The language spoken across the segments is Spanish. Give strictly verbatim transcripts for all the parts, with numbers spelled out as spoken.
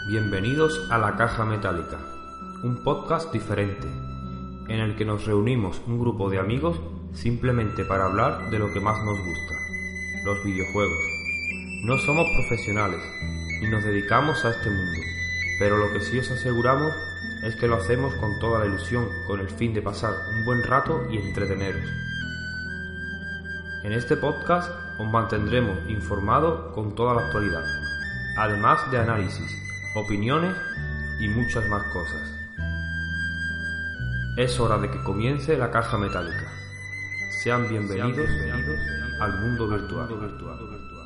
Bienvenidos a La Caja Metálica, un podcast diferente, en el que nos reunimos un grupo de amigos simplemente para hablar de lo que más nos gusta, los videojuegos. No somos profesionales, ni nos dedicamos a este mundo, pero lo que sí os aseguramos es que lo hacemos con toda la ilusión, con el fin de pasar un buen rato y entreteneros. En este podcast os mantendremos informados con toda la actualidad, además de análisis, opiniones y muchas más cosas. Es hora de que comience La Caja Metálica. Sean bienvenidos, Sean bienvenidos al mundo virtual. Al mundo virtual.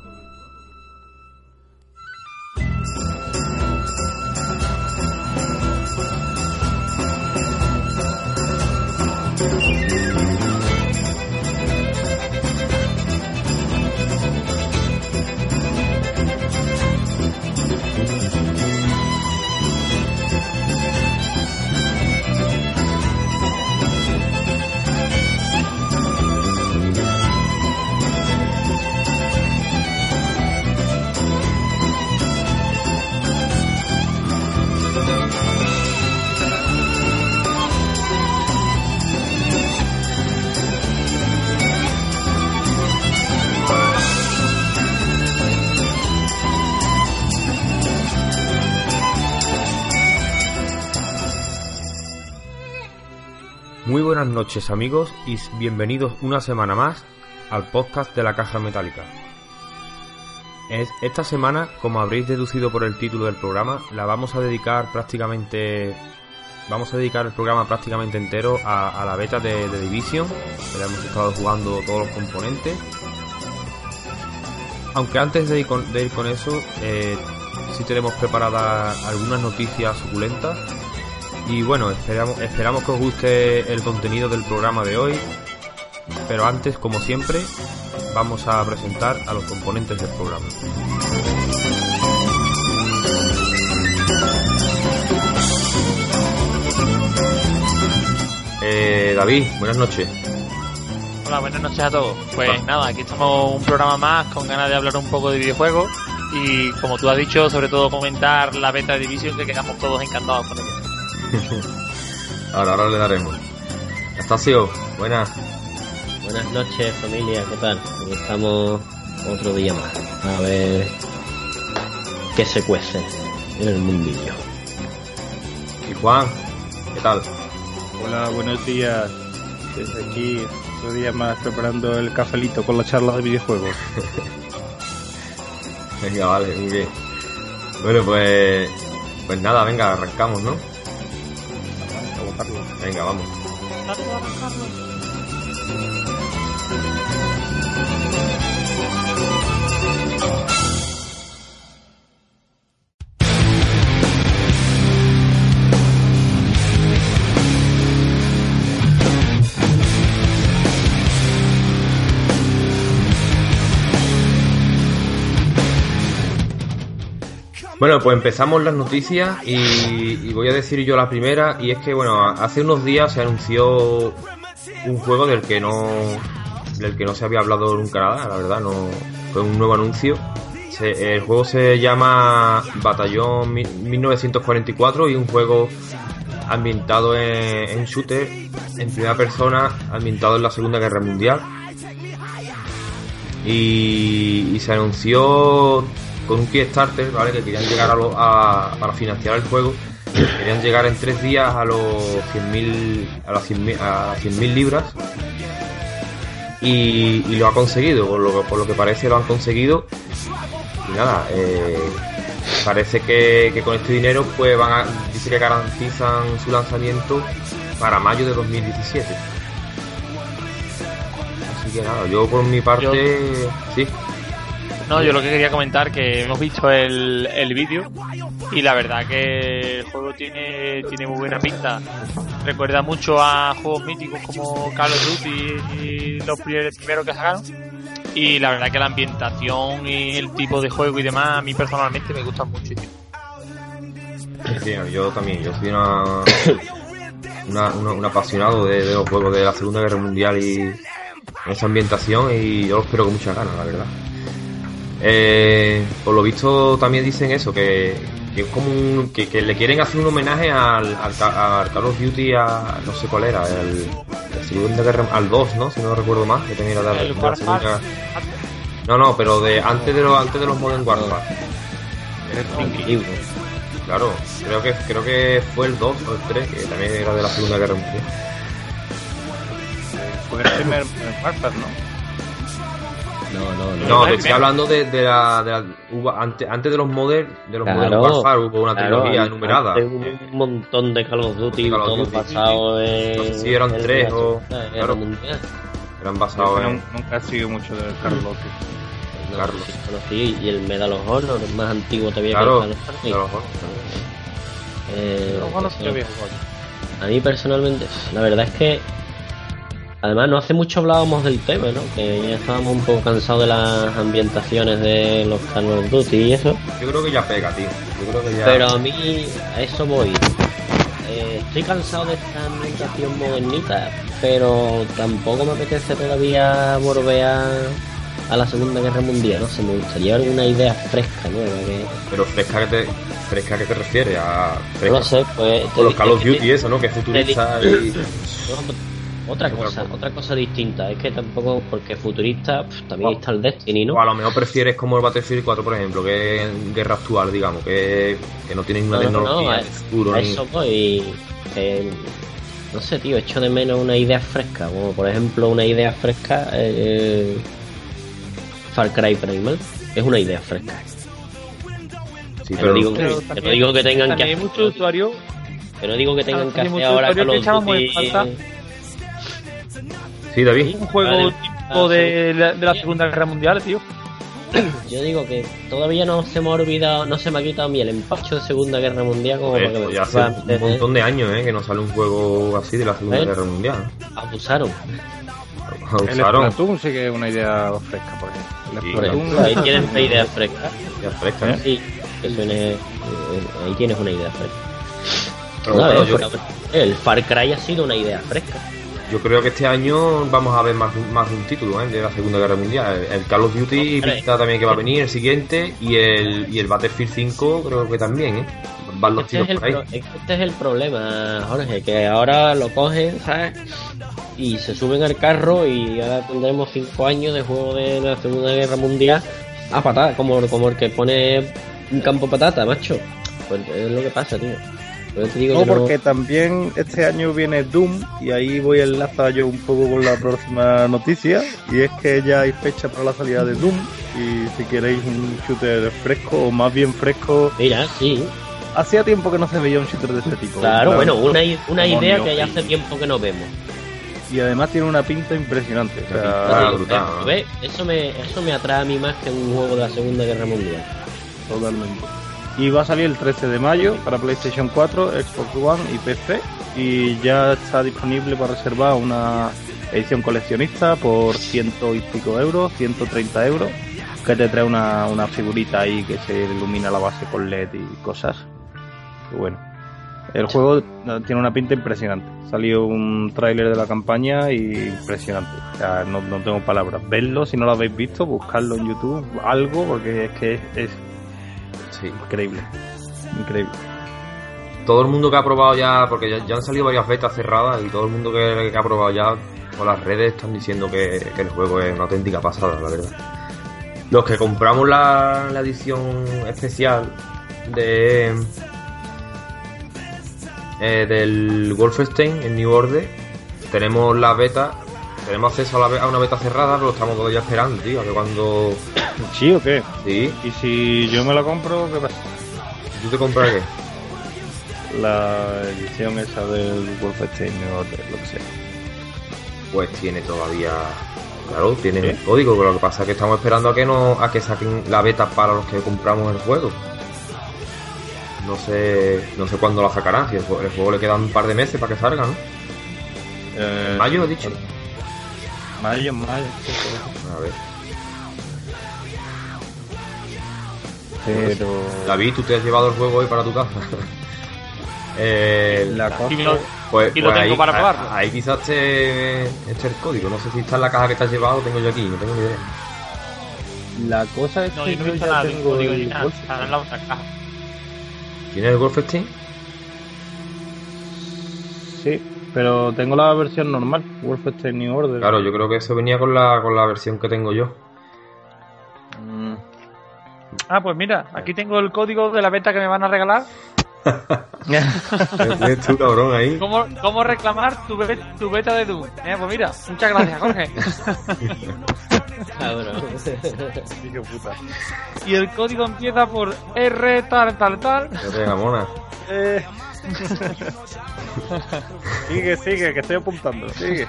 Muy buenas noches amigos y bienvenidos una semana más al podcast de La Caja Metálica. Esta semana, como habréis deducido por el título del programa, la vamos a dedicar prácticamente vamos a dedicar el programa prácticamente entero a, a la beta de, de Division, que la hemos estado jugando todos los componentes. Aunque antes de ir con, de ir con eso, eh, sí tenemos preparadas algunas noticias suculentas. Y bueno, esperamos, esperamos que os guste el contenido del programa de hoy. Pero antes, como siempre, vamos a presentar a los componentes del programa. Eh, David, buenas noches. Hola, buenas noches a todos. Pues ah. nada, aquí estamos un programa más con ganas de hablar un poco de videojuegos. Y como tú has dicho, sobre todo comentar la beta de Division, que quedamos todos encantados con ella. ahora, ahora le daremos. Estacio, buenas. Buenas noches familia, ¿qué tal? Aquí estamos otro día más a ver qué se cuece en el mundillo. Y Juan, ¿qué tal? Hola, buenos días. Desde aquí otro día más preparando el cafelito con la charla de videojuegos. Venga, vale, muy bien. Bueno, pues pues nada, venga, arrancamos, ¿no? Venga, vamos. Bueno, pues empezamos las noticias y, y voy a decir yo la primera, y es que bueno, hace unos días se anunció un juego del que no del que no se había hablado nunca nada, la verdad, no fue un nuevo anuncio. Se, el juego se llama Batallón mil novecientos cuarenta y cuatro y un juego ambientado en, en shooter, en primera persona, ambientado en la Segunda Guerra Mundial. Y, y se anunció con un Kickstarter, ¿vale? Que querían llegar a, lo, a para financiar el juego, querían llegar en tres días a los cien mil a las cien mil libras y, y lo ha conseguido, por lo, por lo que parece lo han conseguido. Y nada, eh, parece que, que con este dinero pues van a, dice que garantizan su lanzamiento para mayo de dos mil diecisiete. Así que nada, yo por mi parte yo... sí. No, yo lo que quería comentar que hemos visto el, el vídeo y la verdad que el juego tiene tiene muy buena pinta. Recuerda mucho a juegos míticos como Call of Duty y los primeros que sacaron. Y la verdad que la ambientación y el tipo de juego y demás a mí personalmente me gustan muchísimo. Sí, yo también, yo soy una, una, una un apasionado de, de los juegos de la Segunda Guerra Mundial y esa ambientación, y yo lo espero con muchas ganas, la verdad. Eh, por lo visto también dicen eso, que, que es como un, que, que le quieren hacer un homenaje al, al, al Call of Duty, a no sé cuál era, el, el Segunda Guerra, al dos, ¿no? Si no recuerdo más, que también era de, El de la segunda. Warfare. No, no, pero de antes de los antes de los Modern Warfare. Antiguo. Claro, creo que creo que fue el dos o el tres, que también era de la Segunda Guerra Mundial. Fue el primer Warfare, ¿no? No, no, no. No, el te estoy primero. hablando de, de la, de la hubo, antes, antes de los Modern, de los Claro, Modern Warfare hubo una claro, trilogía antes enumerada. hubo un montón de Call of Duty, De Call of todos Duty. basados en. No sé si eran en tres la o- Segunda Guerra claro. Mundial. Eran Yo basados que en nun- nunca he sido mucho del Call of Duty. No, Carlos. sí conocí, y el Medal of Honor, el más antiguo todavía claro, que el Call of Duty. de los dos. Eh, Los buenos eso- que había jugado. A mí personalmente, la verdad es que además no hace mucho hablábamos del tema, ¿no? Que ya estábamos un poco cansados de las ambientaciones de los Call of Duty y eso. Yo creo que ya pega, tío. Yo creo que ya. Pero a mí a eso voy. Eh, estoy cansado de esta ambientación modernita, pero tampoco me apetece todavía volver a, a la Segunda Guerra Mundial, ¿no? Se me gustaría alguna idea fresca, nueva. Que... Pero fresca que te, fresca que te refieres a No fresca. lo sé, pues... Con los Call of es que- Duty, eso, ¿no? Que es futurista y. Otra Otra cosa, cosa. otra cosa distinta. Es que tampoco, porque futurista pff, también Wow. está el Destiny, ¿no? O a lo mejor prefieres como el Battlefield cuatro, por ejemplo, que es guerra actual, digamos, que, que no tiene ninguna No, no, tecnología no, de futuro A ni. eso voy. eh, no sé, tío, echo de menos una idea fresca. Como por ejemplo, una idea fresca. Eh, Far Cry Primal. Es una idea fresca. Sí, Que pero no digo, Pero que, también- no digo que tengan que También hay hacer. muchos usuarios. Que no digo que tengan Claro, que hay hacer muchos ahora usuarios Call que of echamos en Duty. falta. sí, David. Un juego Vale. tipo de la, de la Segunda Guerra Mundial, tío. Yo digo que todavía no se me ha olvidado, no se me ha quitado a mí el empacho de Segunda Guerra Mundial como Joder, para que pues me ya hace pueda un meter- montón de años, ¿eh? Que no sale un juego así de la Segunda ¿Eh? Guerra Mundial. Abusaron. El Usaron. Splatoon sí que es una idea fresca, por ejemplo. El Sí, Por Splatoon- ejemplo, ahí tienes una idea fresca. Ya fresca, ¿eh? Sí, que suene. eh, ahí tienes una idea fresca. Pero No, bueno, eh, yo, cabrón, el Far Cry ha sido una idea fresca. yo creo que este año vamos a ver más, más de un título, ¿eh? De la Segunda Guerra Mundial. El, el Call of Duty Hombre. pinta también que va a venir, el siguiente, y el, y el Battlefield cinco creo que también, ¿eh? Van los Este es, tiros el por ahí. pro- es que este es el problema, Jorge, que ahora lo cogen, ¿sabes? Y se suben al carro y ahora tendremos cinco años de juego de la Segunda Guerra Mundial a patada, como, como el que pone un campo patata, macho. Pues es lo que pasa, tío. Pero te digo No, que no- porque también este año viene Doom y ahí voy a enlazar yo un poco con la próxima noticia, y es que ya hay fecha para la salida de Doom, y si queréis un shooter fresco, o más bien fresco, Mira, sí, hacía tiempo que no se veía un shooter de este tipo. claro, bueno, una, i- una Como idea Neo que ya Geo. hace tiempo que no vemos. Y además tiene una pinta impresionante. O Una sea, pinta Digo, brutal, ¿ves? ¿no? ¿ves? Eso me, eso me atrae a mí más que un juego de la Segunda Guerra Mundial. totalmente. Y va a salir el trece de mayo para PlayStation cuatro, Xbox One y P C. Y ya está disponible para reservar una edición coleccionista por ciento y pico euros, ciento treinta euros, que te trae una, una figurita ahí que se ilumina la base con L E D y cosas. Y bueno, el juego tiene una pinta impresionante. Salió un tráiler de la campaña y impresionante. O sea, no, no tengo palabras. Vedlo, si no lo habéis visto, buscarlo en YouTube, algo, porque es que es, es Sí. increíble. Increíble. Todo el mundo que ha probado ya, porque ya, ya han salido varias betas cerradas, y todo el mundo que, que ha probado ya por las redes están diciendo que, que el juego es una auténtica pasada, la verdad. Los que compramos la, la edición especial de eh, del Wolfenstein en New Order, tenemos la beta, tenemos acceso a, la, be- a una beta cerrada, pero estamos todavía esperando, tío, a que cuando... ¿Sí o qué? Sí, Y si yo me la compro, ¿qué pasa? ¿tú te compras qué? La edición esa del Wolfenstein o de lo que sea. Pues tiene todavía, claro, tiene ¿Eh? el código, pero lo que pasa es que estamos esperando a que no, a que saquen la beta para los que compramos el juego. No sé, no sé cuándo la sacarán, si el, jue- el juego le quedan un par de meses para que salga, ¿no? Eh, Mayo, he dicho. Mayo, mayo. A ver, Pero David, tú te has llevado el juego hoy para tu casa. eh, la cosa, Y lo, pues, y lo pues tengo ahí, para ahí- probarlo. Ahí quizás te esté el código. No sé si está en la caja que te has llevado, lo tengo yo aquí, no tengo ni idea. la cosa es no, que yo no yo he visto ya nada, tengo no digo el ni nada, Wolfenstein. está en la otra caja. ¿Tienes el Wolfenstein? Sí, pero tengo la versión normal, Wolfenstein New Order. Claro, yo creo que eso venía con la, con la versión que tengo yo. Mm. Ah, pues mira, aquí tengo el código de la beta que me van a regalar. ¿Tienes tú, cabrón, ahí? ¿Cómo, cómo reclamar tu, be tu beta de Doom? Eh, pues mira, muchas gracias, Jorge. Cabrón. Hijo puta. Y el código empieza por R tal tal tal. Ya te mona. Eh. Sigue, sigue, que estoy apuntando. Sigue.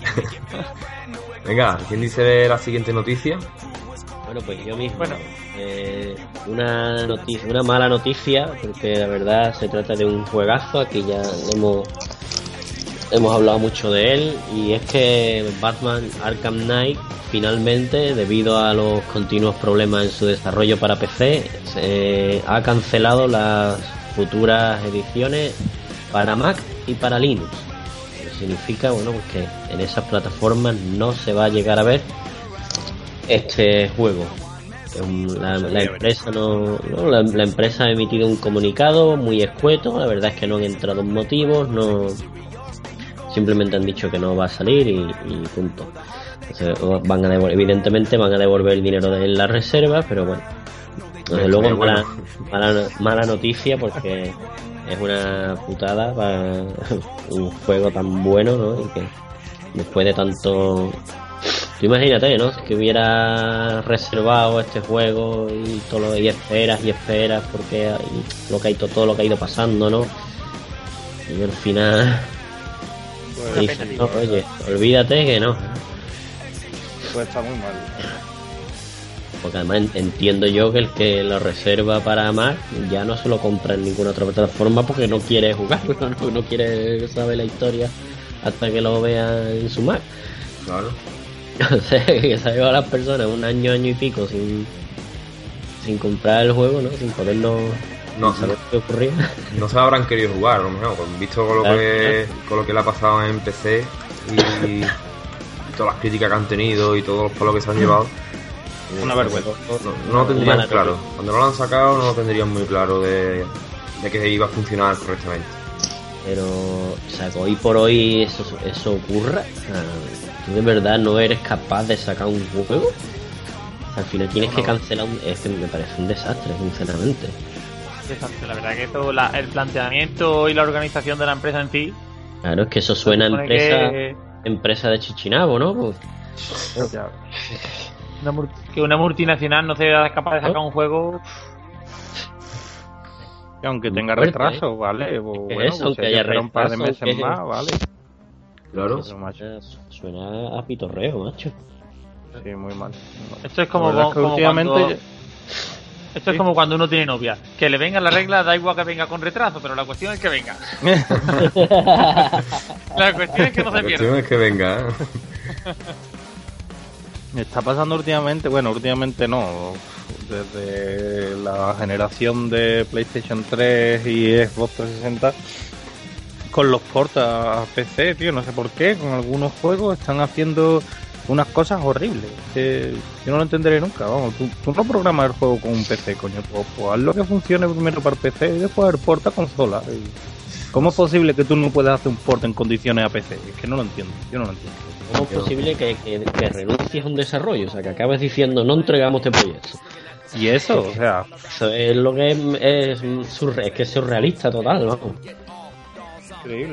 Venga, ¿quién dice la siguiente noticia? Bueno, pues yo mismo. Bueno. Eh, una noticia, una mala noticia, porque la verdad se trata de un juegazo. Aquí ya hemos hemos hablado mucho de él, y es que Batman Arkham Knight finalmente, debido a los continuos problemas en su desarrollo para P C, se ha cancelado las futuras ediciones para Mac y para Linux. Eso significa, bueno, pues que en esas plataformas no se va a llegar a ver este juego. La, la empresa no, no la, la empresa ha emitido un comunicado muy escueto. La verdad es que no han entrado en motivos, no, simplemente han dicho que no va a salir y, y punto. Entonces, van a devolver, evidentemente van a devolver el dinero de la reserva, pero bueno, desde luego mala, mala, mala noticia, porque es una putada para un juego tan bueno, ¿no? Y que después de tanto... Tú imagínate, ¿no? Que hubiera reservado este juego y todo lo, y esperas y esperas porque hay, lo que hay, todo lo que ha ido pasando, ¿no? Y al final Pues, dices, no, oye, olvídate que no. pues está muy mal. Porque además entiendo yo que el que lo reserva para Mac ya no se lo compra en ninguna otra plataforma porque no quiere jugar, no, no quiere saber la historia hasta que lo vea en su Mac. Claro. O sea, que se ha llevado a las personas un año, año y pico sin sin comprar el juego, ¿no? Sin poderlo, No, sin saber qué ocurría. No se habrán querido jugar, a lo mejor, con- visto con lo, Claro, que, con lo que le ha pasado en P C y, y todas las críticas que han tenido y todos los palos que se han llevado. Una vergüenza. No, no lo tendrían Mala claro. noticia. Cuando no lo han sacado, no lo tendrían muy claro de, de que iba a funcionar correctamente. Pero, o sea, que hoy por hoy eso, eso ocurra. O sea, tú de verdad no eres capaz de sacar un juego. O sea, al final tienes que cancelar un... Es que me parece un desastre, sinceramente. Desastre, la verdad que todo la, el planteamiento y la organización de la empresa en sí. Claro, es que eso suena a supone empresa, que, empresa de Chichinabo, ¿no? Pues, Ya. una, mul- que una multinacional no sea capaz de sacar un juego. Y aunque tenga Fuerte, retraso, ¿vale? Pues, ¿Qué es bueno, eso? pues Que hay que haya esperar un par de retraso, meses ¿qué? más, ¿vale? Claro. Pero, macho, suena a pitorreo, macho. sí, muy mal. muy mal. Esto es como, La verdad es que como últimamente cuando, ya- esto es sí. como cuando uno tiene novia. Que le venga la regla, da igual que venga con retraso, pero la cuestión es que venga. La cuestión es que no La se cuestión pierda. es que venga, ¿eh? Me está pasando últimamente, bueno, últimamente no, desde la generación de PlayStation tres y Xbox trescientos sesenta, con los ports a P C, tío, no sé por qué, con algunos juegos están haciendo unas cosas horribles, que yo no lo entenderé nunca, vamos, tú, tú no programas el juego con un P C, coño, pues, pues haz lo que funcione primero para el P C y después el port a consola. ¿Cómo es posible que tú no puedas hacer un port en condiciones a P C? Es que no lo entiendo, yo no lo entiendo. ¿Cómo es posible que, que, que renuncies a un desarrollo? O sea, que acabes diciendo, no entregamos este proyecto. Y eso, o sea, Eso es lo que es, es, surre- es que es surrealista total, vamos. increíble.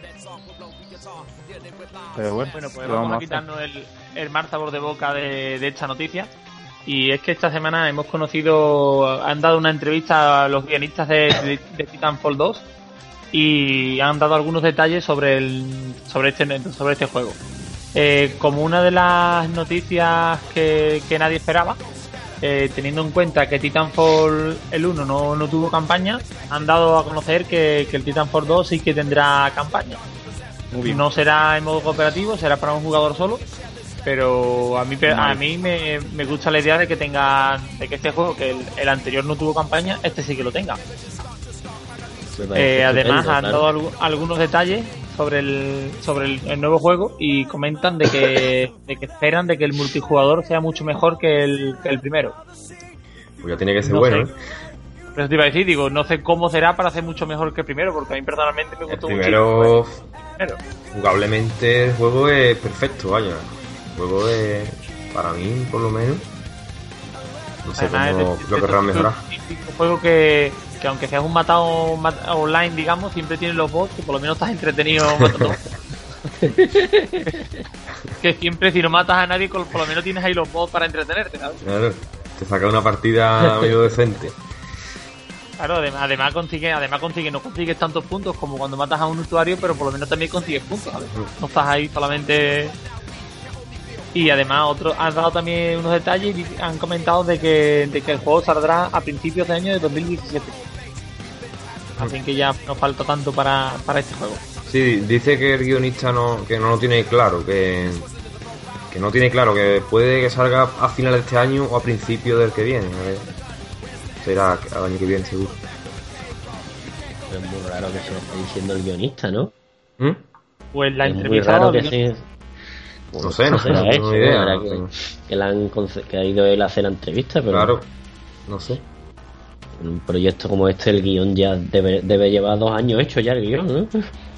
Pero bueno, Bueno, pues ¿qué vamos a hacer? quitarnos el, el mal sabor de boca de, de esta noticia. Y es que esta semana hemos conocido, han dado una entrevista a los guionistas de, de, de Titanfall dos y han dado algunos detalles sobre el sobre este sobre este juego. Eh, como una de las noticias que, que nadie esperaba, eh, teniendo en cuenta que Titanfall el uno no, no tuvo campaña, han dado a conocer que, que el Titanfall dos sí que tendrá campaña. Muy bien. No será en modo cooperativo, será para un jugador solo, pero a mí a Nice. mí me, me gusta la idea de que tenga de que este juego, que el, el anterior no tuvo campaña, este sí que lo tenga. Me parece Eh, además estupendo, han claro. dado algu- algunos detalles sobre el sobre el, el nuevo juego y comentan de que de que esperan de que el multijugador sea mucho mejor que el, que el primero. Pues ya tiene que ser No bueno, sé. ¿eh? Pero te iba a decir, digo, no sé cómo será para hacer mucho mejor que el primero, porque a mí personalmente me gustó el primero, mucho. Primero, jugablemente el juego es perfecto, vaya. El juego es, para mí, por lo menos, no sé además, cómo es lo querrán mejorar. Es un juego que, que aunque seas un matado mat- online, digamos, siempre tiene los bots, que por lo menos estás entretenido matando. Que siempre si no matas a nadie, por lo menos tienes ahí los bots para entretenerte, ¿sabes? Claro, te saca una partida medio decente. Claro, además, además consigue, además consigue, no consigues tantos puntos como cuando matas a un usuario, pero por lo menos también consigues puntos, ¿sabes? No estás ahí solamente. Y además otros han dado también unos detalles y han comentado de que, de que el juego saldrá a principios de año de dos mil diecisiete. Así que ya no falta tanto para, para este juego. Sí, dice que el guionista no, que no lo tiene claro, que, que no tiene claro, que puede que salga a finales de este año o a principios del que viene. A ver, será al año que viene seguro. Es muy raro que se lo esté diciendo el guionista, ¿no? ¿Mm? Pues la Es muy entrevista raro del que guion- sí. No sé, no sé, no será tengo eso, ni idea. será no que, tengo- que, le han conce- que ha ido él a hacer la entrevista, pero Claro, no sé. en un proyecto como este el guión ya debe, debe llevar dos años hecho ya el guión, ¿no?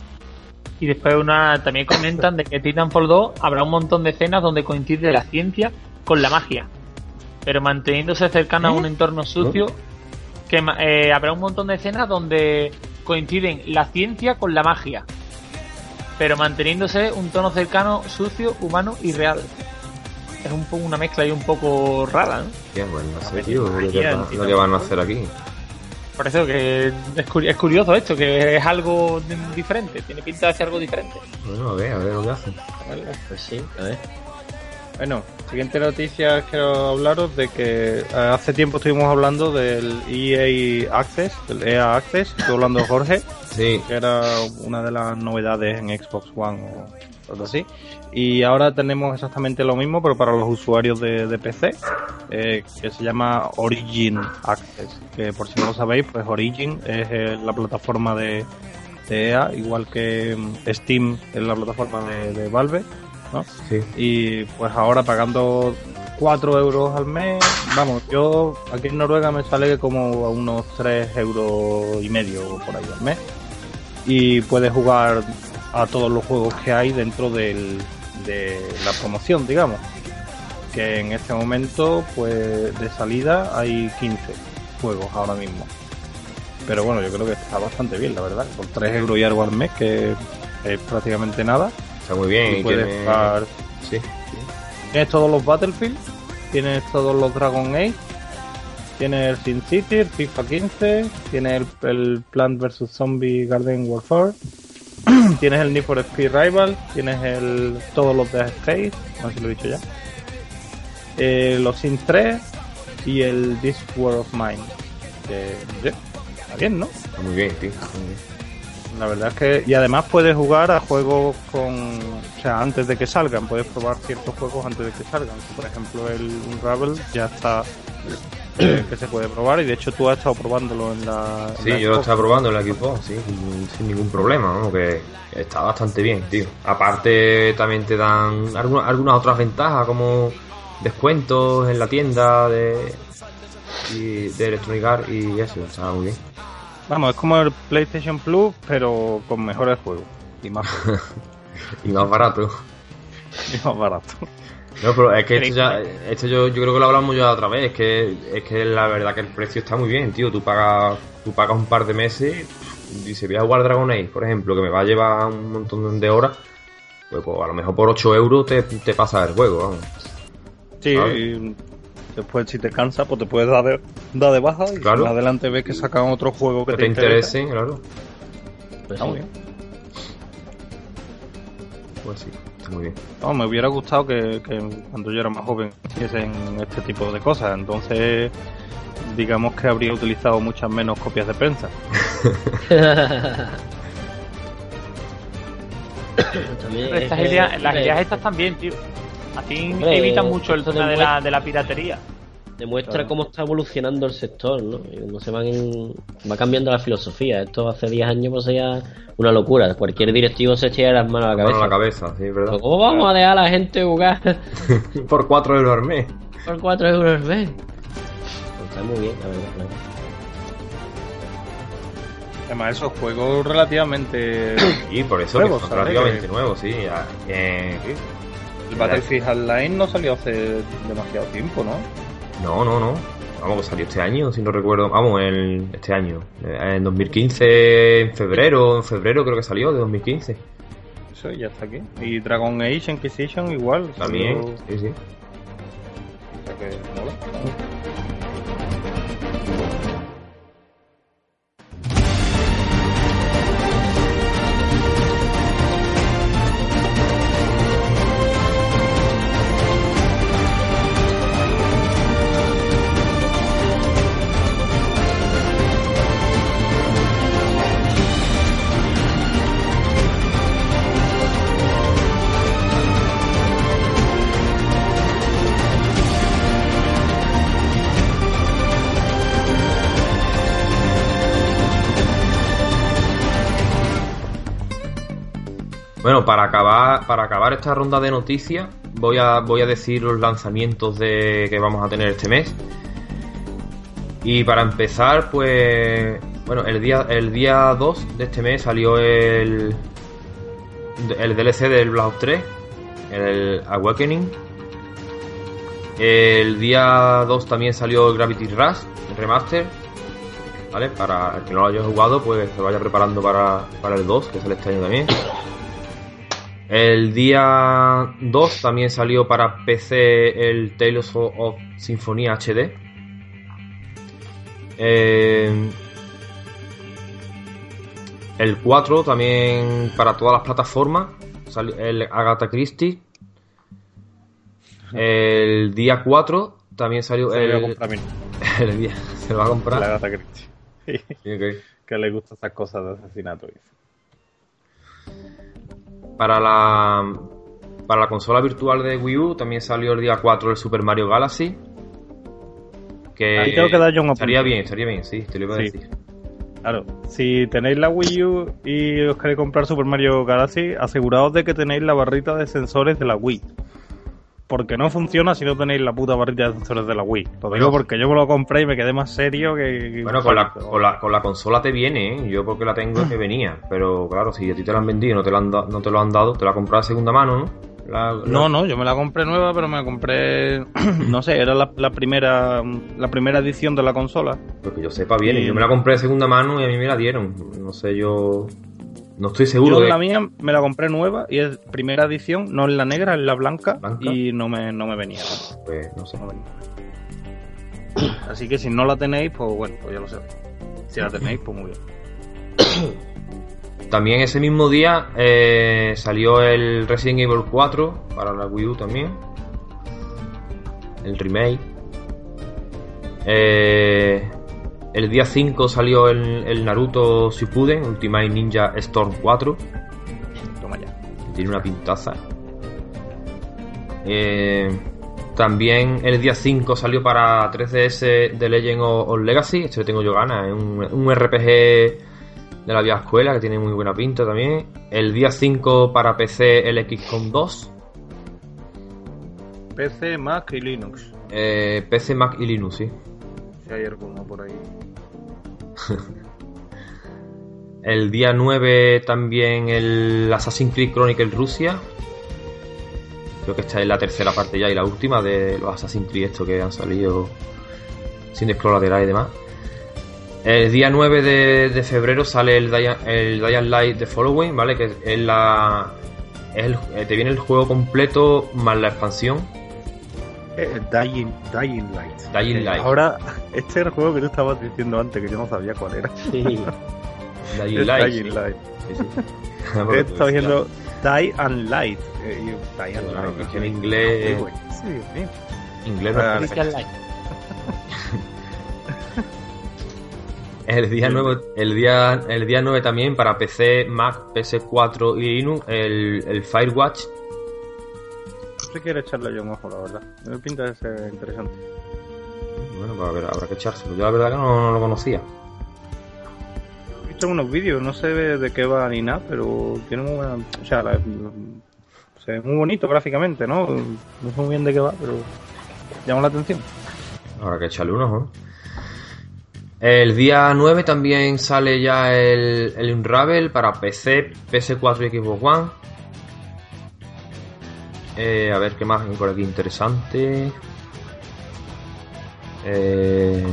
Y después una también comentan de que Titanfall dos habrá un montón de escenas donde coincide la ciencia con la magia, pero manteniéndose cercana a un entorno sucio. Que ma- eh, habrá un montón de escenas donde coinciden la ciencia con la magia, pero manteniéndose un tono cercano, sucio, humano y real. Es un poco una mezcla ahí un poco rara, ¿no? Tía, pues no sé, tío, lo que, Magia, va- lo que van a hacer aquí. Por eso que es, curi- es curioso esto, que es algo diferente, tiene pinta de ser algo diferente. Bueno, a ver, a ver lo que hacen. Pues sí, a ver. Bueno, siguiente noticia, quiero hablaros de que eh, hace tiempo estuvimos hablando del E A Access, del E A Access, estuve hablando de Jorge, Sí, que era una de las novedades en Xbox One o algo así. Y ahora tenemos exactamente lo mismo, pero para los usuarios de, de P C, eh, que se llama Origin Access. Que por si no lo sabéis, pues Origin es eh, la plataforma de, de E A, igual que mm, Steam es la plataforma de, de Valve, ¿no? sí. Y pues ahora pagando cuatro euros al mes, vamos, yo aquí en Noruega me sale como a unos tres euros y medio por ahí al mes. Y puedes jugar a todos los juegos que hay dentro del, de la promoción, digamos. Que en este momento, pues de salida hay quince juegos ahora mismo. Pero bueno, yo creo que está bastante bien, la verdad. Con tres euros y algo al mes, que es prácticamente nada. Está muy bien. Y Y puedes tiene... jugar. Sí. Tienes todos los Battlefield, tienes todos los Dragon Age, tienes el Sin City, el FIFA quince, tienes el, el Plant versus. Zombie Garden Warfare, tienes el Need for Speed Rival, tienes el todos los de Space, no sé si lo he dicho ya, eh, los Sims tres y el This War of Mine. Que, yeah, está bien, ¿no? Está muy bien, tío. Está muy bien. La verdad es que, y además puedes jugar a juegos con, o sea, antes de que salgan, puedes probar ciertos juegos antes de que salgan. Por ejemplo, el Unravel ya está, eh, que se puede probar, y de hecho tú has estado probándolo en la. en Sí, la yo lo Xbox. estaba probando en la Xbox, sí, sin, sin ningún problema, ¿no? Que está bastante bien, tío. Aparte también te dan algunas, algunas otras ventajas, como descuentos en la tienda de, y, de Electronic Arts y eso, está muy bien. Vamos, es como el PlayStation Plus, pero con mejores juegos y más, Y más barato. y más barato. No, pero es que esto ya, esto yo, yo creo que lo hablamos ya otra vez, es que, es que la verdad que el precio está muy bien, tío. Tú pagas, tú pagas un par de meses, dice, voy a jugar Dragon Age, por ejemplo, que me va a llevar un montón de horas, pues, pues a lo mejor por ocho euros te, te pasa el juego, vamos. Sí, ¿sabes? y después si te cansa, pues te puedes dar de, dar de baja, y Claro. más adelante ves que sacan otro juego que, Que te interese, claro. Pues Está sí. muy bien. Pues sí, está muy bien. No, me hubiera gustado que, que cuando yo era más joven hiciesen este tipo de cosas. Entonces, digamos que habría utilizado muchas menos copias de prensa. También Pero es estas que- ideas, las hombre, ideas estas también, tío. Así Hombre, evitan mucho el esto tema de demuestra- la, de la piratería. Demuestra Claro. cómo está evolucionando el sector, ¿no? Y cómo se van en- va cambiando la filosofía. Esto hace diez años pues sería una locura. Cualquier directivo se echaría las manos a la Mano cabeza. a la cabeza, sí, es verdad. Pero ¿cómo vamos a dejar a la gente jugar Por cuatro euros al mes. por cuatro euros al mes? Pues está muy bien, la verdad. claro. Además, esos juegos relativamente... Y por eso nuevos, que son ¿sabes? relativamente Que- nuevos, sí. ya, eh, El Battlefield Online no salió hace demasiado tiempo, ¿no? No, no, no. Vamos, que salió este año, si no recuerdo. Vamos, el, este año. En dos mil quince, en febrero, en febrero creo que salió, de dos mil quince. Eso ya está aquí. Y Dragon Age Inquisition igual. También, salió- sí, sí. O sea que mola. Bueno, para acabar, para acabar esta ronda de noticias, voy a, voy a decir los lanzamientos de que vamos a tener este mes. Y para empezar, pues, bueno, el día, el día dos de este mes salió el, el D L C del Black Ops tres, el Awakening. El día dos también salió el Gravity Rush, el remaster. ¿Vale? Para el que no lo haya jugado, pues se vaya preparando para, para el dos, que sale este año también. El día dos también salió para P C el Tales of Symphonia H D. Eh, el cuatro también para todas las plataformas. Salió el Agatha Christie. El día cuatro también salió Se lo voy a el, comprar a mí. el día. ¿Se lo va a comprar? La Agatha Christie. Sí, ok. Que le gustan estas cosas de asesinato. Para la para la consola virtual de Wii U también salió el día cuatro el Super Mario Galaxy. Que Ahí tengo que dar yo un estaría apunte. bien, estaría bien, sí, te lo iba a Sí. decir. Claro, si tenéis la Wii U y os queréis comprar Super Mario Galaxy, aseguraos de que tenéis la barrita de sensores de la Wii. Porque no funciona si no tenéis la puta barrita de sensores de la Wii. Lo digo Bueno. porque yo me lo compré y me quedé más serio que... que Bueno, un con la, palito. con, la, con la consola te viene, ¿eh? Yo porque la tengo es que venía. Pero claro, si a ti te la han vendido y no te, la han da- no te lo han dado, te la has comprado de segunda mano, ¿no? La- la- No, no, yo me la compré nueva, pero me la compré... no sé, era la, la primera la primera edición de la consola. Pues que yo sepa viene. Sí. Yo me la compré de segunda mano y a mí me la dieron. No sé, yo... No estoy seguro Yo de... la mía me la compré nueva y es primera edición, no en la negra, en la blanca, ¿Blanca? y no me, no me venía. Pues no sé. No venía. Así que si no la tenéis, pues bueno, pues ya lo sé. Si la tenéis, pues muy bien. También ese mismo día eh, salió el Resident Evil cuatro para la Wii U también. El remake. Eh, el día cinco salió el, el Naruto Shippuden Ultimate Ninja Storm cuatro. Toma ya. Tiene una pintaza. Eh, también el día cinco salió para tres D S The Legend of, of Legacy. Este lo tengo yo ganas. Es un, un R P G de la vieja escuela que tiene muy buena pinta también. El día cinco para P C el X COM dos. P C, Mac y Linux. Eh, P C, Mac y Linux, sí. Si hay alguno por ahí. El día nueve también el Assassin's Creed Chronicle Rusia. Creo que esta es la tercera parte ya y la última de los Assassin's Creed estos que han salido sin scroll lateral y demás. El día nueve de, de febrero sale el Dying, el Dying Light The Following, ¿vale? Que es la... Es el, eh, te viene el juego completo más la expansión. Eh, Dying, Dying Light. Dying Eh, Light. Ahora, este era el juego que tú estabas diciendo antes, que yo no sabía cuál era. Sí. Dying Es Light. Dying sí. Light. Sí, sí. He estado diciendo Die and Light. Eh, y yo, Die and Claro, Light. es que en inglés... Sí, Dios mío. Inglés no Ah, es Christian Light. El día nueve, el día, el día nueve también para P C, Mac, P S cuatro y Linux, el, el Firewatch. Si quiere echarle yo un ojo, la verdad. Me pinta de ser interesante. Bueno, pues a ver, habrá que echárselo. Yo la verdad que no, no lo conocía. He visto unos vídeos, no sé de qué va ni nada, pero tiene muy buena... O sea, la- se ve muy bonito gráficamente, ¿no? No sé muy bien de qué va, pero llama la atención. Habrá que echarle un ojo. El día nueve también sale ya el, el Unravel para P C, P S cuatro y Xbox One. Eh, a ver qué más hay por aquí interesante. Eh...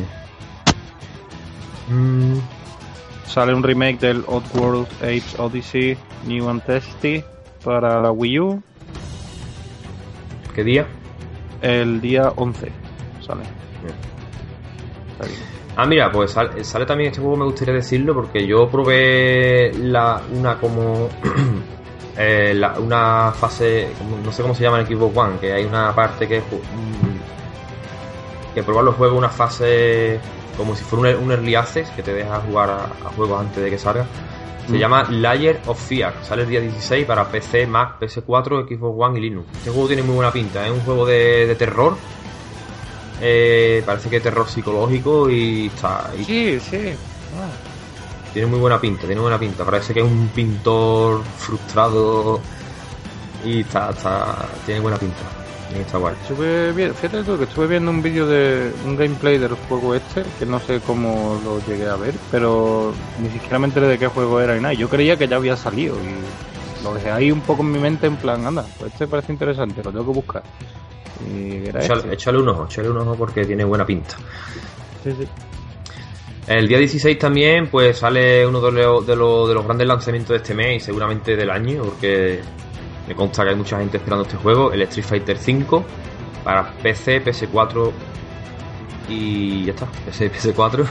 Mm. Sale un remake del Oddworld Apes Odyssey New and Tasty para la Wii U. ¿Qué día? El día once sale. Bien. Ah, mira, pues sale, sale también este juego, me gustaría decirlo, porque yo probé la una como... eh, la, una fase, no sé cómo se llama en Xbox One, que hay una parte que es... Um, que probar los juegos, una fase como si fuera un, un Early Access, que te deja jugar a, a juegos antes de que salga. Se mm. llama Layer of Fear. Sale el día dieciséis para P C, Mac, P S cuatro, Xbox One y Linux. Este juego tiene muy buena pinta. Es un juego de, de terror. Eh, parece que es terror psicológico y está... Y sí, sí. Ah. Tiene muy buena pinta, tiene buena pinta. Parece que es un pintor frustrado y está, está tiene buena pinta. Está guay. Estuve viendo, fíjate tú que estuve viendo un vídeo de un gameplay del juego este, que no sé cómo lo llegué a ver, pero ni siquiera me enteré de qué juego era y nada. Yo creía que ya había salido y lo dejé ahí un poco en mi mente en plan, anda, pues este parece interesante, lo tengo que buscar. Y era échale, este. échale un ojo, échale un ojo porque tiene buena pinta. Sí, sí. El día dieciséis también pues sale uno de los, de los, de los grandes lanzamientos de este mes y seguramente del año, porque me consta que hay mucha gente esperando este juego, el Street Fighter cinco para P C, P S cuatro y ya está, P S, P S cuatro.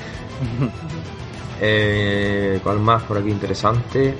eh, ¿Cuál más por aquí interesante?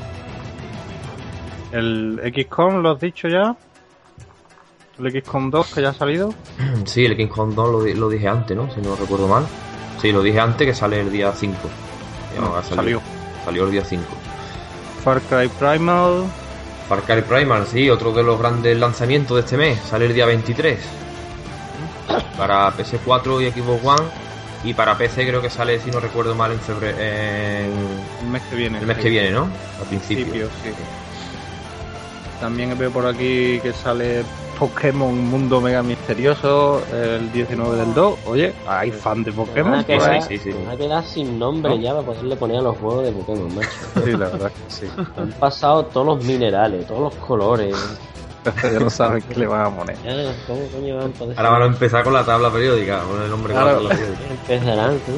¿El X COM lo has dicho ya? ¿El X COM dos que ya ha salido? Sí, el X COM dos lo, lo dije antes, ¿no? Si no recuerdo mal. Sí, lo dije antes, que sale el día cinco. No, no, salió. Salió el día cinco. Far Cry Primal... Far Cry Primal, sí, otro de los grandes lanzamientos de este mes. Sale el día veintitrés. Para P S cuatro y Xbox One. Y para P C creo que sale, si no recuerdo mal, en febrero. En... El mes que viene. El mes sí. que viene, ¿no? Al principio. principio sí. También veo por aquí que sale Pokémon Mundo Mega Misterioso el diecinueve del dos. Oye, ¿hay fan de Pokémon? Me va a sí, sí, sí. quedar sin nombre, ¿no? Ya para poderle poner a los juegos de Pokémon, macho. Sí, la verdad que sí. Han pasado todos los minerales, todos los colores. Ya no saben qué le van a poner. Ya, ¿cómo coño van a poder? Ahora van a empezar con la tabla periódica, con el nombre Claro. con la tabla periódica. Empezarán, ¿sí?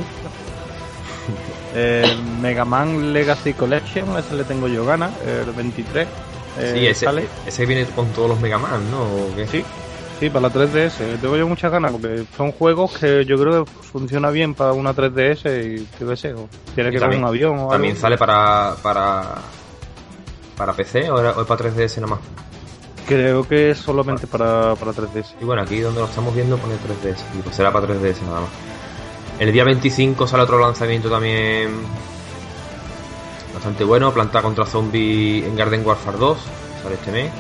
El Mega Man Legacy Collection, ese le tengo yo ganas, el veintitrés. Eh, Sí, ese, sale. ese viene con todos los Mega Man, ¿no? ¿O qué? Sí, sí, para la tres D S. Tengo yo muchas ganas porque son juegos que yo creo que funciona bien para una tres D S y qué sé, o tiene que ir con un avión o También algo. sale para para para P C o, era, o es para tres D S nada más. Creo que es solamente para, para tres D S. Y bueno, aquí donde lo estamos viendo pone tres D S. Y pues será para tres D S nada más. El día veinticinco sale otro lanzamiento también bastante bueno. Planta contra Zombie en Garden Warfare dos. Sale este mes.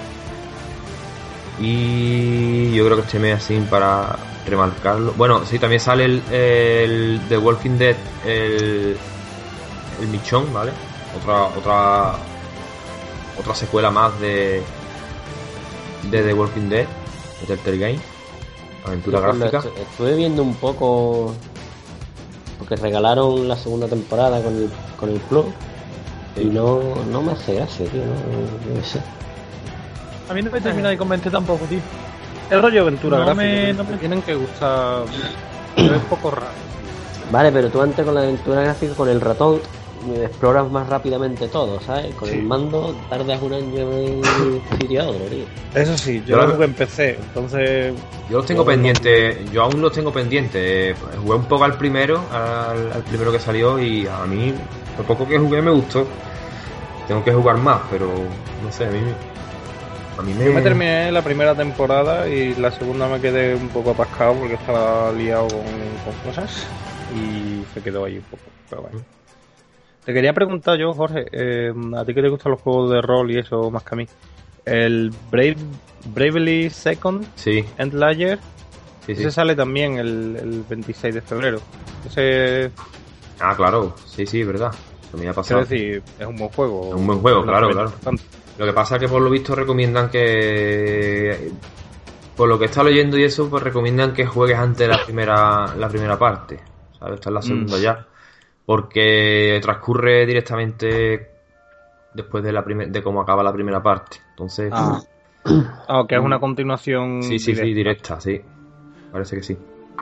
Y yo creo que este mes así para remarcarlo. Bueno, sí, también sale el, el The Walking Dead, el, el Michonne, ¿vale? Otra otra otra secuela más de de The Walking Dead, de Telltale Game, aventura Yo gráfica. estu- Estuve viendo un poco porque regalaron la segunda temporada con el con el Plus y no no me hace gracia, tío, no, no sé. A mí no me termina de convencer tampoco, tío. El rollo aventura No gráfica. me- que no me- Tienen que gustar. Pero es poco raro. Vale, pero tú antes con la aventura gráfica con el ratón exploras más rápidamente todo, ¿sabes? Con Sí. el mando tardas un año en un sitio a otro, tío. Eso sí, Yo yo la- lo jugué en P C, entonces. Yo los tengo Yo pendientes, yo aún los tengo pendientes. Eh, Jugué un poco al primero, al, al primero que salió y a mí, lo poco que jugué me gustó. Tengo que jugar más, pero no sé, a mí, a mí me... Yo me terminé la primera temporada y la segunda me quedé un poco atascado porque estaba liado con, con cosas y se quedó ahí un poco. Pero bueno. Te quería preguntar yo, Jorge, eh, a ti que te gustan los juegos de rol y eso más que a mí. El Brave, Bravely Second Sí, Endlayer, sí, sí. ese sale también el, el veintiséis de febrero. Ese, Ah, claro, sí, sí, verdad. Se me había pasado. quiero decir, es un buen juego. Es un buen juego, claro, claro. Bastante. Lo que pasa es que por lo visto recomiendan que... Por lo que está leyendo y eso, pues recomiendan que juegues antes la primera la primera parte. ¿sabes? Esta es la segunda mm. ya. Porque transcurre directamente después de la primer, de cómo acaba la primera parte. Entonces... Ah, ah que es una continuación... Sí, sí, directa. sí, directa, sí. Parece que sí.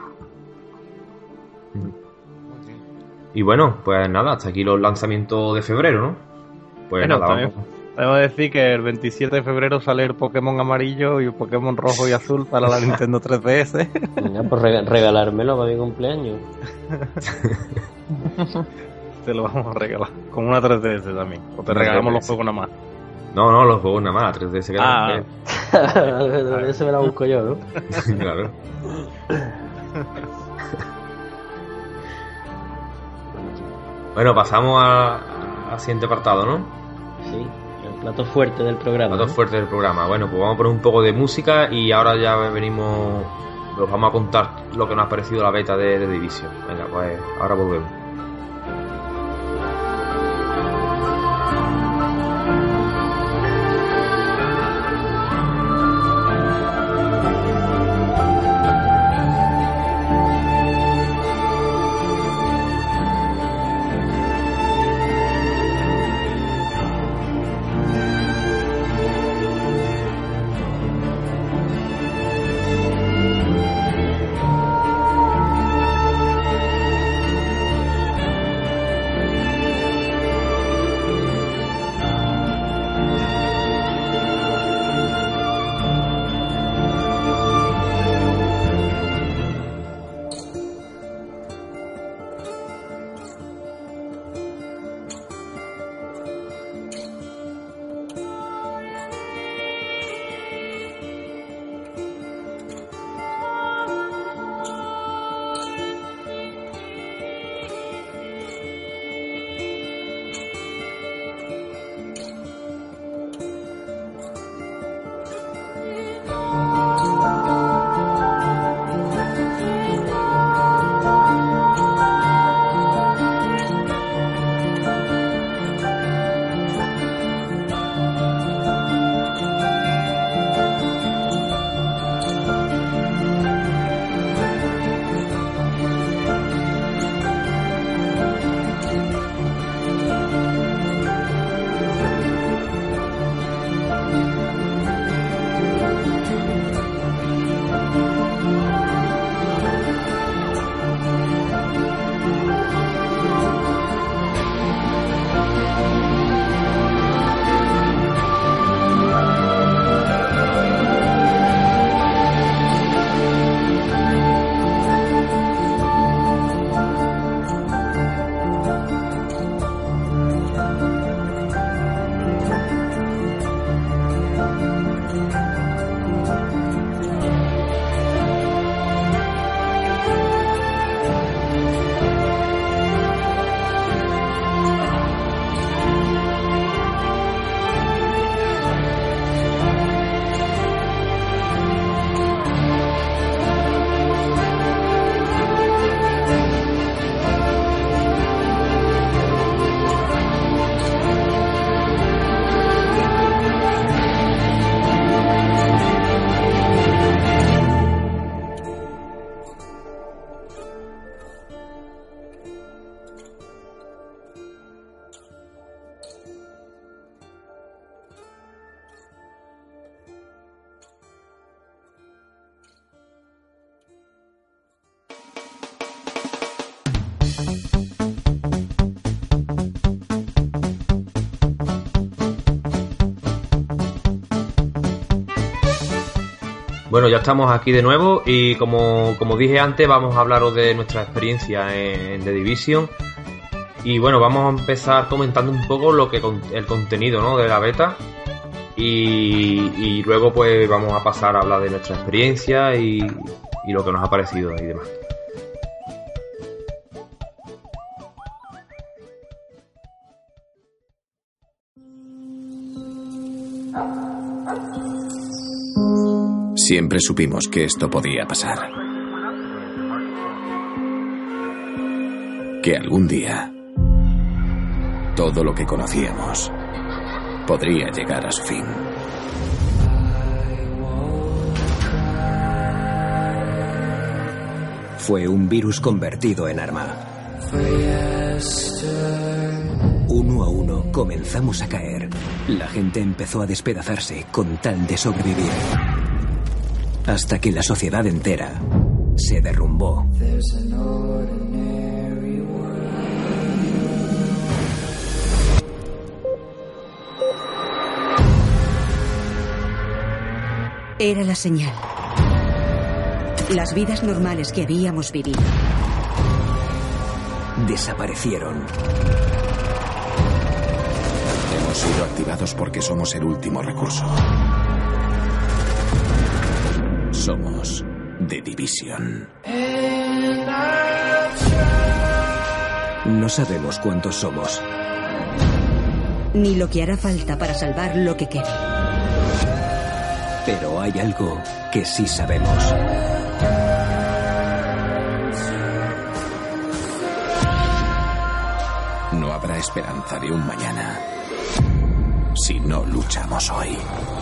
Y bueno, pues nada, hasta aquí los lanzamientos de febrero, ¿no? Pues bueno, nada, también, vamos. Debo decir que el veintisiete de febrero sale el Pokémon amarillo y el Pokémon rojo y azul para la Nintendo tres D S. Venga, pues regalármelo para mi cumpleaños. Te lo vamos a regalar. Con una tres D S también. O te una regalamos los juegos nada más. No, no, los juegos nada más, la tres D S que ah. La eso me la busco yo, ¿no? Claro. Bueno, pasamos al siguiente apartado, ¿no? Sí, el plato fuerte del programa. El plato ¿no? fuerte del programa. Bueno, pues vamos a poner un poco de música y ahora ya venimos, os vamos a contar lo que nos ha parecido la beta de, de Division. Venga, pues ahora volvemos. Bueno, ya estamos aquí de nuevo y como, como dije antes, vamos a hablaros de nuestra experiencia en The Division. Y bueno, vamos a empezar comentando un poco lo que el contenido, ¿no?, de la beta. Y, y luego pues vamos a pasar a hablar de nuestra experiencia y, y lo que nos ha parecido y demás. Siempre supimos que esto podía pasar. Que algún día todo lo que conocíamos podría llegar a su fin. fue un virus convertido en arma. Uno a uno comenzamos a caer. La gente empezó a despedazarse con tal de sobrevivir. Hasta que la sociedad entera se derrumbó. Era la señal. Las vidas normales que habíamos vivido desaparecieron. Hemos sido activados porque somos el último recurso. Somos The Division. No sabemos cuántos somos. Ni lo que hará falta para salvar lo que quede. Pero hay algo que sí sabemos. No habrá esperanza de un mañana si no luchamos hoy.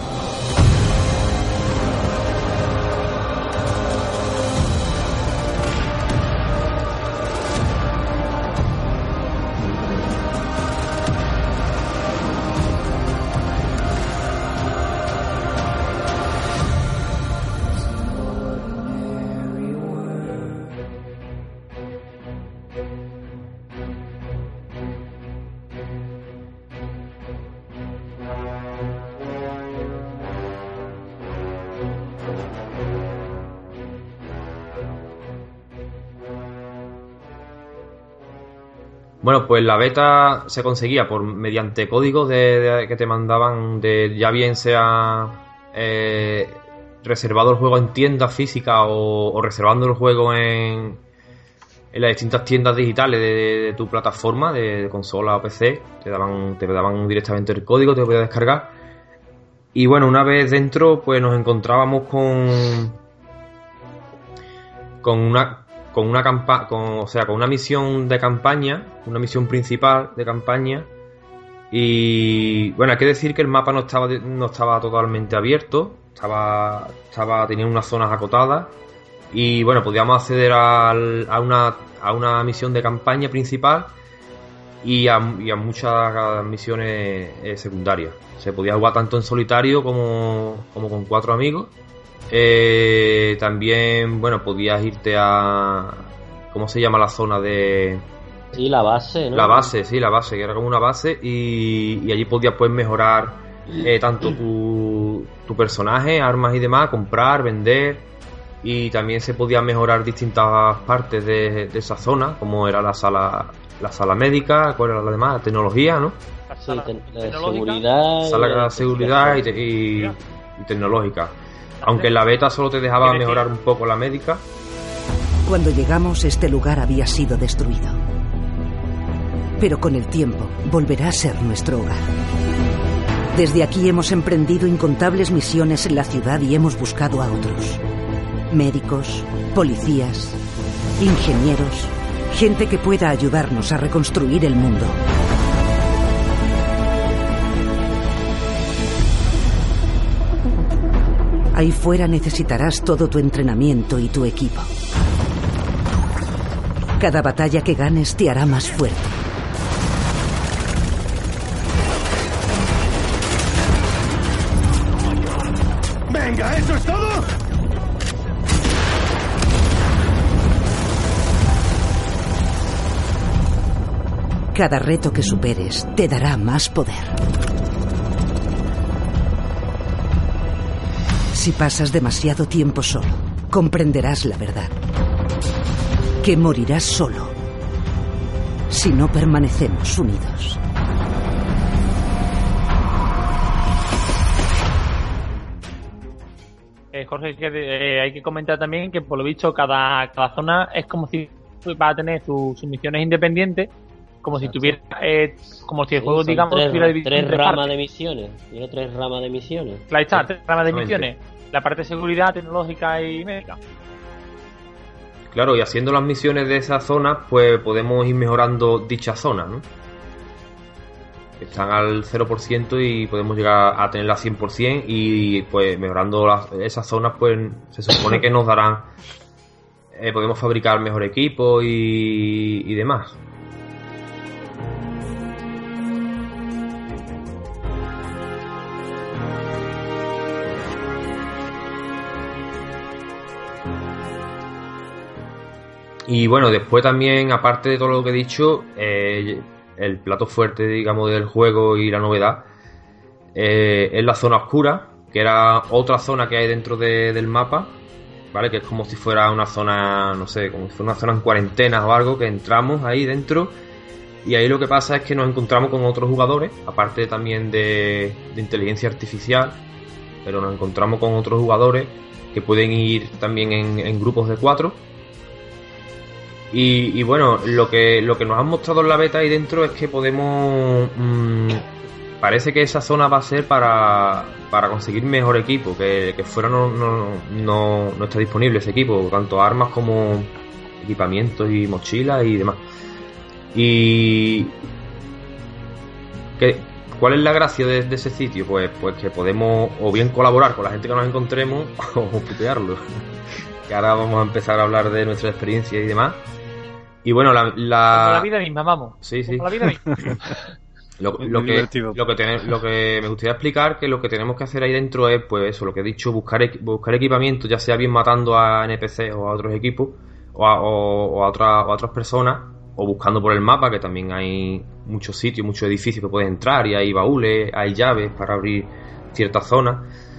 Bueno, pues la beta se conseguía por mediante códigos de, de, que te mandaban, de ya bien sea eh, reservado el juego en tiendas físicas o, o reservando el juego en, en las distintas tiendas digitales de, de, de tu plataforma, de, de consola o P C. Te daban, te daban directamente el código, te lo podías descargar. Y bueno, una vez dentro, pues nos encontrábamos con con una con una campa con, o sea, con una misión de campaña, una misión principal de campaña. Y bueno, hay que decir que el mapa no estaba no estaba totalmente abierto, estaba estaba tenía unas zonas acotadas y bueno, podíamos acceder al, a una a una misión de campaña principal y a, y a muchas misiones eh, secundarias. Se podía jugar tanto en solitario como, como con cuatro amigos. Eh, también, bueno, podías irte a... ¿Cómo se llama la zona de...? Sí, la base, ¿no? La base, sí, la base, que era como una base y, y allí podías pues mejorar eh, tanto tu, tu personaje, armas y demás, comprar, vender, y también se podía mejorar distintas partes de, de esa zona, como era la sala la sala médica, cuál era la demás, la tecnología, ¿no? Sí, te, la seguridad... Sala de seguridad y, te, y, y tecnológica. Aunque en la beta solo te dejaba mejorar un poco la médica. Cuando llegamos, este lugar había sido destruido. Pero con el tiempo, volverá a ser nuestro hogar. Desde aquí hemos emprendido incontables misiones en la ciudad y hemos buscado a otros. Médicos, policías, ingenieros, gente que pueda ayudarnos a reconstruir el mundo. Ahí fuera necesitarás todo tu entrenamiento y tu equipo. Cada batalla que ganes te hará más fuerte. ¡Venga, eso es todo! Cada reto que superes te dará más poder. Si pasas demasiado tiempo solo, comprenderás la verdad. Que morirás solo si no permanecemos unidos. Eh, Jorge, que, eh, hay que comentar también que por lo visto cada, cada zona es como si va a tener sus, sus misiones independientes, como si tuviera, eh, como si el Sí, juego, son digamos, tres, tuviera dividido tres en tres ramas partes. de misiones. Tiene tres ramas de misiones. Ahí está, tres ramas de Exactamente. misiones. La parte de seguridad, tecnológica y médica. Claro, y haciendo las misiones de esa zona, pues podemos ir mejorando dicha zona, ¿no? Están al cero por ciento y podemos llegar a tenerla al cien por ciento y pues mejorando las, esas zonas, pues se supone que nos darán eh, podemos fabricar mejor equipo y, y demás. Y bueno, después también, aparte de todo lo que he dicho, eh, el plato fuerte, digamos, del juego y la novedad eh, es la zona oscura, que era otra zona que hay dentro de, del mapa, ¿vale? Que es como si fuera una zona, no sé, como si fuera una zona en cuarentena o algo, que entramos ahí dentro y ahí lo que pasa es que nos encontramos con otros jugadores, aparte también de, de inteligencia artificial, pero nos encontramos con otros jugadores que pueden ir también en, en grupos de cuatro. Y, y bueno, lo que lo que nos han mostrado en la beta ahí dentro es que podemos... Mmm, parece que esa zona va a ser para, para conseguir mejor equipo, que, que fuera no, no, no, no está disponible ese equipo, tanto armas como equipamientos y mochilas y demás. Y... ¿qué, ¿Cuál es la gracia de, de ese sitio? Pues, pues que podemos o bien colaborar con la gente que nos encontremos o putearlo. Que ahora vamos a empezar a hablar de nuestra experiencia y demás. Y bueno, la... la... Como la vida misma, vamos. Sí, sí. Como la vida misma. Lo, lo, que, lo, que ten, lo que me gustaría explicar, que lo que tenemos que hacer ahí dentro es, pues eso, lo que he dicho, buscar, buscar equipamiento, ya sea bien matando a N P C o a otros equipos, o a, o, o a, otra, o a otras personas, o buscando por el mapa, que también hay muchos sitios, muchos edificios que puedes entrar, y hay baúles, hay llaves para abrir ciertas zonas.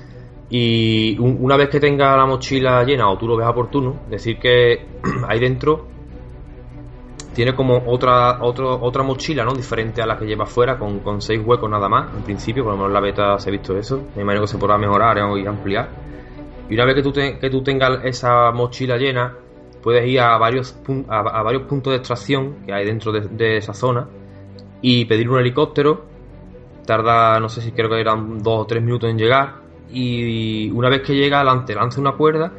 Y un, una vez que tenga la mochila llena, o tú lo ves oportuno, decir que ahí dentro tiene como otra otro, otra mochila, ¿no? Diferente a la que lleva afuera, con, con seis huecos nada más, en principio, por lo menos en la beta se ha visto eso. Me imagino que se podrá mejorar y ampliar. Y una vez que tú, te, que tú tengas esa mochila llena, puedes ir a varios, a, a varios puntos de extracción que hay dentro de, de esa zona y pedir un helicóptero. Tarda, no sé si creo que eran dos o tres minutos en llegar. Y una vez que llega, te lanza una cuerda.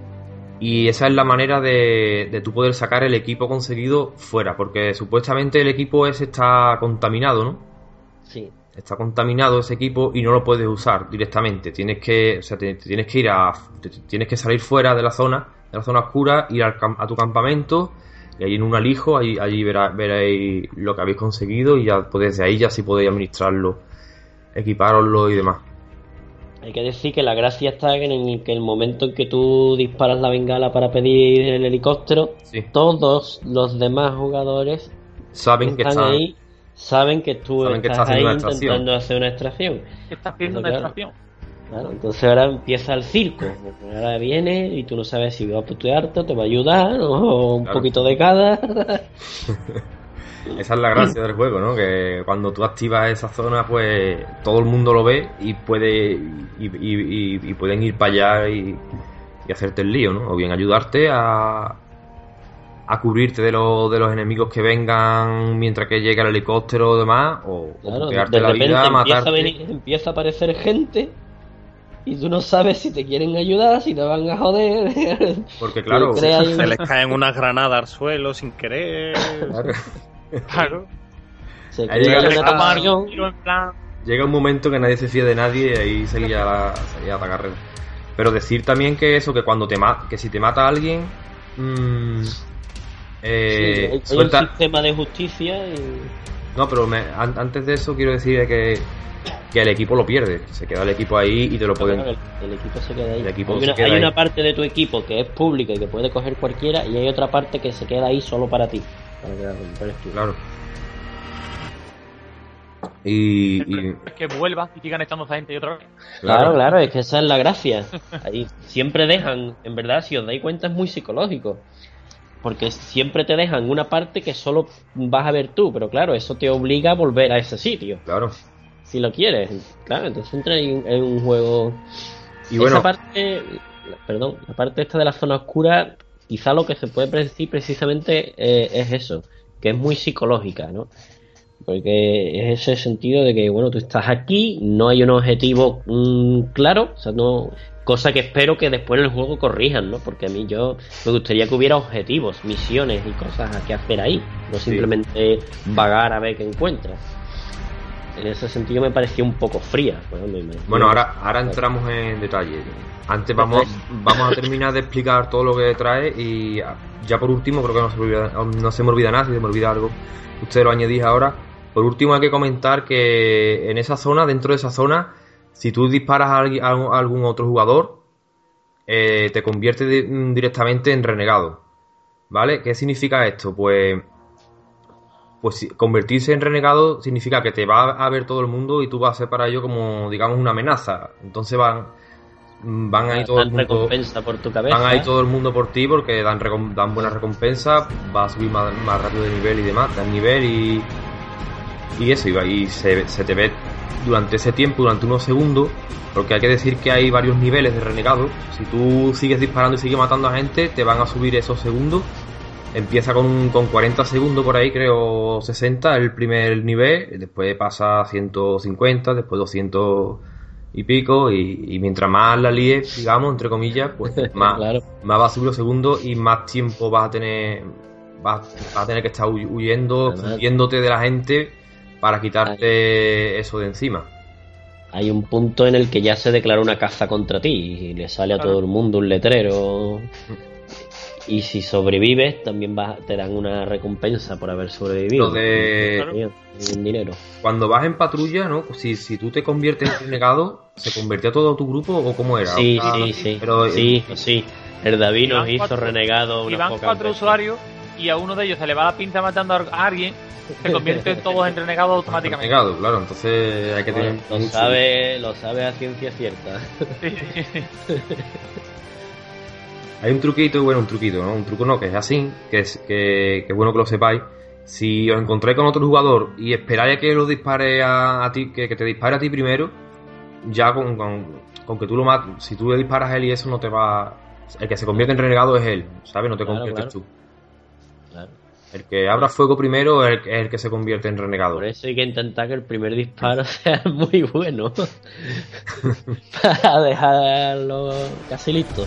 Y esa es la manera de, de tú poder sacar el equipo conseguido fuera, porque supuestamente el equipo ese está contaminado, ¿no? Sí. Está contaminado ese equipo y no lo puedes usar directamente. Tienes que, o sea, te, te tienes que ir a, te, tienes que salir fuera de la zona, de la zona oscura, ir al, a tu campamento y ahí en un alijo, allí, allí verá, veréis lo que habéis conseguido y ya pues desde ahí ya sí podéis administrarlo, equiparoslo y demás. Hay que decir que la gracia está en el, que el momento en que tú disparas la bengala para pedir el helicóptero, sí, todos los demás jugadores saben que están ahí, saben que tú saben estás que ahí estás intentando hacer una extracción. Estás haciendo una claro, extracción. Claro, entonces ahora empieza el circo. Ahora viene y tú no sabes si va a putearte o te va a ayudar o un claro. poquito de cada. Esa es la gracia del juego, ¿no? Que cuando tú activas esa zona, pues todo el mundo lo ve y puede y, y, y, y pueden ir para allá y, y hacerte el lío, ¿no? O bien ayudarte a, a cubrirte de, lo, de los enemigos que vengan mientras que llega el helicóptero o demás, o, claro, o putearte la vida, empieza matarte. A venir, empieza a aparecer gente y tú no sabes si te quieren ayudar, si te van a joder. Porque claro, se, se les caen unas granadas al suelo sin querer. Claro. Claro. Se llega, una tomar tensión. un tiro en plan. Llega un momento que nadie se fía de nadie y ahí seguía la, seguía la carrera. Pero decir también que eso, que cuando te ma que si te mata a alguien, mmm, eh, sí, hay, suelta... hay un sistema de justicia y... No, pero me, an antes de eso quiero decir que, que el equipo lo pierde. Se queda el equipo ahí y te lo pueden... Claro, el, el equipo se queda ahí. El equipo hay se una, queda hay ahí. una parte de tu equipo que es pública y que puede coger cualquiera, y hay otra parte que se queda ahí solo para ti. Para que la romperes tú. Claro. Y, y... Es que vuelvan y sigan echando esa gente y otra vez. Claro, claro, claro, es que esa es la gracia. Ahí siempre dejan, en verdad, si os dais cuenta, es muy psicológico. Porque siempre te dejan una parte que solo vas a ver tú, pero claro, eso te obliga a volver a ese sitio. Claro. Si lo quieres. Claro, entonces entra en, en un juego. Y bueno, esa parte, perdón, la parte esta de la zona oscura, quizá lo que se puede decir precisamente eh, es eso, que es muy psicológica, ¿no? Porque es ese sentido de que, bueno, tú estás aquí, no hay un objetivo mmm, claro, o sea, no, cosa que espero que después en el juego corrijan, ¿no? Porque a mí yo me gustaría que hubiera objetivos, misiones y cosas a que hacer ahí, no simplemente sí. vagar a ver qué encuentras. en ese sentido me pareció un poco fría. Bueno, me, me, bueno ahora, ahora entramos en detalle. Antes vamos, vamos a terminar de explicar todo lo que trae y ya por último, creo que no se me olvida, no se me olvida nada, si se me olvida algo, usted lo añadís ahora. Por último hay que comentar que en esa zona, dentro de esa zona, si tú disparas a, alguien, a algún otro jugador, eh, te convierte de, directamente en renegado. ¿Vale? ¿Qué significa esto? Pues, pues convertirse en renegado significa que te va a ver todo el mundo y tú vas a ser para ello como, digamos, una amenaza. Entonces van, van ahí todo el mundo, recompensa por tu cabeza. Van ahí todo el mundo por ti porque dan, dan buenas recompensas, vas a subir más, más rápido de nivel y demás, dan nivel y... Y eso, y se, se te ve durante ese tiempo, durante unos segundos, porque hay que decir que hay varios niveles de renegado. Si tú sigues disparando y sigues matando a gente, te van a subir esos segundos. Empieza con, con cuarenta segundos por ahí, creo, sesenta el primer nivel, después pasa a ciento cincuenta, después doscientos y pico, y, y mientras más la líes, digamos, entre comillas, pues más, claro. más va a subir los segundos y más tiempo vas a tener, vas, vas a tener que estar huyendo, huyéndote de la gente para quitarte Ay. eso de encima. Hay un punto en el que ya se declara una caza contra ti y le sale a claro. todo el mundo un letrero. Y si sobrevives, también va, te dan una recompensa por haber sobrevivido. Lo de... Claro. Un dinero. Cuando vas en patrulla, ¿no? Si, si tú te conviertes en renegado, ¿se convertía todo tu grupo o cómo era? Sí, o sea, sí, sí. Pero, sí, eh... sí. El David nos hizo cuatro, renegado una Y van cuatro usuarios y a uno de ellos se le va la pinza matando a alguien, se convierten todos en renegados automáticamente. Renegado, claro, entonces hay que tener... Lo sabe, lo sabe a ciencia cierta. Hay un truquito, bueno, un truquito, ¿no? Un truco no, que es así, que es que, que es bueno que lo sepáis. Si os encontráis con otro jugador y esperáis a que lo dispare a, a ti, que, que te dispare a ti primero, ya con, con, con que tú lo mates, si tú le disparas a él y eso no te va... El que se convierte en renegado es él, ¿sabes? No te claro, conviertes claro. tú. Claro. El que abra fuego primero es el, es el que se convierte en renegado. Por eso hay que intentar que el primer disparo sea muy bueno. Para dejarlo casi listo.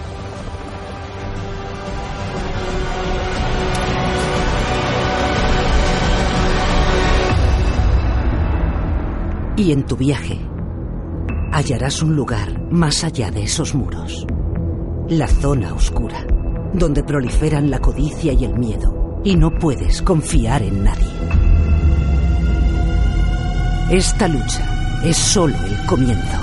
Y en tu viaje hallarás un lugar más allá de esos muros. La zona oscura, donde proliferan la codicia y el miedo, y no puedes confiar en nadie. Esta lucha es solo el comienzo.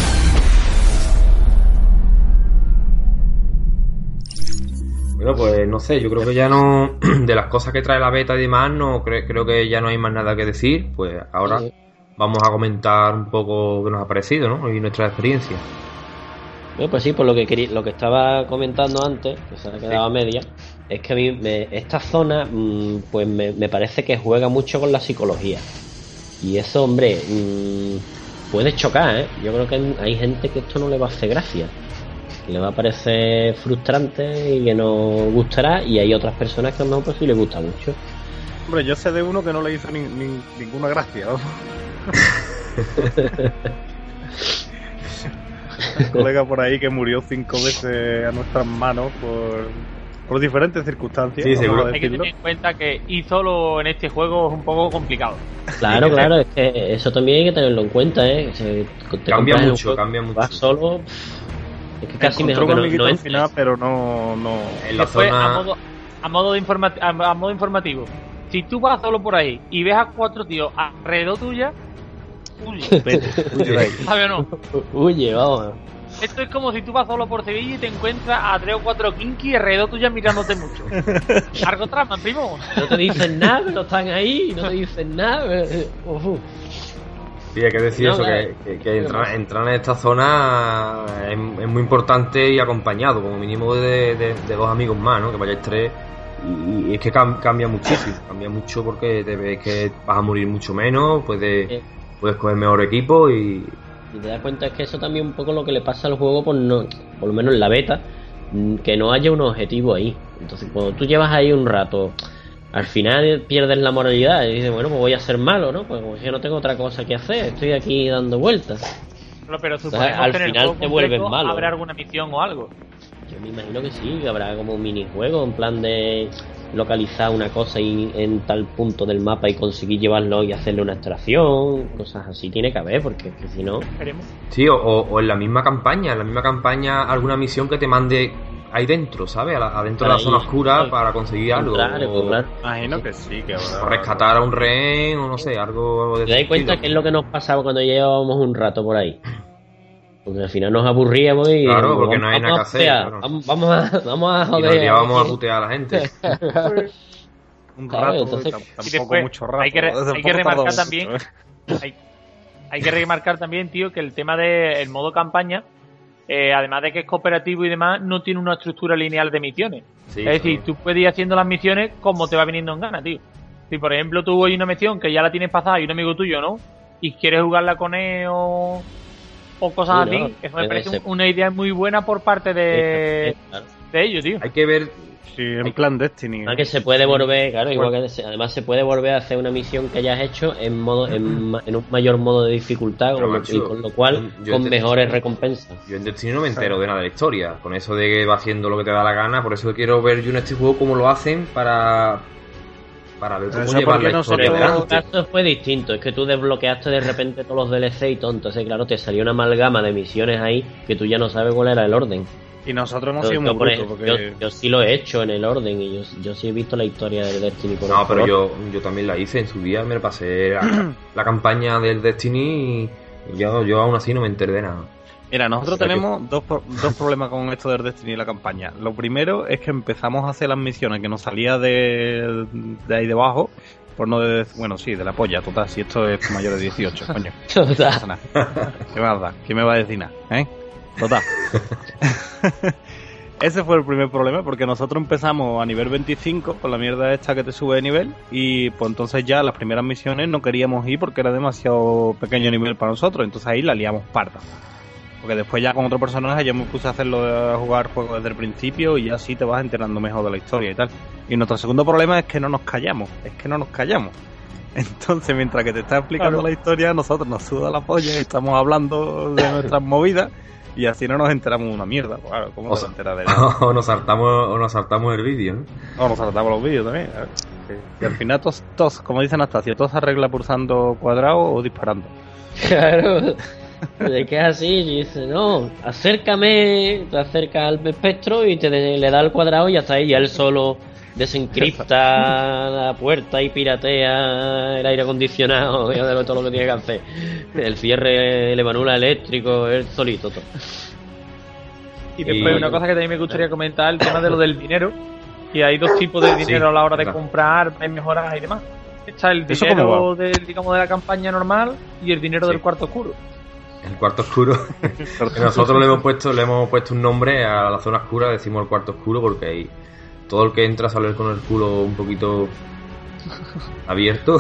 Bueno, pues no sé, yo creo que ya no... De las cosas que trae la beta y demás, no creo, creo que ya no hay más nada que decir. Pues ahora sí. Vamos a comentar un poco qué nos ha parecido, ¿no? Y nuestra experiencia. Bueno, pues sí, por lo que quería, lo que estaba comentando antes, que se ha quedado a media, es que a mí me, esta zona, mmm, pues me, me parece que juega mucho con la psicología. Y eso, hombre, mmm, puede chocar, ¿eh? Yo creo que hay gente que esto no le va a hacer gracia, que le va a parecer frustrante y que no gustará, y hay otras personas que a lo mejor pues sí les gusta mucho. Hombre, yo sé de uno que no le hizo ni, ni, ninguna gracia, ¿no? Un colega por ahí que murió cinco veces a nuestras manos por, por diferentes circunstancias. Sí, seguro. Hay que tener en cuenta que ir solo en este juego es un poco complicado. Claro, claro, es que eso también hay que tenerlo en cuenta, ¿eh? Se, cambia mucho, juego, cambia mucho. Vas solo, es que casi mejor que no, no al final, pero no, no. En la Después, zona... a modo, a modo de informa- a, a modo informativo. Si tú vas solo por ahí y ves a cuatro tíos alrededor tuya, huye. ¿Sabes o no? Huye, vamos. Esto es como si tú vas solo por Sevilla y te encuentras a tres o cuatro kinky alrededor tuya mirándote mucho. Algo trama, primo. No te dicen nada, no están ahí, no te dicen nada. Uh. Sí, hay que decir no, eso, que, que, que entrar, entrar en esta zona es, es muy importante y acompañado, como mínimo de, de, de dos amigos más, ¿no? Que vayáis tres. Y es que cambia muchísimo, cambia mucho porque te ves que vas a morir mucho menos, puedes, sí. puedes coger mejor equipo y... Y te das cuenta es que eso también un poco lo que le pasa al juego, por, no, por lo menos en la beta, que no haya un objetivo ahí. Entonces cuando tú llevas ahí un rato, al final pierdes la moralidad y dices, bueno, pues voy a ser malo, ¿no? Pues yo no tengo otra cosa que hacer, estoy aquí dando vueltas. No, pero suponemos al que en final el te vuelves malo. Habrá alguna misión o algo. Yo me imagino que sí, que habrá como un minijuego en plan de localizar una cosa y en tal punto del mapa y conseguir llevarlo y hacerle una extracción, cosas así tiene que haber, porque es que si no... Sí, o, o en la misma campaña, en la misma campaña alguna misión que te mande ahí dentro, ¿sabes? Adentro de la zona oscura para conseguir algo. Claro, claro. Imagino que sí, que habrá... O rescatar a un rehén, o no sé, algo de... ¿Te das cuenta que es lo que nos pasaba cuando llevábamos un rato por ahí? Porque al final nos aburríamos y... Claro, porque no hay nada que hacer. Claro. Vamos, vamos, a, vamos a joder. Y nos llevamos a putear a la gente. un claro, rato, entonces... tampoco después, mucho rato. Hay que, re, hay que remarcar también... Mucho, ¿eh? hay, hay que remarcar también, tío, que el tema del modo campaña, eh, además de que es cooperativo y demás, no tiene una estructura lineal de misiones. Sí, es decir, sí. Tú puedes ir haciendo las misiones como te va viniendo en gana, tío. Si, por ejemplo, tú hay una misión que ya la tienes pasada y un amigo tuyo, ¿no? Y quieres jugarla con él o... o cosas sí, no, así, eso me parece ser. Una idea muy buena por parte de, claro. de ellos, tío. Hay que ver... Sí, en plan Destiny. Ah, que se puede volver, claro, igual que se, además se puede volver a hacer una misión que hayas hecho en modo en, en un mayor modo de dificultad, con, macho, y con lo cual yo con mejores Destiny, recompensas. Yo en Destiny no me entero de nada de la historia, con eso de que va haciendo lo que te da la gana, por eso quiero ver yo en este juego cómo lo hacen para... para ver cómo llevar la historia adelante. Esto fue distinto, es que tú desbloqueaste de repente todos los D L C y todo, entonces claro, te salió una amalgama de misiones ahí que tú ya no sabes cuál era el orden. Y nosotros hemos sido muy brutos porque... yo, yo sí lo he hecho en el orden y yo, yo sí he visto la historia del Destiny por No, pero yo, yo también la hice en su día, me pasé la, la campaña del Destiny y yo, yo aún así no me enteré de nada. Mira, nosotros tenemos que... dos, dos problemas con esto del Destiny y la campaña. Lo primero es que empezamos a hacer las misiones que nos salía de, de ahí debajo, por no de, bueno, sí, de la polla, total, si esto es mayor de dieciocho, coño. Total. ¿Qué me va a dar? ¿Quién me va a decir nada? ¿Eh? Total. Ese fue el primer problema, porque nosotros empezamos a nivel veinticinco con la mierda esta que te sube de nivel y pues entonces ya las primeras misiones no queríamos ir porque era demasiado pequeño nivel para nosotros, entonces ahí la liamos parda. Porque después ya con otro personaje yo me puse a hacerlo de jugar juego desde el principio y así te vas enterando mejor de la historia y tal. Y nuestro segundo problema es que no nos callamos, es que no nos callamos. Entonces mientras que te está explicando claro. la historia, nosotros nos suda la polla y estamos hablando de nuestras movidas y así no nos enteramos una mierda. Claro, ¿cómo nos enteras de eso? O nos saltamos, o nos saltamos el vídeo, ¿no? O nos saltamos los vídeos también. Y al final todos, todos como dice Anastasia, todo se arregla pulsando cuadrado o disparando. Claro. De que es así, y dice, no, acércame, te acercas al espectro y te le da el cuadrado y hasta ahí, y él solo desencripta la puerta y piratea el aire acondicionado y de todo lo que tiene que hacer. El cierre, el emanula eléctrico, él solito todo. Y después y... una cosa que también me gustaría comentar, el tema de lo del dinero, y hay dos tipos de dinero sí, a la hora de claro. comprar, mejoras y demás. Está el dinero de, digamos, de la campaña normal y el dinero sí. del cuarto oscuro. El cuarto oscuro. Nosotros le hemos puesto le hemos puesto un nombre a la zona oscura, decimos el cuarto oscuro porque ahí todo el que entra sale con el culo un poquito abierto.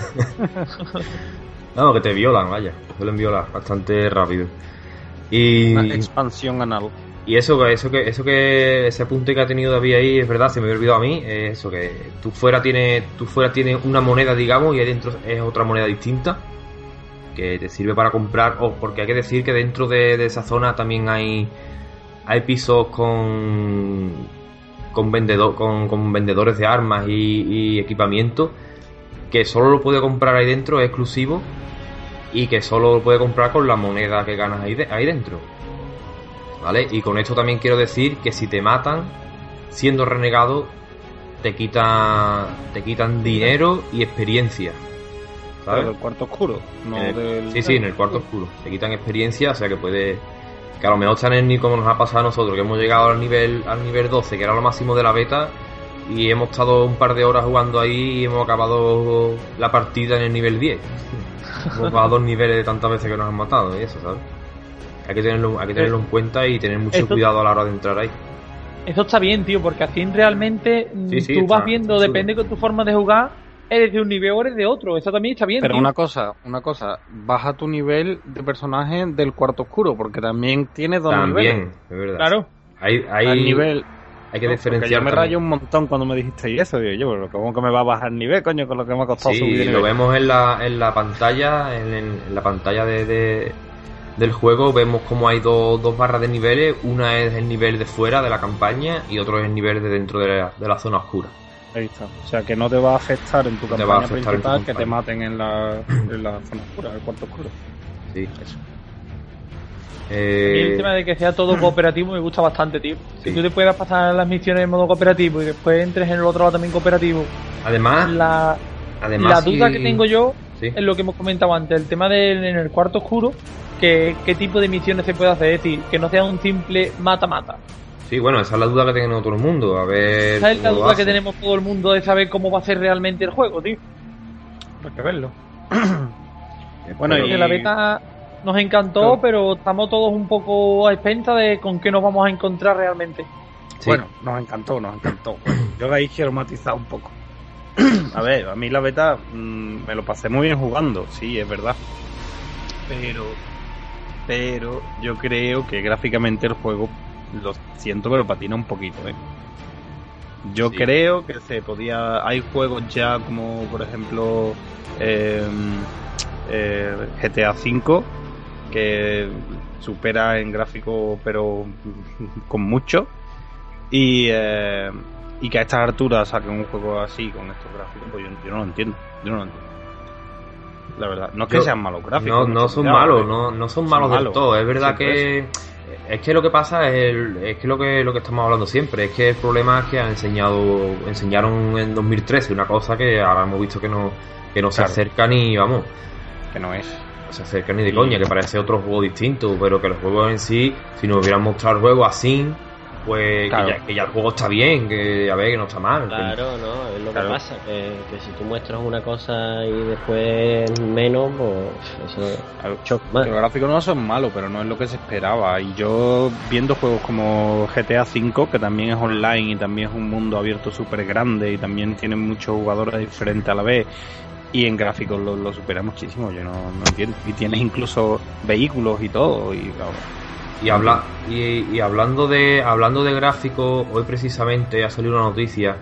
No, que te violan, vaya, te suelen violar bastante rápido. Y una expansión anal. Y eso, eso que eso que ese apunte que ha tenido David ahí es verdad, se me había olvidado a mí, es eso que tú fuera tienes tú fuera tienes una moneda, digamos, y ahí dentro es otra moneda distinta que te sirve para comprar, o porque hay que decir que dentro de, de esa zona también hay hay pisos con con vendedor con, con vendedores de armas y, y equipamiento que solo lo puede comprar ahí dentro, es exclusivo, y que solo lo puede comprar con la moneda que ganas ahí, de, ahí dentro, ¿vale? Y con esto también quiero decir que si te matan siendo renegado te quitan te quitan dinero y experiencia, ¿sabes? Pero del cuarto oscuro, no el, del... Sí, sí, en el cuarto oscuro. Te quitan experiencia, o sea que puede... Que a lo mejor están en el como nos ha pasado a nosotros, que hemos llegado al nivel al nivel doce, que era lo máximo de la beta, y hemos estado un par de horas jugando ahí y hemos acabado la partida en el nivel diez. Hemos bajado dos niveles de tantas veces que nos han matado y eso, ¿sabes? Hay que tenerlo, hay que tenerlo en cuenta y tener mucho Esto... cuidado a la hora de entrar ahí. Eso está bien, tío, porque así realmente sí, sí, tú vas viendo, depende de tu forma de jugar, eres de un nivel o eres de otro. Eso también está bien. Pero tío. una cosa, una cosa, baja tu nivel de personaje del cuarto oscuro, porque también tiene dos también, niveles. También, es verdad. Claro. Hay, hay, Al nivel... hay que no, diferenciar. Yo me también. rayo un montón cuando me dijiste y eso, digo yo, pero ¿cómo que me va a bajar el nivel, coño, con lo que me ha costado sí, subir el nivel? Lo vemos en la, en la pantalla, en, en la pantalla de, de, del juego vemos como hay dos, dos barras de niveles. Una es el nivel de fuera de la campaña y otro es el nivel de dentro de la, de la zona oscura. Ahí está. O sea, que no te va a afectar en tu te va a campaña afectar en tu principal que campaña. te maten en la, en la zona oscura, el cuarto oscuro. Sí. Eso. Y el Eh, tema de que sea todo cooperativo me gusta bastante, tío. Sí. Si tú te puedas pasar las misiones en modo cooperativo y después entres en el otro lado también cooperativo. además, La, además la duda si- que tengo yo sí. es lo que hemos comentado antes, el tema del en el cuarto oscuro, que qué tipo de misiones se puede hacer, es decir, que no sea un simple mata-mata. Sí, bueno, esa es la duda que tiene todo el mundo. A ver. Esa es la cómo lo duda que hacen. tenemos todo el mundo de saber cómo va a ser realmente el juego, tío. Hay que verlo. Bueno, Porque y la beta nos encantó, No. pero estamos todos un poco a expensas de con qué nos vamos a encontrar realmente. sí. Bueno, nos encantó, nos encantó. Yo ahí quiero matizar un poco. A ver, a mí la beta mmm, me lo pasé muy bien jugando, sí, es verdad. Pero, pero yo creo que gráficamente el juego, lo siento, pero patina un poquito, ¿eh? Yo Sí. creo que se podía. Hay juegos ya como, por ejemplo, eh, eh, G T A cinco, que supera en gráfico, pero con mucho. Y, eh, y que a estas alturas saquen un juego así, con estos gráficos, pues yo, yo no lo entiendo. Yo no lo entiendo. La verdad, no es que Yo- sean malos gráficos. No, no mucho son cuidado, malos, ¿eh? no, no son Son malos del malos. todo. Es verdad Sí, que es que lo que pasa es, el- es que lo que lo que estamos hablando siempre es que el problema es que han enseñado enseñaron en dos mil trece una cosa que ahora hemos visto que no que no se Claro. acerca ni vamos, Que no es. no se acerca ni de Y- coña, que parece otro juego distinto, pero que los juegos en sí, si nos hubieran mostrado el juego así, pues Claro. que, ya, que ya el juego está bien, que a ver que no está mal. que- Claro, no, es lo Claro. que pasa, que, que si tú muestras una cosa y después menos, pues eso Claro, choca más. Los gráficos no son malos, pero no es lo que se esperaba. Y yo, viendo juegos como G T A cinco, que también es online y también es un mundo abierto súper grande y también tiene muchos jugadores diferentes a la vez, y en gráficos lo, lo supera muchísimo, yo no, no entiendo. Y tienes incluso vehículos y todo, y claro, Y habla y, y hablando de hablando de gráficos, hoy precisamente ha salido una noticia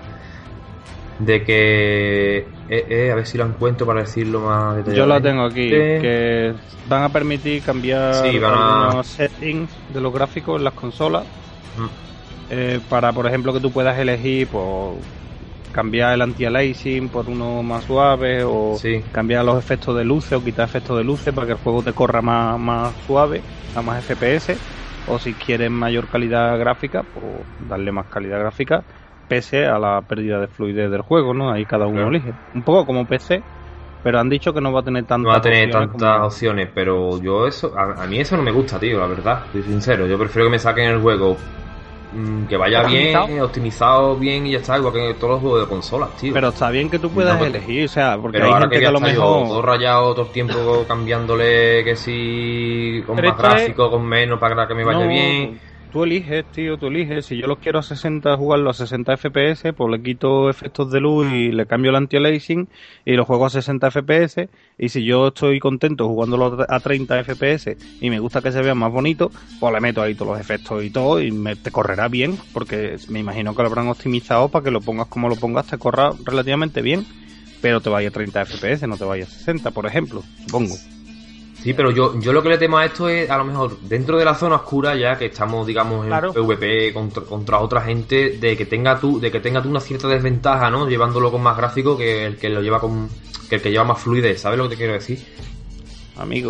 de que eh, eh, a ver si la encuentro para decirlo más detalladamente. yo la tengo aquí, que van a permitir cambiar Sí, van a- algunos settings de los gráficos en las consolas. Mm. Eh, para, por ejemplo, que tú puedas elegir pues, cambiar el anti-aliasing por uno más suave, o Sí. cambiar los efectos de luces o quitar efectos de luces para que el juego te corra más, más suave, a más F P S, o si quieres mayor calidad gráfica, pues darle más calidad gráfica pese a la pérdida de fluidez del juego, ¿no? Ahí cada uno Claro. elige. Un poco como P C, pero han dicho que no va a tener tantas No va a tener opciones tantas como- opciones, pero yo eso, a, a mí eso no me gusta, tío, la verdad, soy sincero. Yo prefiero que me saquen el juego mm, que vaya Optimizado. bien, optimizado bien y ya está, igual que todos los juegos de consolas, tío. Pero está bien que tú puedas No, pero- elegir, o sea, porque Pero hay ahora gente que que voy a lo estar yo todo mejor... rayado todo el tiempo cambiándole que si con Pero más esto es- gráfico, con menos, para que me vaya No, bien. Tú eliges, tío, tú eliges. Si yo los quiero a sesenta, jugarlo a sesenta F P S, pues le quito efectos de luz y le cambio el anti-aliasing y lo juego a sesenta F P S. Y si yo estoy contento jugándolo a treinta F P S y me gusta que se vea más bonito, pues le meto ahí todos los efectos y todo y me, te correrá bien, porque me imagino que lo habrán optimizado para que lo pongas como lo pongas, te corra relativamente bien, pero te vaya a treinta F P S, no te vaya a sesenta, por ejemplo, supongo. Sí, pero yo, yo lo que le temo a esto es, a lo mejor, dentro de la zona oscura, ya que estamos, digamos, en Claro. PvP contra, contra otra gente, de que tenga tú, de que tenga tú una cierta desventaja, ¿no? Llevándolo con más gráfico que el que lo lleva con, que el que lleva más fluidez, ¿sabes lo que te quiero decir? Amigo.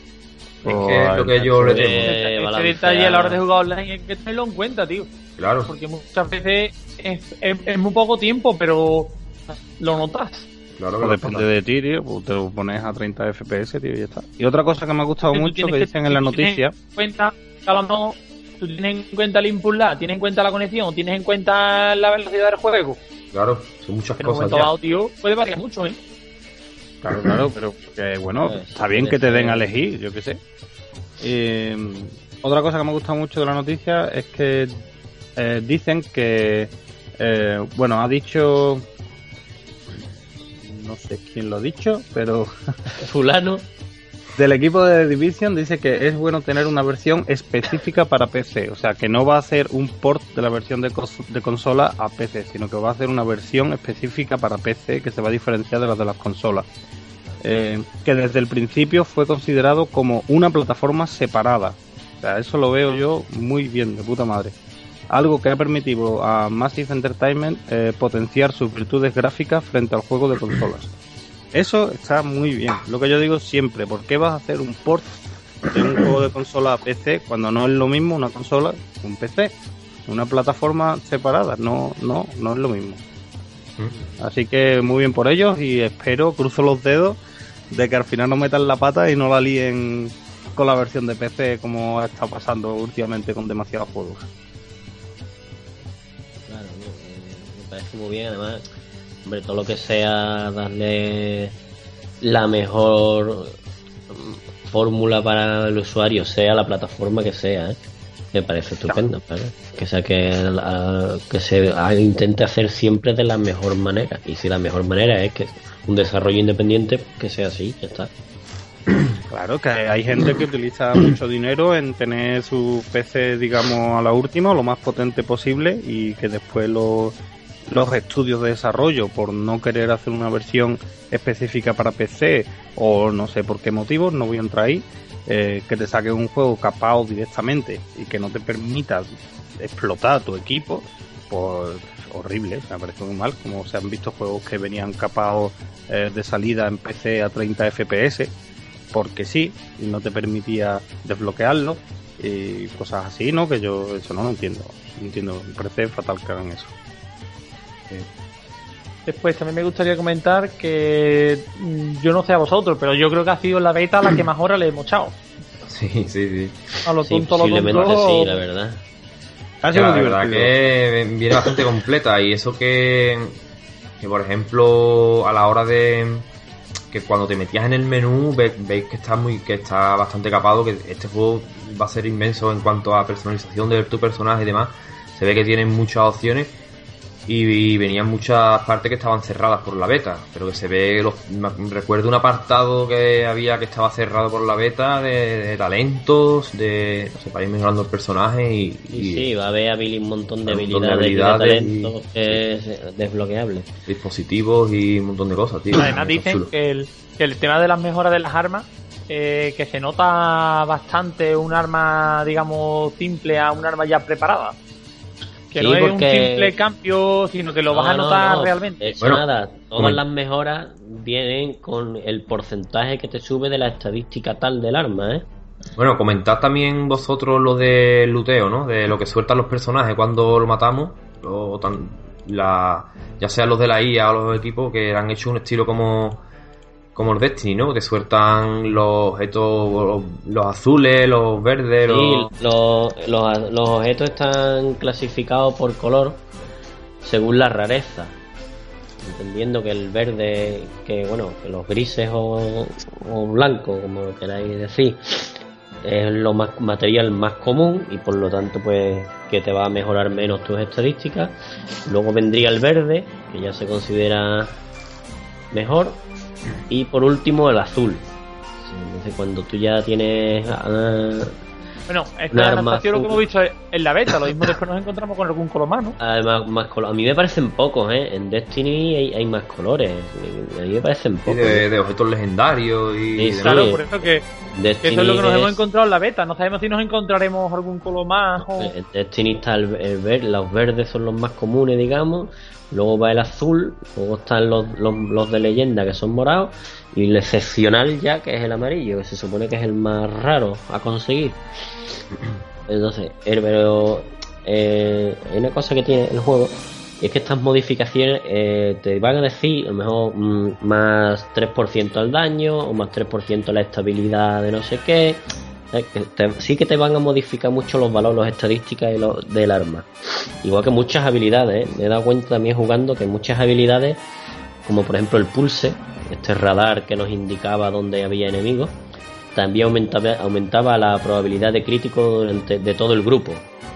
Es que es lo que yo le temo. Eh, Ese balancear. detalle a la hora de jugar online hay que tenerlo en cuenta, tío. Claro. Porque muchas veces es, es- es muy poco tiempo, pero lo notas. Claro que Pues lo depende pasa. de ti, tío, pues te lo pones a treinta F P S, tío, y ya está. Y otra cosa que me ha gustado Tú mucho, tienes que dicen en la tú tienes noticia, en cuenta, que a lo mejor tú tienes en cuenta el input lag, tienes en cuenta la conexión, tienes en cuenta la velocidad del juego. Claro, son muchas En un cosas momento ya. dado, tío, puede variar mucho, ¿eh? claro, claro, pero que bueno, Pues, está bien que te tiene den que- a elegir, yo qué sé. Eh, otra cosa que me ha gustado mucho de la noticia es que eh, dicen que, eh, bueno, ha dicho, no sé quién lo ha dicho, pero Fulano. del equipo de The Division dice que es bueno tener una versión específica para P C, o sea que no va a ser un port de la versión de, cos- de consola a P C, sino que va a ser una versión específica para P C que se va a diferenciar de las de las consolas. eh, que desde el principio fue considerado como una plataforma separada. O sea, eso lo veo yo muy bien, de puta madre. Algo que ha permitido a Massive Entertainment eh, potenciar sus virtudes gráficas frente al juego de consolas. Eso está muy bien. Lo que yo digo siempre, ¿por qué vas a hacer un port de un juego de consola a P C cuando no es lo mismo una consola que un P C? Una plataforma separada, no, no, no es lo mismo. Así que muy bien por ellos y espero, cruzo los dedos, de que al final no metan la pata y no la líen con la versión de P C como ha estado pasando últimamente con demasiados juegos. Claro, no, me parece muy bien, además, hombre, todo lo que sea darle la mejor fórmula para el usuario, sea la plataforma que sea, ¿eh? Me parece estupendo, ¿vale? Que sea que, a, que se a, intente hacer siempre de la mejor manera, y si la mejor manera es que un desarrollo independiente, que sea así, ya está. Claro, que hay gente que utiliza mucho dinero en tener su P C, digamos, a la última, lo más potente posible, y que después los, los estudios de desarrollo, por no querer hacer una versión específica para P C, o no sé por qué motivos, no voy a entrar ahí, eh, que te saquen un juego capado directamente y que no te permita explotar tu equipo, pues horrible, me parece muy mal, como se han visto juegos que venían capados eh, de salida en P C a treinta F P S, porque sí, y no te permitía desbloquearlo y cosas así, ¿no? Que yo eso no lo entiendo, no entiendo, me parece fatal que hagan eso. Después también me gustaría comentar que yo no sé a vosotros, pero yo creo que ha sido la beta la que más horas le hemos echado. Sí, sí, sí. A lo Sí, tonto, a lo posiblemente tonto. sí, la verdad. Ha sido la muy verdad divertido. que viene bastante completa, y eso que, que por ejemplo a la hora de que cuando te metías en el menú ve, veis que está muy que está bastante capado, que este juego va a ser inmenso en cuanto a personalización de tu personaje y demás. Se ve que tienen muchas opciones y, y venían muchas partes que estaban cerradas por la beta, pero que se ve los, recuerdo un apartado que había que estaba cerrado por la beta de, de talentos, de no sé, para ir mejorando el personaje y, Y, y sí, va a haber habil- un montón de un montón de habilidades, habilidades y de talentos que es desbloqueable. dispositivos y un montón de cosas, tío. Además dicen que el, que el tema de las mejoras de las armas, eh, que se nota bastante un arma, digamos, simple a un arma ya preparada. Que Sí, no es un porque- simple cambio, sino que lo vas a No, no, notar no, realmente. De hecho, Bueno, nada, todas bueno. las mejoras vienen con el porcentaje que te sube de la estadística tal del arma, ¿eh? Bueno, comentad también vosotros lo del luteo, ¿no? De lo que sueltan los personajes cuando lo matamos, o tan, la, ya sean los de la I A o los equipos que han hecho un estilo como como el Destiny, ¿no? Te sueltan los objetos, los, los azules, los verdes, los... Sí, los, los, los objetos están clasificados por color según la rareza. Entendiendo que el verde, que bueno, que los grises o, o blancos, como lo queráis decir, es lo más material más común y por lo tanto pues que te va a mejorar menos tus estadísticas. Luego vendría el verde, que ya se considera mejor, y por último el azul. Entonces cuando tú ya tienes uh, Bueno, un esta arma adaptación lo que azul. hemos visto en la beta, lo mismo después nos encontramos con algún color más, ¿no? Además, más color. A mí me parecen pocos, ¿eh? En Destiny hay, hay más colores. A mí me parecen y pocos. de, de objetos legendarios y Sí, demás. Claro, Sí. por eso que, que Destiny eso es lo que nos es- hemos encontrado en la beta. No sabemos si nos encontraremos algún color más o... En Destiny está el, el ver, los verdes son los más comunes, digamos. Luego va el azul. Luego están los, los, los de leyenda, que son morados. Y el excepcional ya, que es el amarillo, que se supone que es el más raro a conseguir. Entonces, el, pero eh, hay una cosa que tiene el juego, y es que estas modificaciones eh, te van a decir a lo mejor mm, más tres por ciento al daño o más tres por ciento la estabilidad de no sé qué. Eh, que te- sí que te van a modificar mucho los valores, las estadísticas y los, del arma. Igual que muchas habilidades, ¿eh? Me he dado cuenta también jugando que muchas habilidades, como por ejemplo el pulse, este radar que nos indicaba dónde había enemigos, también aumentaba, aumentaba la probabilidad de crítico durante, de todo el grupo.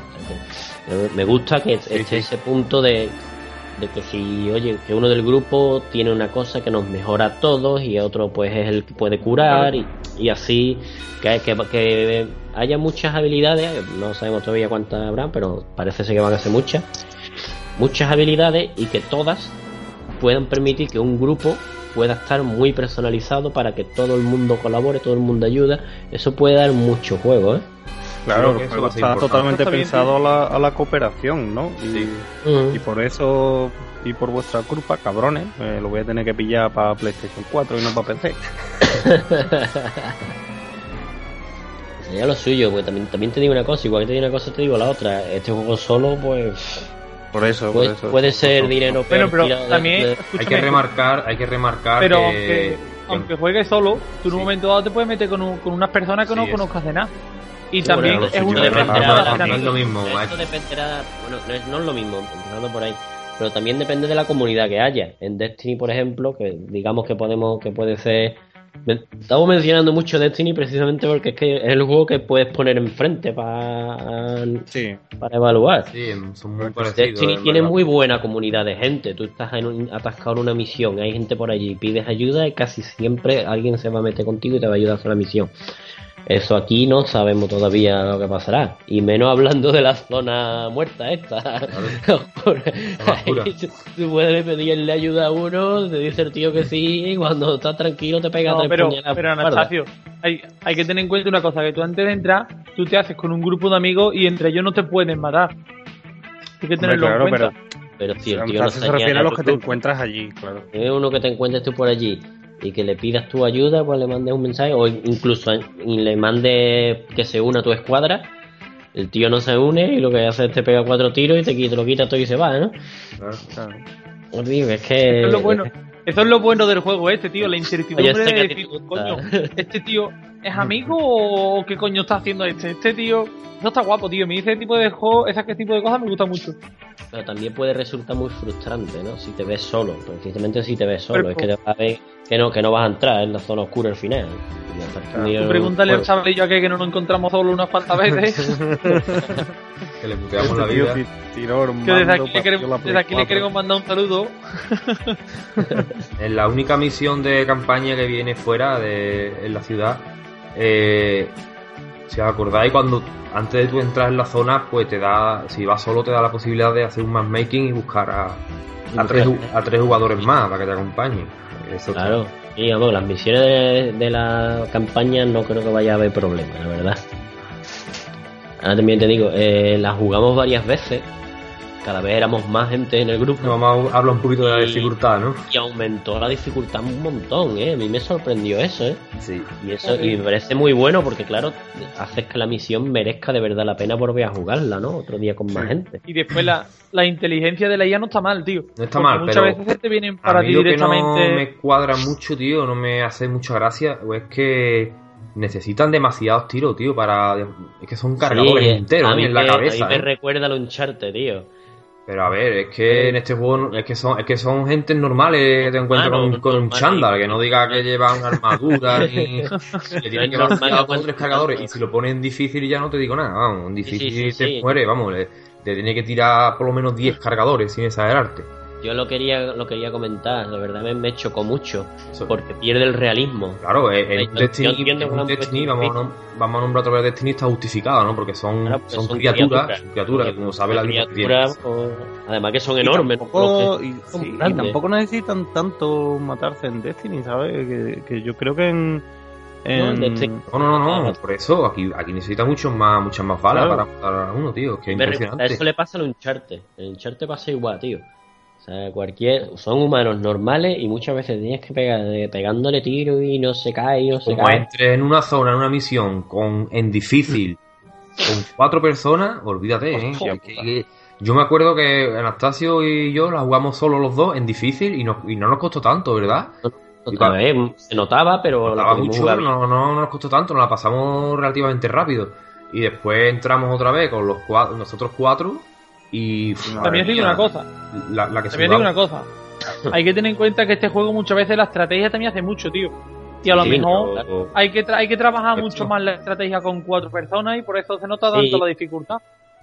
Me gusta que esté ese punto de, de que si, oye, que uno del grupo tiene una cosa que nos mejora a todos y otro pues es el que puede curar y, y así, que, que, que haya muchas habilidades, no sabemos todavía cuántas habrá, pero parece ser que van a ser muchas, muchas habilidades y que todas puedan permitir que un grupo pueda estar muy personalizado para que todo el mundo colabore, todo el mundo ayuda. Eso puede dar mucho juego, ¿eh? Claro, el juego está totalmente está pensado a la, a la cooperación, ¿no? Y, sí. uh-huh. y por eso, y por vuestra culpa, cabrones, eh, lo voy a tener que pillar para PlayStation cuatro y no para P C. Sería lo suyo, porque también, también te digo una cosa, igual que te digo una cosa, te digo la otra. Este juego solo, pues... Por eso, puede, por eso. Puede ser por dinero, pero, pero también... De... Hay que remarcar, hay que remarcar pero que... aunque, aunque juegues solo, tú en un sí. momento dado te puedes meter con, un, con unas personas que sí, no es. conozcas de nada. Y sí, también bueno, es una dependerá, no es lo mismo. Esto dependerá, bueno, no es, no es lo mismo, empezando por ahí. Pero también depende de la comunidad que haya. En Destiny, por ejemplo, que digamos que podemos, que puede ser... Estamos mencionando mucho Destiny precisamente porque es que es el juego que puedes poner enfrente para, sí. para evaluar. Sí, son muy parecidos. Destiny tiene muy buena comunidad de gente. Tú estás en un, atascado en una misión, hay gente por allí, pides ayuda y casi siempre alguien se va a meter contigo y te va a ayudar a hacer la misión. Eso aquí no sabemos todavía lo que pasará. Y menos hablando de la zona muerta esta. Claro. Tú puedes pedirle ayuda a uno, te dice el tío que sí, y cuando estás tranquilo te pega no, tres pero, puñaladas. Pero Anastasio, hay, hay que tener en cuenta una cosa, que tú antes de entrar, tú te haces con un grupo de amigos y entre ellos no te pueden matar. Hay que tenerlo Hombre, claro, en cuenta. Pero, pero tío, el tío no se refiere a los que te encuentras allí, claro. Es uno que te encuentres tú por allí y que le pidas tu ayuda, pues le mandes un mensaje o incluso y le mandes que se una a tu escuadra. El tío no se une y lo que hace es te pega cuatro tiros y te, quita, te lo quita todo y se va, ¿no? Claro, claro. Os digo, es que... Eso es lo bueno, eso es lo bueno del juego este, tío, la incertidumbre Oye, este de decir, coño, ¿este tío es amigo o qué coño está haciendo este? Este tío... Eso está guapo, tío. A mí ese tipo de juego, ese tipo de cosas me gusta mucho. Pero también puede resultar muy frustrante, ¿no? Si te ves solo, precisamente si te ves solo, pero, es que te vas a ver que no, que no vas a entrar en la zona oscura al final. Claro. Tú pregúntale al chavalillo aquí que no nos encontramos solo unas cuantas veces. Que le puteamos la vida. Que desde aquí, le queremos, desde aquí le queremos mandar un saludo. En la única misión de campaña que viene fuera de en la ciudad, eh, si os acordáis, cuando antes de tú entrar en la zona, pues te da, si vas solo, te da la posibilidad de hacer un matchmaking y buscar a, a, tres, a tres jugadores más para que te acompañen. Eso claro, y digamos, las misiones de, de la campaña no creo que vaya a haber problema, la verdad. Ahora también te digo, eh, las jugamos varias veces, cada vez éramos más gente en el grupo. No, vamos a hablar un poquito de la dificultad, ¿no? Y aumentó la dificultad un montón, ¿eh? A mí me sorprendió eso, ¿eh? Sí. Y eso y me parece muy bueno porque, claro, haces que la misión merezca de verdad la pena volver a jugarla, ¿no? Otro día con más sí. gente. Y después la, la inteligencia de la I A no está mal, tío. No está mal, muchas pero veces te vienen para a mí ti lo directamente... que no me cuadra mucho, tío, no me hace mucha gracia, o es que necesitan demasiados tiros, tío, para... Es que son cargadores sí, enteros, ¿eh? En la cabeza, a mí me ¿eh? recuerda al Uncharted, tío. Pero a ver, es que en este juego es que son es que son gente normales que te encuentras ah, no, con, con un chándal, que no diga que lleva una armadura ni que tiene que llevar con tres cargadores. Y si lo pones en difícil ya no te digo nada, vamos, en difícil sí, sí, sí, te sí. muere, vamos, le, te tiene que tirar por lo menos diez cargadores sin exagerarte. Yo lo quería lo quería comentar, la verdad me, me chocó mucho, porque pierde el realismo. Claro, en Destiny, en Destiny vamos, a, vamos a nombrar otra vez Destiny, está justificado, ¿no? Porque son, claro, porque son, son criaturas, criaturas, criaturas que como sabe la vida o, además que son enormes. Y tampoco, y, son sí, y tampoco necesitan tanto matarse en Destiny, ¿sabes? Que, que yo creo que en... En... No, no, no, no, por eso aquí, aquí necesita muchos más, muchas más balas claro. para matar a uno, tío. Es que es impresionante. Eso le pasa al Uncharted. El Uncharted pasa igual, tío. O sea, cualquier, son humanos normales y muchas veces tienes que pegar pegándole tiro y no se cae, no se Como cae. entres en una zona, en una misión con en difícil con cuatro personas, olvídate, ¿eh? Que, que, yo me acuerdo que Anastasio y yo la jugamos solo los dos en difícil y, no, y no nos costó tanto, ¿verdad? Otra vez, se notaba, pero notaba mucho, pero no, no, no nos costó tanto, nos la pasamos relativamente rápido. Y después entramos otra vez con los cuatro, nosotros cuatro. Y también os digo una cosa la, la que también digo una cosa hay que tener en cuenta que este juego muchas veces la estrategia también hace mucho, tío, y a lo sí, mejor no, claro. hay que tra- hay que trabajar mucho más la estrategia con cuatro personas y por eso se nota tanto sí. la dificultad.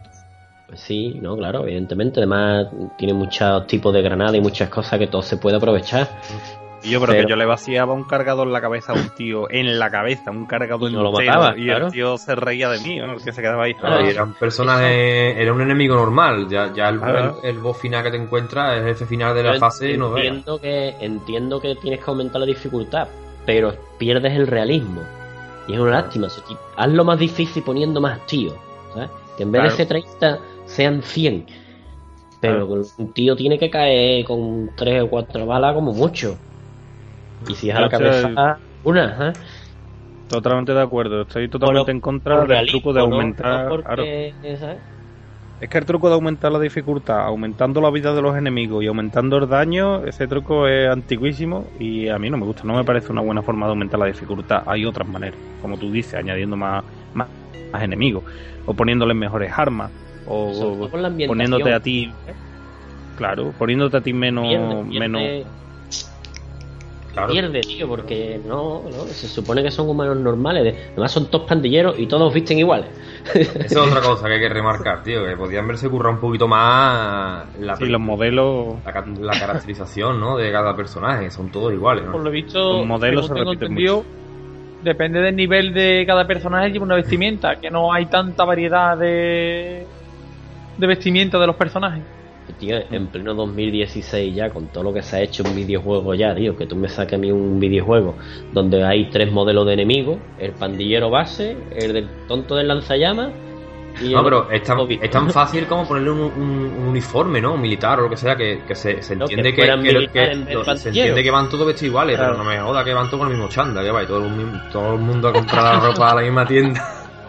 Pues sí, no, claro, evidentemente, además tiene muchos tipos de granadas y muchas cosas que todo se puede aprovechar. Y yo, pero, Pero- que yo le vaciaba un cargador en la cabeza a un tío, en la cabeza, un cargador Y no lo entero, mataba, y claro. el tío se reía de mí, ¿no? El que se quedaba ahí. Claro, y era un personaje, era un enemigo normal. Ya, ya el, Claro. el, el boss final que te encuentras, el jefe final de la Yo fase, no veas. entiendo que entiendo que tienes que aumentar la dificultad, pero pierdes el realismo. Y es una lástima. Si ti- hazlo más difícil poniendo más tíos, ¿sabes? Que en vez Claro. de ser treinta sean cien. Pero Claro. un tío tiene que caer con tres o cuatro balas como mucho. Y si es a la Yo estoy- cabeza, una, ¿eh? Totalmente de acuerdo, estoy totalmente en contra del truco de Realismo, ¿no? aumentar. No porque, claro. ¿sabes? Es que el truco de aumentar la dificultad, aumentando la vida de los enemigos y aumentando el daño, ese truco es antiguísimo y a mí no me gusta, no me parece una buena forma de aumentar la dificultad. Hay otras maneras, como tú dices, añadiendo más, más, más enemigos, o poniéndoles mejores armas, o Sobre todo con la ambientación. poniéndote a ti, claro, poniéndote a ti menos, Pierde, pierde, menos. Claro. pierde, tío, porque no, no, se supone que son humanos normales. de- Además son todos pandilleros y todos visten iguales. Esa es otra cosa que hay que remarcar, tío, que podían verse currar un poquito más la, Sí, los modelos. la, ca- la caracterización, ¿no? De cada personaje, son todos iguales, Por ¿no? lo visto, Los modelos según se tengo repiten entendido, depende del nivel de cada personaje, lleva una vestimenta, que no hay tanta variedad de, de vestimenta de los personajes. Tío, en pleno dos mil dieciséis ya, con todo lo que se ha hecho en videojuegos ya, tío, que tú me saques a mí un videojuego donde hay tres modelos de enemigos, el pandillero base, el del tonto del lanzallamas y No, el pero es tan, Bobby. es tan fácil como ponerle un, un- un uniforme, ¿no? Un militar o lo que sea, que, que se, se No, que entiende que, fueran que- militar que- en vez de lo- se pandillero. entiende que van todos vestidos iguales, Claro. pero no me joda que van todos con el mismo chanda, que va, y todo el, mismo- todo el mundo a comprar la ropa a la misma tienda.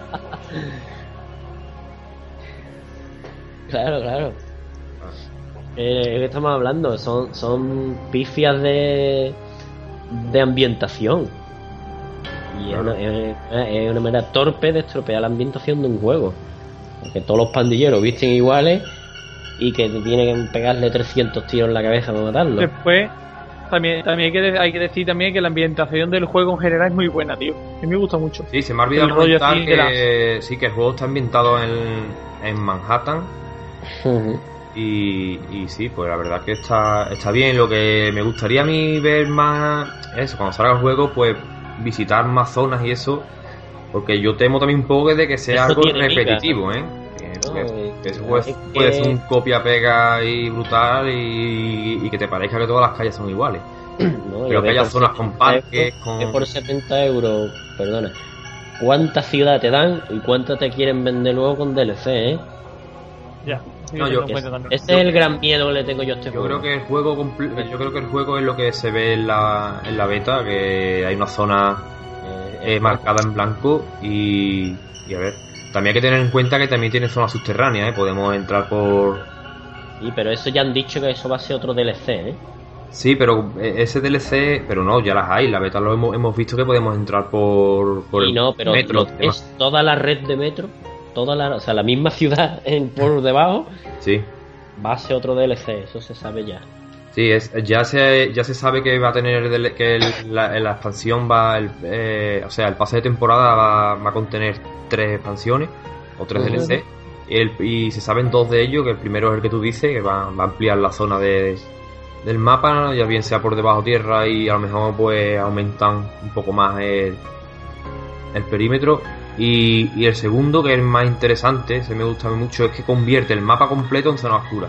Claro, claro. Eh, ¿de qué estamos hablando? Son, son pifias de, de ambientación. Y es, una, es, es una manera torpe de estropear la ambientación de un juego. Porque todos los pandilleros visten iguales y que te tienen que pegarle trescientos tiros en la cabeza para matarlo. Después, también, también hay, que, de- hay que decir también que la ambientación del juego en general es muy buena, tío. A mí me gusta mucho. Sí, se me ha olvidado El rollo comentar así que, de sí, que el juego está ambientado en, en Manhattan. Ujú. Y, y sí, pues la verdad que está, está bien. Lo que me gustaría a mí ver más eso, cuando salga el juego, pues visitar más zonas y eso, porque yo temo también un poco de que sea Eso algo tiene repetitivo, miga, ¿eh? Que, No, que- eh, que eso puede, es puede que- ser un copia-pega y brutal y, y que te parezca que todas las calles son iguales. ¿no? Pero Y que ve haya por zonas setenta con parques, euros, con- que por setenta euros, perdona, ¿cuánta ciudad te dan y cuánta te quieren vender luego con D L C, eh? Ya. sí, No, que yo- tengo en cuenta también. Ese es el gran miedo que le tengo yo a este Yo juego. creo que el juego compl- yo creo que el juego es lo que se ve en la, en la beta, que hay una zona Eh, eh, marcada en blanco y, y a ver, también hay que tener en cuenta que también tiene zonas subterráneas, ¿eh? Podemos entrar por... Sí, pero eso ya han dicho que eso va a ser otro D L C, ¿eh? Sí, pero eh, ese D L C, pero no, ya las hay, la beta lo hemos, hemos visto que podemos entrar por, por Y el no, pero metro. lo que es toda la red de metro, toda la, o sea, la misma ciudad en, por debajo, Sí, va a ser otro D L C, eso se sabe ya. sí, es, ya se ya se sabe que va a tener el D L que el- la, la expansión va, el, eh, o sea, el pase de temporada va, va a contener tres expansiones o tres Ujú. D L C y, el- y se saben dos de ellos, que el primero es el que tú dices, que va, va a ampliar la zona de, del mapa, ya bien sea por debajo tierra y a lo mejor pues aumentan un poco más el, el perímetro. Y, y el segundo, que es el más interesante, se me gusta mucho, es que convierte el mapa completo en zona oscura.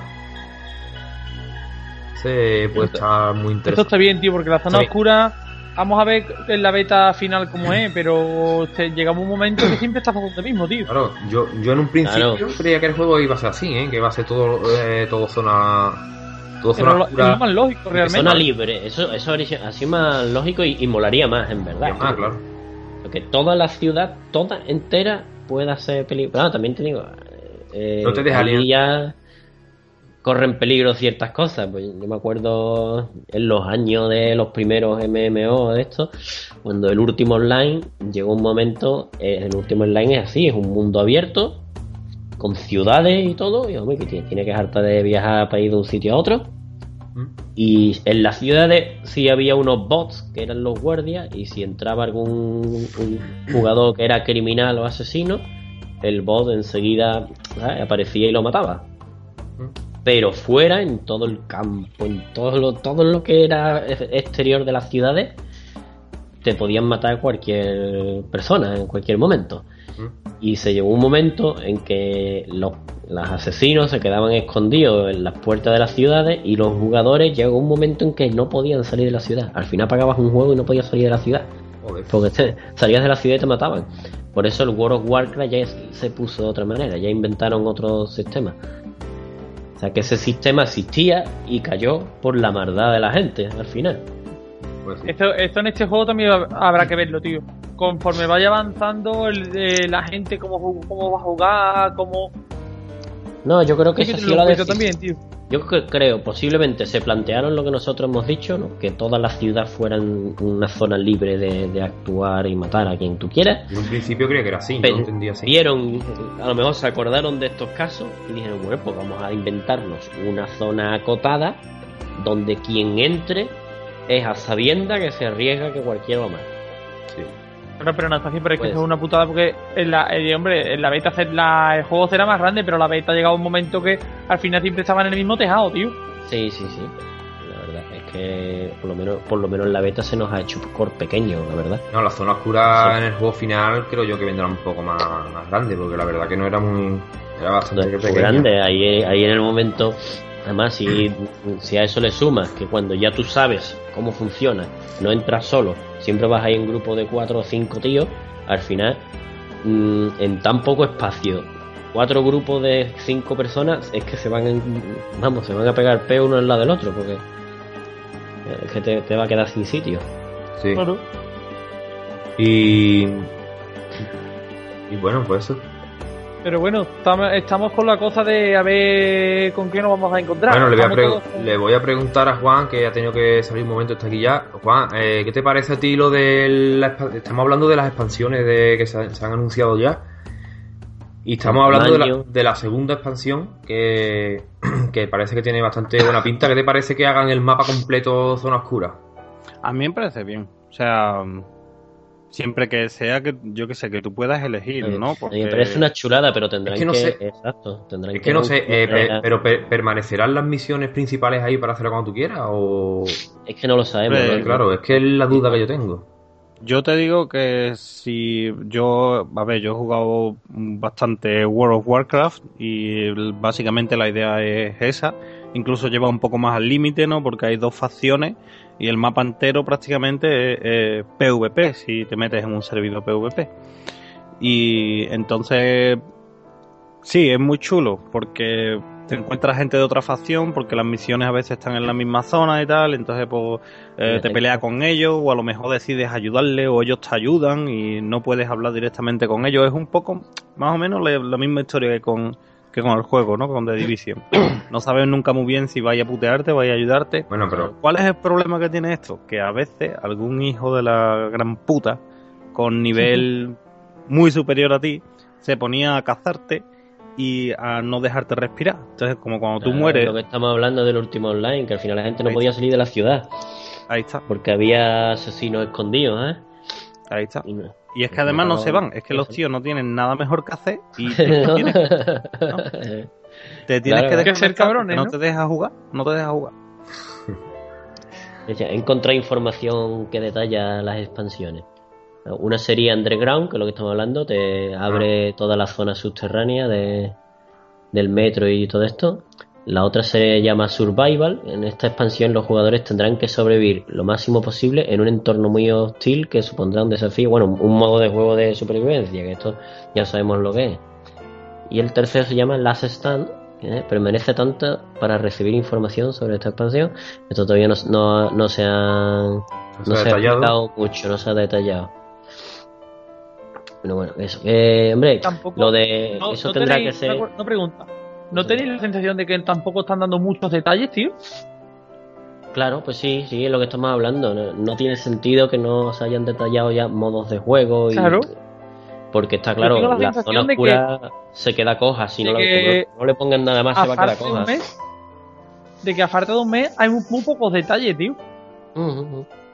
Ese puede estar muy Esto interesante. está bien, tío, porque la zona Sí. oscura, vamos a ver en la beta final cómo es, pero te- llegamos a un momento que siempre está pasando lo mismo, tío. Claro, yo, yo en un principio Claro. creía que el juego iba a ser así, ¿eh? Que iba a ser todo, eh, todo zona. Todo zona Pero lo- es oscura. lo más lógico, realmente. Zona libre, eso, eso habría sido así más lógico y, y molaría más, en verdad. Ah, claro. Que toda la ciudad, toda entera, pueda ser peligrosa. Bueno, también te digo, eh, No te dejarían. ahí ya corren peligro ciertas cosas. Pues yo me acuerdo en los años de los primeros M M O de esto, cuando el último online llegó un momento, eh, el último online es así, es un mundo abierto, con ciudades y todo, y hombre, que tiene, tiene que harta de viajar para ir de un sitio a otro. ¿Mm? Y en las ciudades sí había unos bots que eran los guardias, y si entraba algún un jugador que era criminal o asesino, el bot enseguida, ¿sabes?, aparecía y lo mataba. pero fuera, en todo el campo, en todo lo, todo lo que era exterior de las ciudades, te podían matar cualquier persona en cualquier momento. Y se llegó un momento en que los, los asesinos se quedaban escondidos en las puertas de las ciudades y los jugadores llegó un momento en que no podían salir de la ciudad. Al final pagabas un juego y no podías salir de la ciudad. Joder. Porque te, salías de la ciudad y te mataban. Por eso el World of Warcraft ya se puso de otra manera, ya inventaron otro sistema. O sea que ese sistema existía y cayó por la maldad de la gente al final. Pues sí. esto, esto en este juego también habrá que verlo, tío. Conforme vaya avanzando el, eh, la gente, cómo, cómo va a jugar, cómo... No, yo creo que sí, esa que sí la también, tío. Yo creo, posiblemente se plantearon lo que nosotros hemos dicho, ¿no? Que todas las ciudades fueran una zona libre de, de actuar y matar a quien tú quieras. En un principio creía que era así, no lo entendía así. Vieron, a lo mejor se acordaron de estos casos y dijeron, bueno, pues vamos a inventarnos una zona acotada donde quien entre es a sabienda que se arriesga que cualquiera lo mate. Sí. Bueno, pero no está así, pero es que eso es una putada porque en la, eh, hombre, en la beta la, el juego será más grande, pero la beta ha llegado un momento que al final siempre estaban en el mismo tejado, tío. Sí, sí, sí. La verdad es que por lo menos por lo menos en la beta se nos ha hecho core pequeño, la verdad. No, la zona oscura sí. En el juego final creo yo que vendrá un poco más, más grande, porque la verdad que no era muy... Era bastante no, pequeña. grande, ahí, ahí en el momento... Además, si, si a eso le sumas que cuando ya tú sabes cómo funciona, no entras solo, siempre vas ahí en grupo de cuatro o cinco tíos, al final, mmm, en tan poco espacio, cuatro grupos de cinco personas, es que se van, en, vamos, se van a pegar peo uno al lado del otro, porque es que te, te va a quedar sin sitio. Sí. Claro. Y... Y bueno, pues eso. Pero bueno, estamos con la cosa de a ver con qué nos vamos a encontrar. Bueno, le voy, a pre- todos... le voy a preguntar a Juan, que ha tenido que salir un momento, está aquí ya. Juan, eh, ¿qué te parece a ti lo de la... Estamos hablando de las expansiones de que se, se han anunciado ya. Y estamos hablando de la, de la segunda expansión, que, que parece que tiene bastante buena pinta. ¿Qué te parece que hagan el mapa completo zona oscura? A mí me parece bien. O sea... Siempre que sea que yo que sé que tú puedas elegir, ¿no? Porque... Me parece una chulada, pero tendrán es que, no que... sé, exacto, tendrán es que, que no sé, eh, pe, pero per, permanecerán las misiones principales ahí para hacerlo cuando tú quieras o es que no lo sabemos. Pero, ¿no? Claro, es que es la duda que yo tengo. Yo te digo que si yo, a ver, yo he jugado bastante World of Warcraft y básicamente la idea es esa. Incluso lleva un poco más al límite, ¿no? Porque hay dos facciones y el mapa entero prácticamente es, es PvP, si te metes en un servidor PvP. Y entonces, sí, es muy chulo porque te encuentras gente de otra facción, porque las misiones a veces están en la misma zona y tal, entonces pues eh, te peleas con ellos o a lo mejor decides ayudarle o ellos te ayudan y no puedes hablar directamente con ellos. Es un poco, más o menos, la, la misma historia que con... que con el juego, ¿no? Con The Division. No sabes nunca muy bien si vaya a putearte, vaya a ayudarte. Bueno, pero... ¿Cuál es el problema que tiene esto? Que a veces algún hijo de la gran puta, con nivel muy superior a ti, se ponía a cazarte y a no dejarte respirar. Entonces, como cuando tú claro, mueres... Lo que estamos hablando del último online, que al final la gente no Ahí podía está. salir de la ciudad. Ahí está. Porque había asesinos escondidos, ¿eh? Ahí está. Y no. Y es que además no se van, es que los tíos no tienen nada mejor que hacer y te tienes, ¿no? te tienes Claro, que hay que ser cabrones, no ¿no? te dejas jugar, no te dejas jugar. He encontrado información que detalla las expansiones. Una serie Underground, que es lo que estamos hablando, te abre toda la zona subterránea de, del metro y todo esto. La otra se llama Survival. En esta expansión los jugadores tendrán que sobrevivir lo máximo posible en un entorno muy hostil que supondrá un desafío, bueno, un modo de juego de supervivencia, que esto ya sabemos lo que es. Y el tercero se llama Last Stand, ¿eh? Permanece tanto para recibir información sobre esta expansión. Esto todavía no, no, no se ha, no se ha se ha detallado. explicado mucho, no se ha detallado. Bueno, bueno, eso. Eh, hombre, Tampoco, lo de no, eso no tendrá tenéis, que ser... No pregunta. ¿No tenéis la sensación de que tampoco están dando muchos detalles, tío? Claro, pues sí, sí, es lo que estamos hablando. No, no tiene sentido que no se hayan detallado ya modos de juego. Y, Claro. porque está claro, tengo la la, sensación zona de oscura se queda coja. Si de no, que la, no, no le pongan nada más, se va a quedar falta de un coja. mes, de que a falta de un mes hay muy, muy pocos detalles, tío. Uh, uh, uh.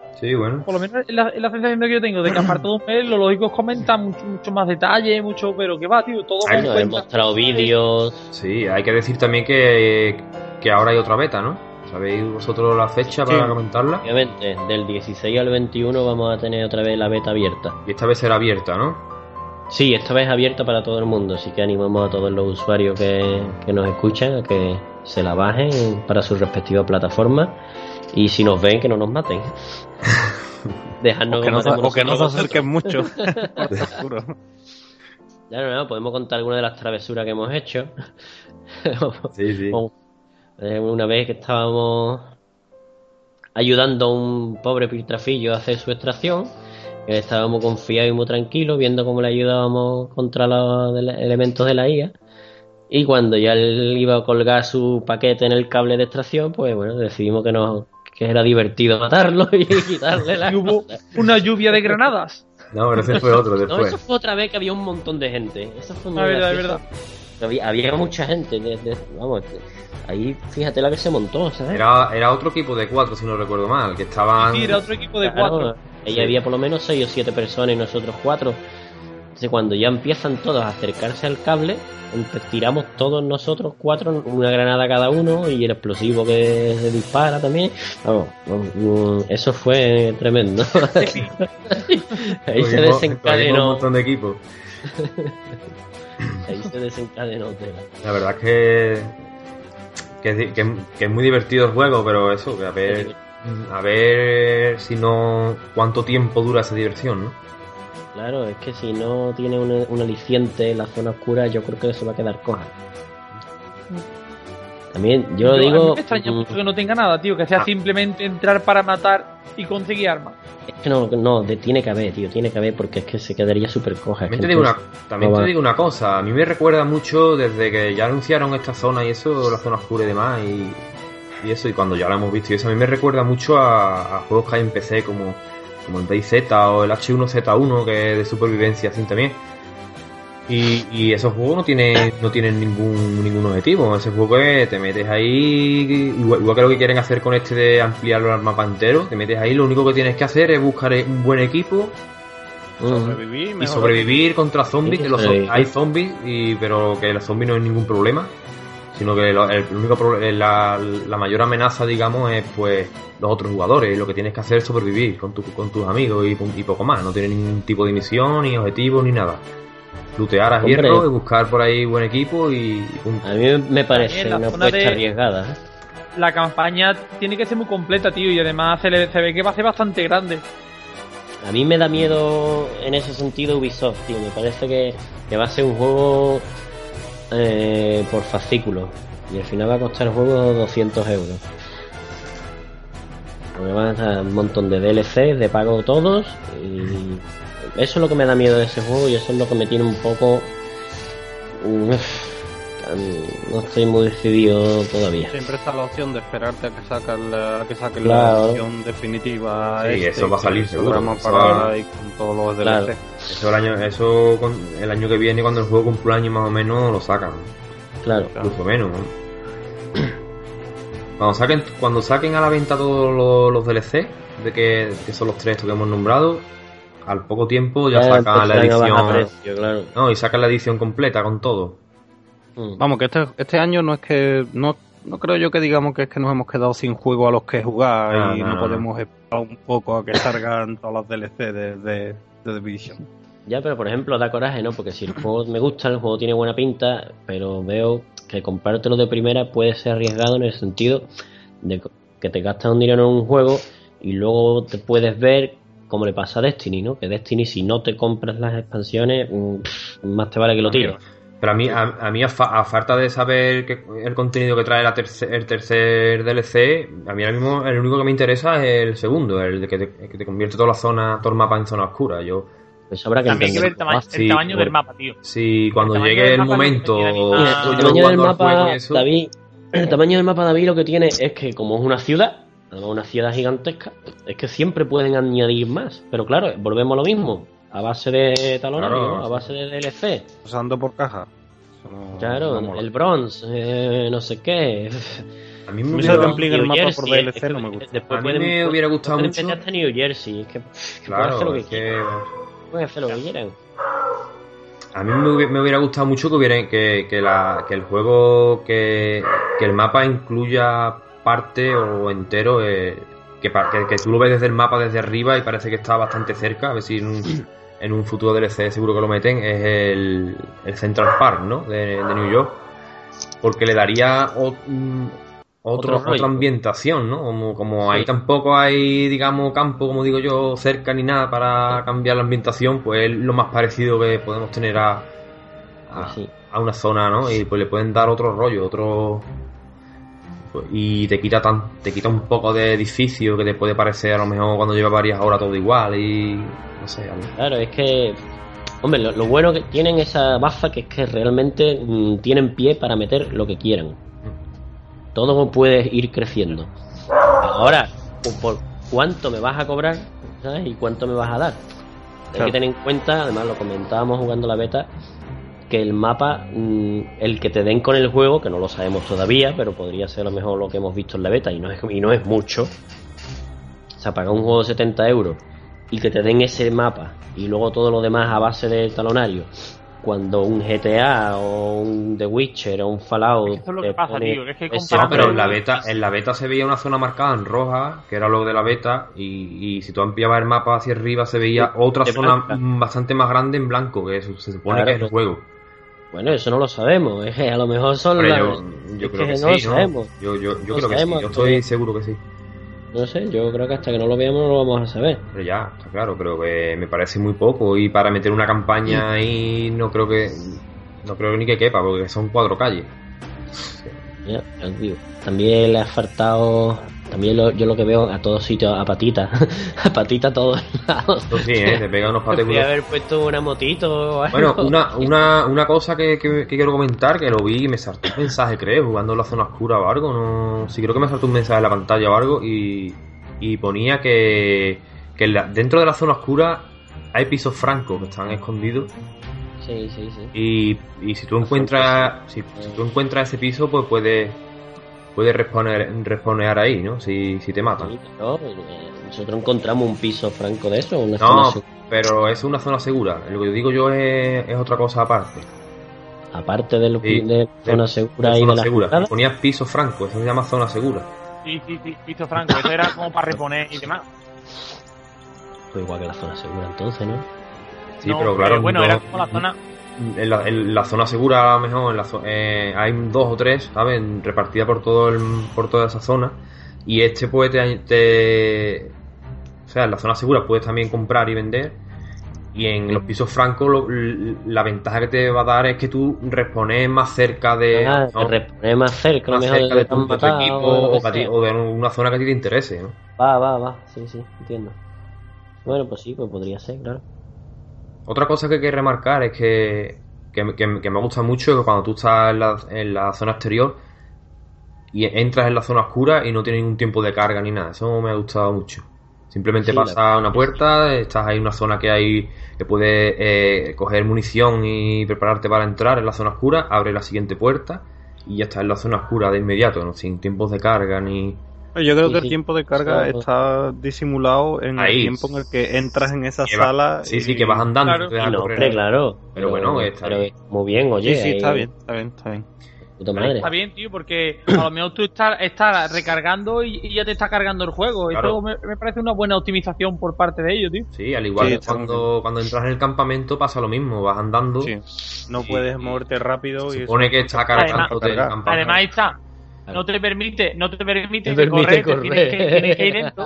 Sí, bueno. Por lo menos es la, es la sensación que yo tengo de que aparte de un mes, lo lógico es comentar mucho, mucho más detalle, mucho, pero que va, tío, todo Ay, con Bueno, he cuenta. mostrado vídeos. Sí, hay que decir también que, que ahora hay otra beta, ¿no? ¿Sabéis vosotros la fecha para Sí. comentarla? Obviamente, del dieciséis al veintiuno vamos a tener otra vez la beta abierta. Y esta vez será abierta, ¿no? Sí, esta vez abierta para todo el mundo, así que animamos a todos los usuarios que, que nos escuchan a que se la bajen para sus respectivas plataformas y si nos ven que no nos maten. Dejarnos O que no, se- matemos o que no se nosotros. acerquen mucho. Por seguro. Claro, no, podemos contar alguna de las travesuras que hemos hecho. Sí, sí. O, eh, una vez que estábamos ayudando a un pobre piltrafillo a hacer su extracción, que estábamos confiados y muy tranquilos viendo cómo le ayudábamos contra los de- elementos de la I A, y cuando ya él iba a colgar su paquete en el cable de extracción, pues bueno, decidimos que no que era divertido matarlo y quitarle la Y hubo una lluvia de granadas. No, pero ese fue otro No, después. eso fue otra vez que había un montón de gente. Eso fue muy La verdad, es gracioso. verdad. Había, había mucha gente. de- de- vamos, ahí fíjate la que se montó, ¿sabes? Era, era otro equipo de cuatro, si no recuerdo mal, que estaban... Sí, era otro equipo de Claro, cuatro. ahí Sí. había por lo menos seis o siete personas y nosotros cuatro. Entonces cuando ya empiezan todos a acercarse al cable, empe- tiramos todos nosotros cuatro una granada cada uno y el explosivo que se dispara también. Vamos, mm, eso fue tremendo. Ahí se Cogimos- cogimos un desencadenó. montón de equipos. Ahí se desencadenó tela. La verdad es que, que, es di- que, que es muy divertido el juego, pero eso, que a ver, a ver si no, cuánto tiempo dura esa diversión, ¿no? Claro, es que si no tiene un, un aliciente en la zona oscura, yo creo que se va a quedar coja. También, yo, Yo- a mí digo, me extraña mm, mucho que no tenga nada, tío, que sea Ah. simplemente entrar para matar y conseguir armas. es que no, no, de- tiene que haber, tío, tiene que haber, porque es que se quedaría súper coja. es También que te digo una, entonces- también no te va. digo una cosa, a mí me recuerda mucho desde que ya anunciaron esta zona y eso, la zona oscura y demás, y, y eso, y cuando ya la hemos visto y eso, a mí me recuerda mucho a, a juegos que hay en P C como, como el DayZ o el H uno Z uno, que es de supervivencia así también. Y, y esos juegos no tienen, no tienen ningún, ningún objetivo. Ese juego es, te metes ahí, igual, igual que lo que quieren hacer con este de ampliarlo al mapa entero, te metes ahí, lo único que tienes que hacer es buscar un buen equipo Mm. Sobrevivir, y mejor. sobrevivir contra zombies. Sí, que los, sobrevivir. hay zombies, y, pero que los zombies no es ningún problema, sino que lo- el único pro- la, la mayor amenaza, digamos, es pues los otros jugadores. Lo que tienes que hacer es sobrevivir con, tu, con tus amigos y, y poco más. No tiene ningún tipo de misión, ni objetivo, ni nada. Lootear a Hombre. hierro y buscar por ahí buen equipo y, y punto. A mí me parece También la una zona apuesta de- arriesgada. ¿eh? La campaña tiene que ser muy completa, tío, y además se, le, se ve que va a ser bastante grande. A mí me da miedo en ese sentido Ubisoft, tío. Me parece que, que va a ser un juego eh, por fascículos. Y al final va a costar el juego doscientos euros. Porque van a estar un montón de D L Cs, de pago todos. Y eso es lo que me da miedo de ese juego y eso es lo que me tiene un poco... Uf, no estoy muy decidido todavía. Siempre está la opción de esperarte a que saquen la, a que saquen Claro. la versión definitiva. Sí, este, eso va a salir que seguro. programa Eso para va- ir con todos los Claro. D L C. Eso, el año, eso con- el año que viene, cuando el juego cumple un año más o menos, lo sacan. Claro. Incluso menos, ¿no? Cuando saquen, cuando saquen a la venta todos los, los D L C, de que, que son los tres estos que hemos nombrado, al poco tiempo ya sacan la empezarán a bajar edición. precio, claro. No, y sacan la edición completa con todo. Mm. Vamos, que este, este año no es que... No, no creo yo que digamos que es que nos hemos quedado sin juego a los que jugar No, y no, no, no. podemos esperar un poco a que salgan todos los D L C de, de, de Division. Ya, pero por ejemplo da coraje, ¿no? Porque si el juego me gusta, el juego tiene buena pinta, pero veo que comprártelo de primera puede ser arriesgado en el sentido de que te gastas un dinero en un juego y luego te puedes ver como le pasa a Destiny, ¿no? Que Destiny, si no te compras las expansiones, mm, pff, más te vale que lo tires. Pero a mí, a, a, mí a, fa- a falta de saber que, el contenido que trae la terce- el tercer D L C, a mí ahora mismo el único que me interesa es el segundo, el de que te, el que te convierte toda la zona, todo el mapa en zona oscura. Yo, Pues habrá que También hay que ver el, entenderlo. tama- Sí, el tamaño por- del mapa, tío. si cuando El tamaño llegue del el mapa no me momento, tiene ni yo nada. El yo tamaño del jugando al juego mapa, y eso, David, el tamaño del mapa, David, lo que tiene es que como es una ciudad, además una ciudad gigantesca, es que siempre pueden añadir más. Pero claro, volvemos a lo mismo, a base de talonario, Claro, ¿no? A sí. base de D L C. Pasando por caja. Eso no- Claro, no mola. el bronze, eh, no sé qué. A mí me A mí hubiera, eso de ampliar el New mapa Jersey, por D L es C que no me gusta. después A mí pueden- me hubiera gustado pueden mucho. empezar hasta New Jersey, es que, que pueden hacer lo claro, que es quieran. que Pueden hacer lo que quieran. a mí me hubiera, me hubiera gustado mucho que hubiera que, que, la, que el juego, que, que el mapa incluya parte o entero, eh, que, pa- que, que tú lo ves desde el mapa desde arriba y parece que está bastante cerca. A ver si en un, en un futuro D L C seguro que lo meten. Es el, el Central Park, ¿no? De, de New York. Porque le daría o- mm, otro, Otro rollo. otra ambientación, ¿no? Como, como Sí. ahí tampoco hay, digamos, campo, como digo yo, cerca ni nada para cambiar la ambientación, pues es lo más parecido que podemos tener a, a, Pues sí. a una zona, ¿no? Y pues le pueden dar otro rollo, otro... pues, y te quita tan, te quita un poco de edificio que te puede parecer a lo mejor cuando lleva varias horas todo igual y... no sé, a mí- Claro, es que... Hombre, lo, lo bueno que tienen esa baza que es que realmente mm, tienen pie para meter lo que quieran. Todo puede ir creciendo. Ahora, por, por cuánto me vas a cobrar, ¿sabes? Y cuánto me vas a dar. Hay Claro. que tener en cuenta, además lo comentábamos jugando la beta, que el mapa, mm, el que te den con el juego, que no lo sabemos todavía, pero podría ser a lo mejor lo que hemos visto en la beta, y no es, y no es mucho. O sea, pagar un juego de setenta euros y que te den ese mapa y luego todo lo demás a base de talonario, cuando un G T A o un The Witcher o un Fallout... Es que eso es lo te que pasa, pone tío, que es que ese- comparando- No, pero en la beta, en la beta se veía una zona marcada en roja, que era lo de la beta, y, y si tú ampliabas el mapa hacia arriba se veía otra de zona blanca. mm, bastante más grande en blanco, que eso se supone Claro, que es el pues, juego. Bueno, eso no lo sabemos, es que a lo mejor son Pero las- yo, yo es creo que, no sí, lo ¿no? sabemos. Yo, yo, yo No creo que sabemos, sí, yo estoy pero- seguro que sí. No sé, yo creo que hasta que no lo veamos no lo vamos a saber. Pero ya, está claro, pero que me parece muy poco, y para meter una campaña ahí no creo que... no creo ni que quepa, porque son cuatro calles. Ya, ya os digo. También le ha faltado. También lo- yo lo que veo a todos sitios, a patita. A patita a todos lados. Eso sí, ¿eh? Te pega unos Podría pateculos. haber puesto una motito o algo. Bueno, una, una, una cosa que, que, que quiero comentar, que lo vi y me saltó un mensaje, creo, jugando en la zona oscura o algo, no... Sí, creo que me saltó un mensaje en la pantalla o algo, y, y ponía que, que en la- dentro de la zona oscura hay pisos francos que están escondidos, Sí, sí, sí. y, y si tú encuentras si, si tú encuentras ese piso, pues puedes puedes responder, responder ahí, ¿no? Si, si te matan. Sí, no, eh, nosotros encontramos un piso franco de eso, una No, zona su- pero es una zona segura. Lo que yo digo yo es, es otra cosa aparte. aparte de, lo, Sí, de zona de- segura de y zona de la segura. jugada. Ponías piso franco, eso se llama zona segura. Sí, sí, sí, visto Franco, eso era como para reponer y demás. Pues igual que la zona segura entonces, ¿no? Sí, No, pero claro, eh, bueno, no- era como la zona. en, la, en la zona segura, a lo mejor en la zo- eh, hay dos o tres, ¿sabes? Repartidas por todo el, por toda esa zona. Y este pues te, te- o sea, en la zona segura puedes también comprar y vender. Y en los pisos francos lo- l- la ventaja que te va a dar es que tú respones más cerca de, Ah, ¿no? te repones más cerca, a lo más mejor cerca de de tu, de tu matado equipo o lo o, que que a ti- sea. o de una zona que a ti te interese, ¿no? Va, va, va, sí, sí, entiendo. Bueno, pues sí, pues podría ser, claro. Otra cosa que hay que remarcar es que, que, que- que me gusta mucho que cuando tú estás en la, en la zona exterior y entras en la zona oscura y no tienes ningún tiempo de carga ni nada. Eso me ha gustado mucho. Simplemente Sí, pasas la- una puerta, estás ahí en una zona que hay que puedes eh, coger munición y prepararte para entrar en la zona oscura, abre la siguiente puerta y ya estás en la zona oscura de inmediato, ¿no? Sin tiempos de carga ni... Yo creo Sí, que el sí. tiempo de carga Eso- está disimulado en Ahí. el tiempo en el que entras en esa que va- sala. sí, y- sí, que vas andando. Claro. te Y dejan no, correr. hombre, claro. Pero bueno, está pero bien. muy bien, oye. Sí, sí, ahí- está bien, está bien, está bien. Puta madre. Está bien, tío, porque a lo mejor tú estás, estás recargando y, y ya te está cargando el juego. Claro. Esto me, me parece una buena optimización por parte de ellos, tío. Sí, al igual Sí, que está muy cuando, cuando entras en el campamento pasa lo mismo, vas andando. Sí. No Y- puedes y- moverte rápido. Se y supone eso- que está cargando el Cargar. campamento. Además ahí está. No te permite, no te permite, Te que permite correr, te tienes que, tienes que ir lento.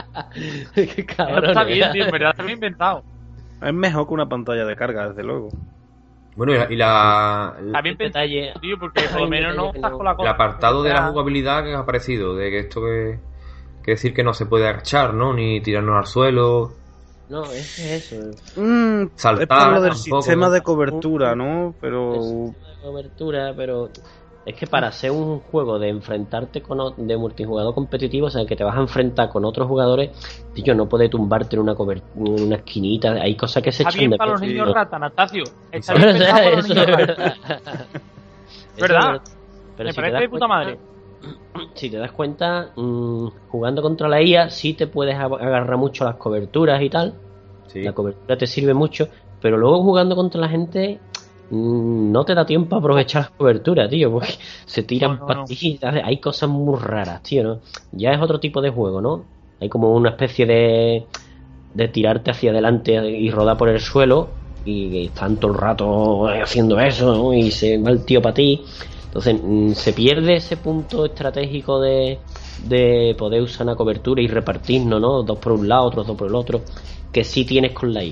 Qué Eso cabrón. está bien, tío, en verdad está bien inventado. Es mejor que una pantalla de carga, desde luego. Bueno, y la, y la- Está bien pensado, detalle. tío, porque por lo Hay menos no detalles que estás no- con la el cosa. apartado de la Ya. jugabilidad que os ha parecido, de que esto que, que decir que no se puede agachar, ¿no? Ni tirarnos al suelo, No, es que es eso. Mm, saltar. es por lo del tampoco, sistema ¿no? de cobertura, ¿no? Pero Es una cobertura, pero es que para ser un juego de enfrentarte con o- de multijugador competitivo, o sea, que te vas a enfrentar con otros jugadores, tío, no puedes tumbarte en una cober- en una esquinita, hay cosas que se Está echan bien de para los menos. niños rata, Anastasio. Está O bien sea, pensado para los eso niños es rata. verdad. Eso es ¿Verdad? Pero Me si te parece das de puta cuenta, madre. si te das cuenta, mmm, jugando contra la I A sí te puedes agarrar mucho las coberturas y tal. Sí. La cobertura te sirve mucho, pero luego jugando contra la gente mmm, no te da tiempo a aprovechar las coberturas, tío, porque se tiran no, no, pastillitas, no. Hay cosas muy raras, tío, ¿no? Ya es otro tipo de juego, ¿no? Hay como una especie de de tirarte hacia adelante y rodar por el suelo y están todo el rato haciendo eso, ¿no? Y se va el tío para ti. Entonces mmm, se pierde ese punto estratégico de, de poder usar una cobertura y repartirnos, ¿no? Dos por un lado, otros dos por el otro, que sí tienes con la I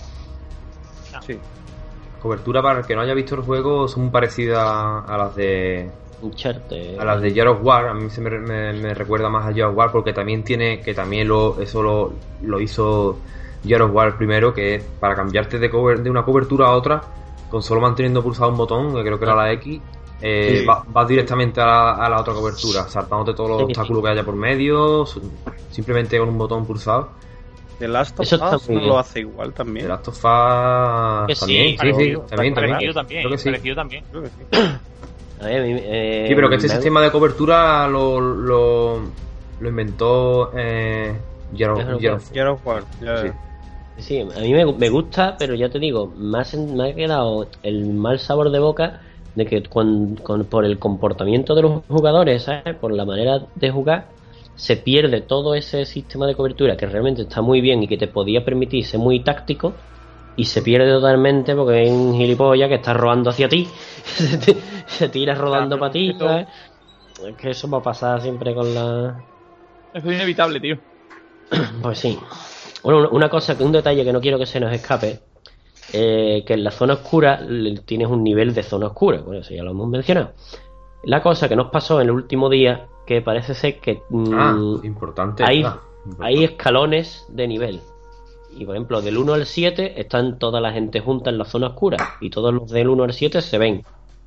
A. Sí. Cobertura, para el que no haya visto el juego, son muy parecidas a las de Uncharted. A las de Gears of War. A mí se me, me, me recuerda más a Gears of War, porque también tiene, que también lo eso lo, lo hizo Gears of War primero, que es para cambiarte de cover, de una cobertura a otra, con solo manteniendo pulsado un botón, que creo que era la X, eh, sí. vas va directamente a la, a la otra cobertura, saltándote todos los sí, obstáculos sí. que haya por medio, simplemente con un botón pulsado. The Last of Us no lo hace igual también. The Last of Us también, sí, sí, sí, también, también. también. Creo que sí. también. Creo que sí. A ver, eh, sí, pero que este me... sistema de cobertura lo, lo, lo inventó eh, Gears of War. Sí. Sí, a mí me, me gusta, pero ya te digo, más me ha quedado el mal sabor de boca de que con, con, por el comportamiento de los jugadores, ¿sabes? Por la manera de jugar, se pierde todo ese sistema de cobertura que realmente está muy bien y que te podía permitir ser muy táctico, y se pierde totalmente porque hay un gilipollas que está rodando hacia ti, se tira rodando claro, para ti, ¿sabes? Es que eso va a pasar siempre con la... Eso es inevitable, tío. Pues sí. Bueno, una cosa, un detalle que no quiero que se nos escape, eh, que en la zona oscura tienes un nivel de zona oscura, bueno, eso ya lo hemos mencionado. La cosa que nos pasó en el último día, que parece ser que mmm, ah, importante, hay, ah, importante. hay escalones de nivel. Y por ejemplo, del uno al siete están toda la gente junta en la zona oscura, y todos los del uno al siete se ven.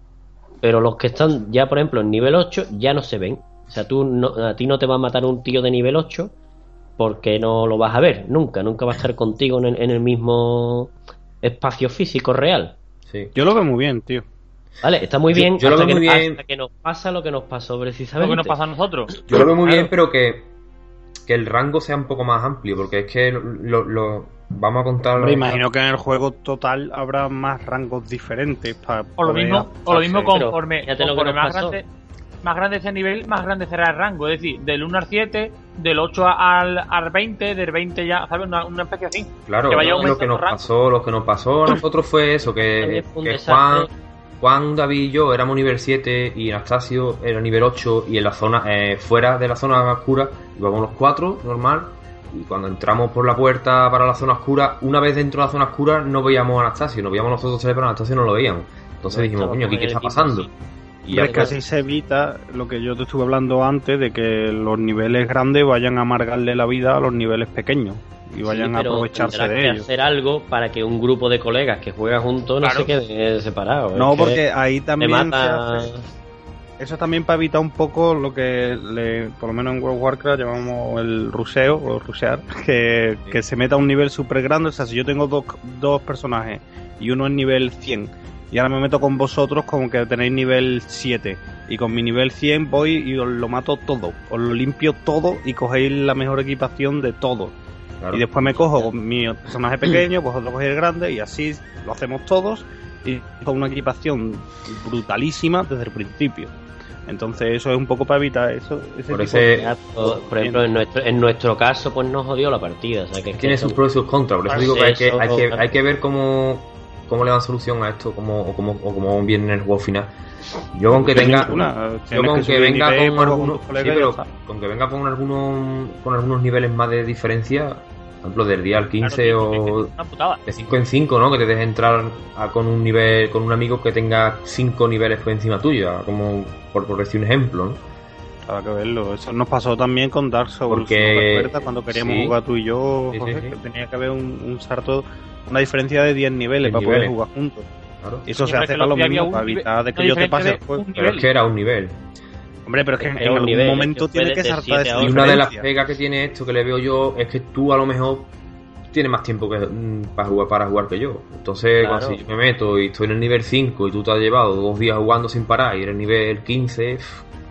Pero los que están ya, por ejemplo, en nivel ocho ya no se ven. O sea, tú no, a ti no te va a matar un tío de nivel ocho porque no lo vas a ver nunca, nunca va a estar contigo en el, en el mismo espacio físico real. Sí. Yo lo veo muy bien, tío. Vale, está muy bien, yo, yo hasta, lo veo que, muy bien. hasta que nos pasa lo que nos pasó precisamente. Lo que nos pasa a nosotros. Yo lo veo muy claro. bien, pero que, que el rango sea un poco más amplio, porque es que lo, lo vamos a contar... Me imagino que en el juego total habrá más rangos diferentes. Para o lo mismo, o lo mismo conforme, conforme más grande... más grande sea el nivel, más grande será el rango. Es decir, del uno al siete, del ocho al, al veinte, del veinte ya, ¿sabes? Una, una especie así. Claro, que vaya lo que nos pasó, lo que nos pasó a nosotros fue eso, que, que Juan, Juan, David y yo éramos nivel siete y Anastasio era nivel ocho, y en la zona, eh, fuera de la zona oscura, íbamos los cuatro, normal, y cuando entramos por la puerta para la zona oscura, una vez dentro de la zona oscura no veíamos a Anastasio, nos veíamos nosotros tres, pero a Anastasio no lo veíamos. Entonces no, dijimos, coño, ¿aquí qué está pasando? Y es que así se evita lo que yo te estuve hablando antes, de que los niveles grandes vayan a amargarle la vida a los niveles pequeños y vayan sí, a aprovecharse de ellos. Hacer algo para que un grupo de colegas que juega juntos no claro. se quede separado. No, es porque ahí también mata... se hace... Eso también para evitar un poco lo que le, por lo menos en World of Warcraft llamamos el ruseo o rusear, que, sí. que se meta a un nivel súper grande. O sea, si yo tengo dos, dos personajes y uno es nivel cien y ahora me meto con vosotros como que tenéis nivel siete, y con mi nivel cien voy y os lo mato todo, os lo limpio todo y cogéis la mejor equipación de todo. Claro. Y después me cojo con mi personaje pequeño, vosotros cogéis el grande, y así lo hacemos todos, y con una equipación brutalísima desde el principio. Entonces eso es un poco para evitar eso. Ese por, tipo ese, de por, por ejemplo, en nuestro, en nuestro caso, pues nos jodió la partida. O sea, que es tiene que sus pros y sus contras, por eso digo que hay que, hay que, hay que ver cómo... cómo le dan solución a esto, cómo, o cómo, o cómo viene en el juego final. Yo con que tenga, yo con que venga con algunos, sí, pero con que venga con algunos, con algunos niveles más de diferencia, por ejemplo del día al quince, claro, o de cinco en cinco, ¿no? Que te dejes entrar a, con un nivel, con un amigo que tenga cinco niveles por encima tuyo, como por, por decir un ejemplo, ¿no? Habrá que verlo. Eso nos pasó también con Dark Souls. Porque cuando queríamos sí, jugar tú y yo, sí, Jorge, sí, sí. que tenía que haber un, un salto, una diferencia de diez niveles para poder jugar juntos. Claro. Y eso sí, se hace para lo mismo, para evitar de que yo te pase el juego. Pero es que era un nivel. Hombre, pero es que en, en algún nivel, momento tiene que saltar esa diferencia. Y una de las pegas que tiene esto que le veo yo es que tú a lo mejor tienes más tiempo que mm, para jugar para jugar que yo. Entonces, claro. cuando si yo me meto y estoy en el nivel cinco y tú te has llevado dos días jugando sin parar y eres nivel quince,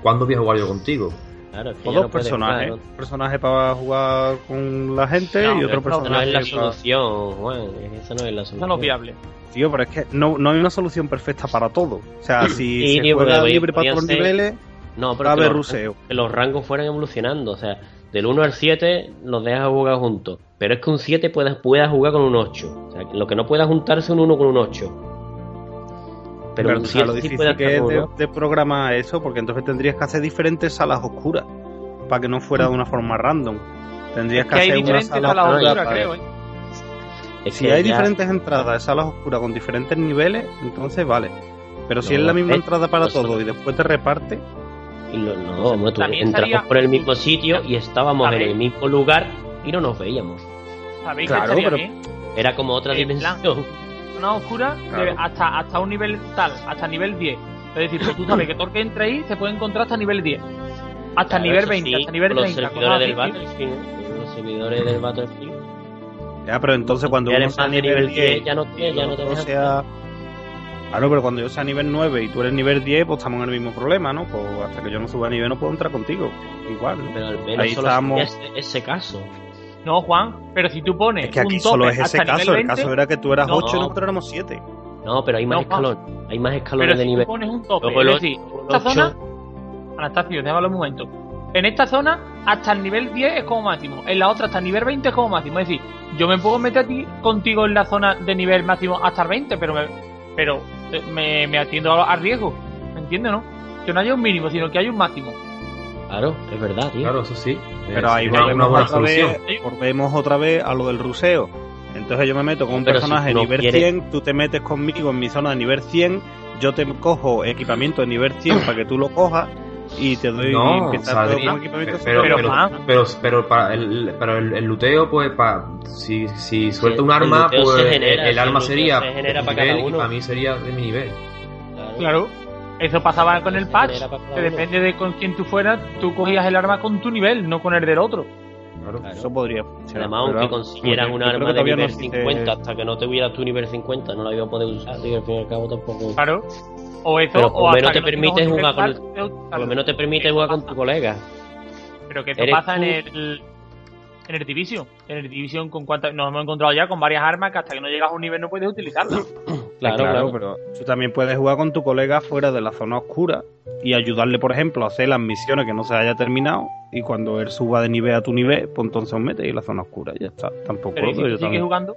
¿cuándo voy a jugar yo contigo? Claro, es que O ya dos no puedes personajes. jugar, ¿no? Un personaje para jugar con la gente No, y otro no, Eso no personaje es la para... solución, Juan. Eso no es la Eso solución. no es viable. Tío, pero es que no, no hay una solución perfecta para todo. O sea, si Sí, se tío, juega porque libre para podían todos los ser- niveles, No, va a pero que haber los, ruseo. que los rangos fueran evolucionando. O sea, del uno al siete los dejas jugar juntos. Pero es que un siete puedas, pueda jugar con un ocho. O sea, lo que no pueda juntarse un uno con un ocho. Pero, Pero un o sea, lo siete sí difícil puede que hacer es de, uno. de programar eso, porque entonces tendrías que hacer diferentes salas oscuras para que no fuera de una forma random. Tendrías que, Que hay hacer una diferentes sala salas oscura, oscuras, para- creo, ¿eh? Es Si que hay ya- diferentes entradas de salas oscuras con diferentes niveles, entonces vale. Pero si No, es la misma es- entrada para eso- todo y después te reparte, y lo- no, hombre, tú, También entramos estaría- por el mismo sitio y estábamos en ¿Sabéis? el mismo lugar y no nos veíamos. ¿Sabéis Claro, que estaría pero- bien? Era como otra En plan, dimensión. Zona oscura de- Claro. hasta, hasta un nivel tal, hasta nivel diez. Es decir, pues tú sabes que todo el que entre ahí se puede encontrar hasta nivel diez. Hasta Claro, nivel eso veinte, sí, hasta nivel con los treinta. servidores del cosas así. Battlefield, ¿eh? Los servidores del Battlefield. ya, pero entonces cuando Ya uno eres sea más de nivel nivel diez, diez, ya no, te- ya no te o dejan. sea... Claro, pero cuando yo sea nivel nueve y tú eres nivel diez, pues estamos en el mismo problema, ¿no? Pues hasta que yo no suba a nivel no puedo entrar contigo. Igual, ¿no? Pero al menos Ahí solo estamos. sería ese, ese caso. No, Juan, pero si tú pones Es que aquí un solo tope es ese hasta caso, nivel el veinte, caso era que tú eras No. ocho y nosotros éramos siete. No, pero hay más No, Juan. escalones. Hay más escalones pero de si nivel. tú pones un tope, Luego el es ocho, decir, luego el esta ocho. zona, Anastasio, déjame un momento. En esta zona, hasta el nivel diez es como máximo. En la otra, hasta el nivel veinte es como máximo. Es decir, yo me puedo meter a ti, contigo en la zona de nivel máximo hasta el veinte, pero me, pero eh, me, me atiendo a, a riesgo. ¿Me entiendes, no? Que no haya un mínimo, sino que haya un máximo. Claro, es verdad, tío. Claro, eso sí. Pero Es ahí una, volvemos, una buena otra vez, solución. volvemos otra vez a lo del ruseo. Entonces yo me meto con un Pero si personaje tú no nivel quieres- cien, tú te metes conmigo en mi zona de nivel cien, yo te cojo equipamiento de nivel cien para que tú lo cojas y te doy y No, empiezas todo saldría- con equipamiento pero, Pero, pero, Juan. pero, pero para el, pero el, el luteo, pues, pa, si, si suelta el- un el arma, luteo pues se el- genera, el, sí, arma el luteo sería se genera de para mi nivel cada uno. y para mí sería de mi nivel. Claro. Claro. Eso pasaba con el Se patch. genera para cada Que uno. depende de con quién tú fueras, tú cogías el arma con tu nivel, no con el del otro. Claro. Claro. Eso podría funcionar. Además, pero aunque vamos, consiguieran yo un creo que arma de todavía no nivel existe- cincuenta, hasta que no tuvieras tu nivel cincuenta, no la iba a poder usar, tío, al fin y al cabo tampoco. Claro. O eso, Pero por o lo hasta menos que te no permite tengas un jugar con nivel el- tal, te usas. Por lo menos te permite jugar con tu colega. Pero que eso Eres pasa en tú. el en el Division. En el Division con cuántas nos hemos encontrado ya con varias armas que hasta que no llegas a un nivel no puedes utilizarlas. Claro, claro, claro. pero tú también puedes jugar con tu colega fuera de la zona oscura y ayudarle, por ejemplo, a hacer las misiones que no se haya terminado y cuando él suba de nivel a tu nivel, pues entonces os metes en la zona oscura y ya está. Tampoco Pero ¿y lo si yo tú sigues también. jugando,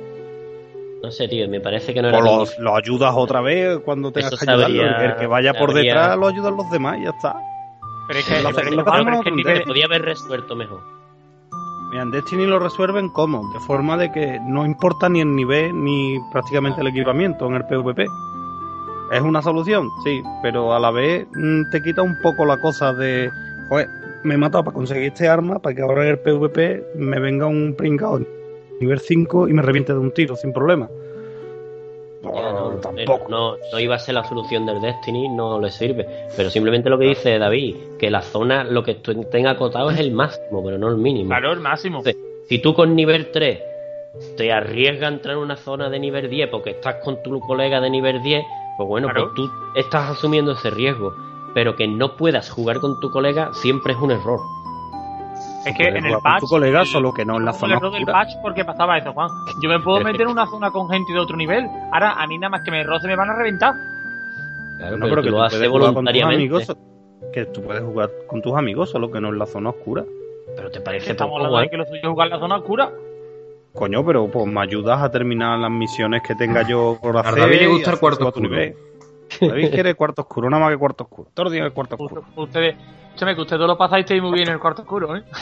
No sé, tío, me parece que no era O tan lo, difícil. lo ayudas otra vez cuando tengas Eso que ayudarlo. sabría- El que vaya por sabría- detrás lo ayudan los demás y ya está. pero es que, Lo pero es que, lo Juan, hacemos pero es que el entender. nivel- Se podía haber resuelto mejor. Mira, en Destiny lo resuelven como, de forma de que no importa ni el nivel ni prácticamente el equipamiento en el PvP. ¿Es una solución? Sí, pero a la vez mm, te quita un poco la cosa de, joder, me he matado para conseguir este arma para que ahora en el PvP me venga un pringao nivel cinco y me reviente de un tiro sin problema. Ya, No, no, tampoco. no, no iba a ser la solución del Destiny, no le sirve. Pero simplemente lo que dice David, que la zona, lo que tú tenga acotado es el máximo, pero no el mínimo. claro, el máximo. Entonces, si tú con nivel tres te arriesgas a entrar en una zona de nivel diez porque estás con tu colega de nivel diez, pues bueno, Claro. pues tú estás asumiendo ese riesgo. Pero que no puedas jugar con tu colega siempre es un error. Es que Puedes en el jugar con patch. tu colega, el- solo que no en la el zona error del oscura. patch, porque pasaba eso, Juan. Yo me puedo Pero es meter que- en una zona con gente de otro nivel. Ahora, a mí nada más que me roce me van a reventar. Claro, No, pero, pero tú que lo tú haces puedes jugar con tus voluntariamente. amigos, que tú puedes jugar con tus amigos, solo que no en la zona oscura. Pero te Es parece que estamos poco, hablando de guay. que lo suyo es jugar en la zona oscura. Coño, pero pues me ayudas a terminar las misiones que tenga yo por hacer. David le y gusta el así cuarto subo a tu oscuro. nivel. David quiere cuarto oscuro, nada más que cuarto oscuro. Todos los días el cuarto oscuro. Ustedes, escúchame, que ustedes lo pasasteis muy bien en el cuarto oscuro, ¿eh?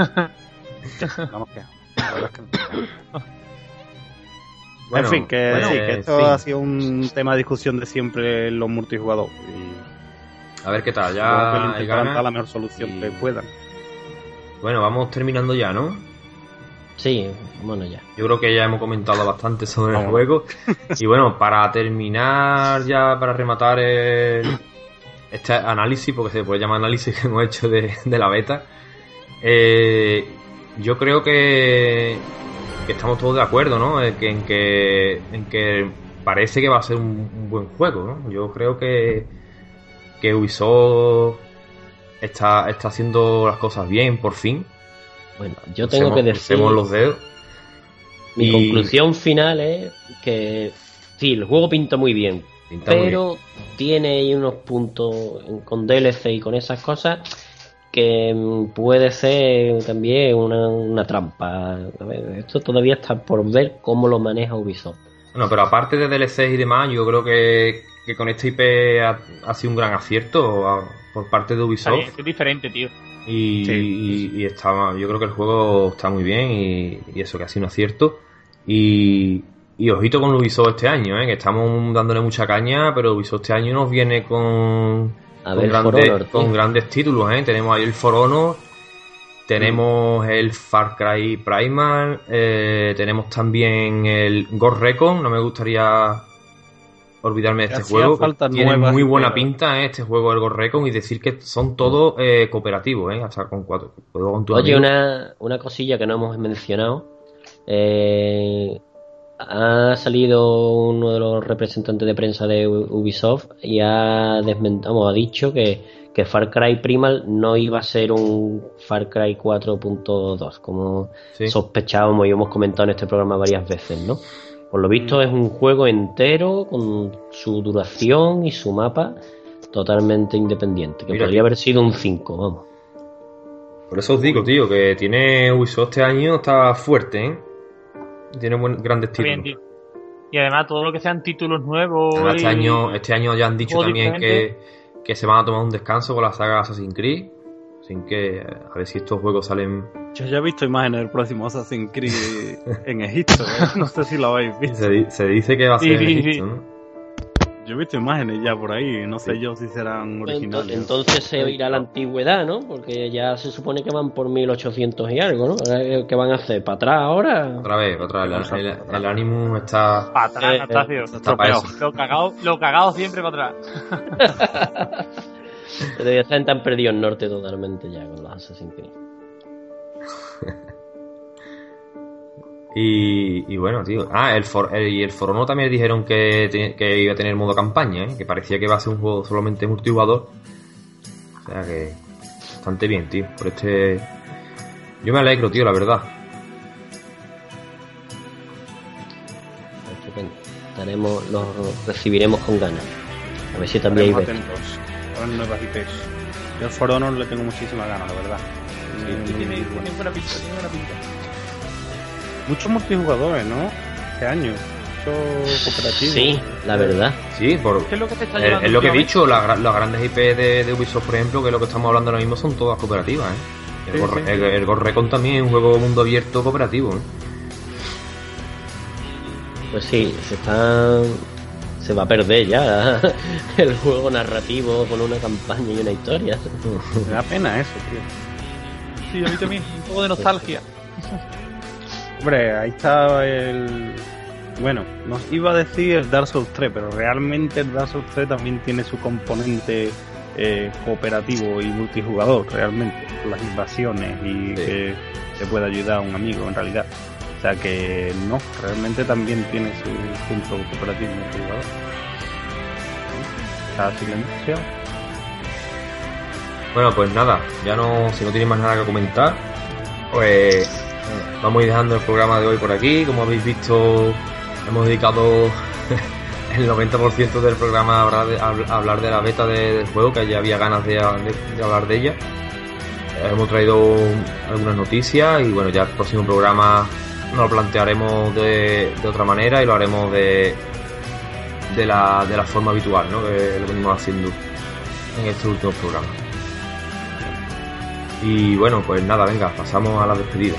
Vamos que. la verdad es que no. Bueno, en fin, que, bueno, sí, que eh, esto sí. ha sido un tema de discusión de siempre en los multijugador. Y A ver qué tal, supongo que lo ya hay intentarán dar la ganas. mejor solución y- que puedan. Bueno, vamos terminando ya, ¿no? Sí, bueno, ya. Yo creo que ya hemos comentado bastante sobre el Vamos. juego. Y bueno, para terminar ya, para rematar el- este análisis, porque se puede llamar análisis que hemos hecho de, de la beta, eh, yo creo que, que estamos todos de acuerdo, ¿no? En que, en que, en que parece que va a ser un, un buen juego, ¿no? Yo creo que, que Ubisoft está, está haciendo las cosas bien, por fin. Bueno, yo tengo que decir... los dedos. Mi y... conclusión final es que sí, el juego pinta muy bien, pinta pero muy bien. Tiene ahí unos puntos con D L C y con esas cosas que puede ser también una, una trampa. A ver, esto todavía está por ver cómo lo maneja Ubisoft. Bueno, pero aparte de D L C y demás, yo creo que, que con este I P ha, ha sido un gran acierto a, por parte de Ubisoft. Bien, es diferente, tío. Y, sí. y, y está, yo creo que el juego está muy bien y, y eso que ha sido un acierto. Y, y ojito con Ubisoft este año, ¿eh? Que estamos dándole mucha caña, pero Ubisoft este año nos viene con, a con, ver, grandes, Honor, con grandes títulos, ¿eh? Tenemos ahí el For Honor, tenemos mm. el Far Cry Primal, eh, tenemos también el Ghost Recon. No me gustaría olvidarme de este juego. Tiene muy buena pinta, ¿eh? Este juego, el Ghost Recon, y decir que son todos eh, cooperativos, ¿eh? Hasta con cuatro. Con Oye, una, una cosilla que no hemos mencionado. Eh, ha salido uno de los representantes de prensa de Ubisoft y ha desmentado, ha dicho que, que Far Cry Primal no iba a ser un Far Cry cuatro punto dos, como sí. sospechábamos y hemos comentado en este programa varias veces, ¿no? Por lo visto mm. es un juego entero con su duración y su mapa totalmente independiente, que Mira, podría haber sido un cinco, vamos. Por eso os digo, tío, que tiene Ubisoft este año, está fuerte, ¿eh? Tiene buen, grandes títulos. Bien, y además todo lo que sean títulos nuevos. Además, este, y... año, este año ya han dicho también que, que se van a tomar un descanso con la saga Assassin's Creed. Así que a ver si estos juegos salen. Yo ya he visto imágenes del próximo Assassin's Creed en Egipto, ¿eh? No sé si lo habéis visto. Se, se dice que va a ser sí, en Egipto, sí. ¿no? Yo he visto imágenes ya por ahí, no sé sí. yo si serán originales. Entonces se irá a la antigüedad, ¿no? Porque ya se supone que van por mil ochocientos y algo, ¿no? ¿Qué van a hacer? ¿Para atrás ahora? Otra vez, otra vez. El, el, el Animus está... Para atrás, eh, Anastasio. Está para lo, cagado, lo cagado siempre para atrás. Pero ya se han perdido el norte totalmente ya con los Assassin's Creed. Y, y bueno, tío. Ah, el For, el, y el For Honor también dijeron que, te, que iba a tener modo campaña, ¿eh? Que parecía que iba a ser un juego solamente multijugador. O sea que bastante bien, tío. Por este... Yo me alegro, tío, la verdad. Estupendo. Estaremos, los recibiremos con ganas. A ver si también hay atentos a las nuevas I Pes. Yo al For Honor le tengo muchísimas ganas, la verdad. Sí, tiene, tiene buena pinta, tiene buena pinta. Muchos multijugadores, ¿no? Este año. Mucho cooperativo. Sí, la verdad. Sí, por, ¿qué es lo que te está llevando? Es lo que he dicho, la, las grandes I P de, de Ubisoft, por ejemplo, que es lo que estamos hablando ahora mismo, son todas cooperativas, ¿eh? El, sí, Ghost, sí. el, el Ghost Recon también es un juego mundo abierto cooperativo, ¿eh? Pues sí, se está... se va a perder ya el juego narrativo con una campaña y una historia. Me da pena eso, tío. Sí, a mí también, un poco de nostalgia. Hombre, ahí está el... Bueno, nos iba a decir el Dark Souls tres, pero realmente el Dark Souls tres también tiene su componente eh, cooperativo y multijugador, realmente. Las invasiones y sí. que te puede ayudar a un amigo, en realidad. O sea que no, realmente también tiene su punto cooperativo y multijugador. ¿Está silencio? Bueno, pues nada, ya no, si no tienes más nada que comentar, pues... vamos a ir dejando el programa de hoy por aquí. Como habéis visto, hemos dedicado el noventa por ciento del programa a hablar de, a hablar de la beta de, del juego, que ya había ganas de, de, de hablar de ella. Hemos traído algunas noticias y bueno, ya el próximo programa nos lo plantearemos de, de otra manera y lo haremos de, de, la, de la forma habitual, ¿no? Que lo venimos haciendo en estos últimos programas. Y bueno, pues nada, venga, pasamos a la despedida.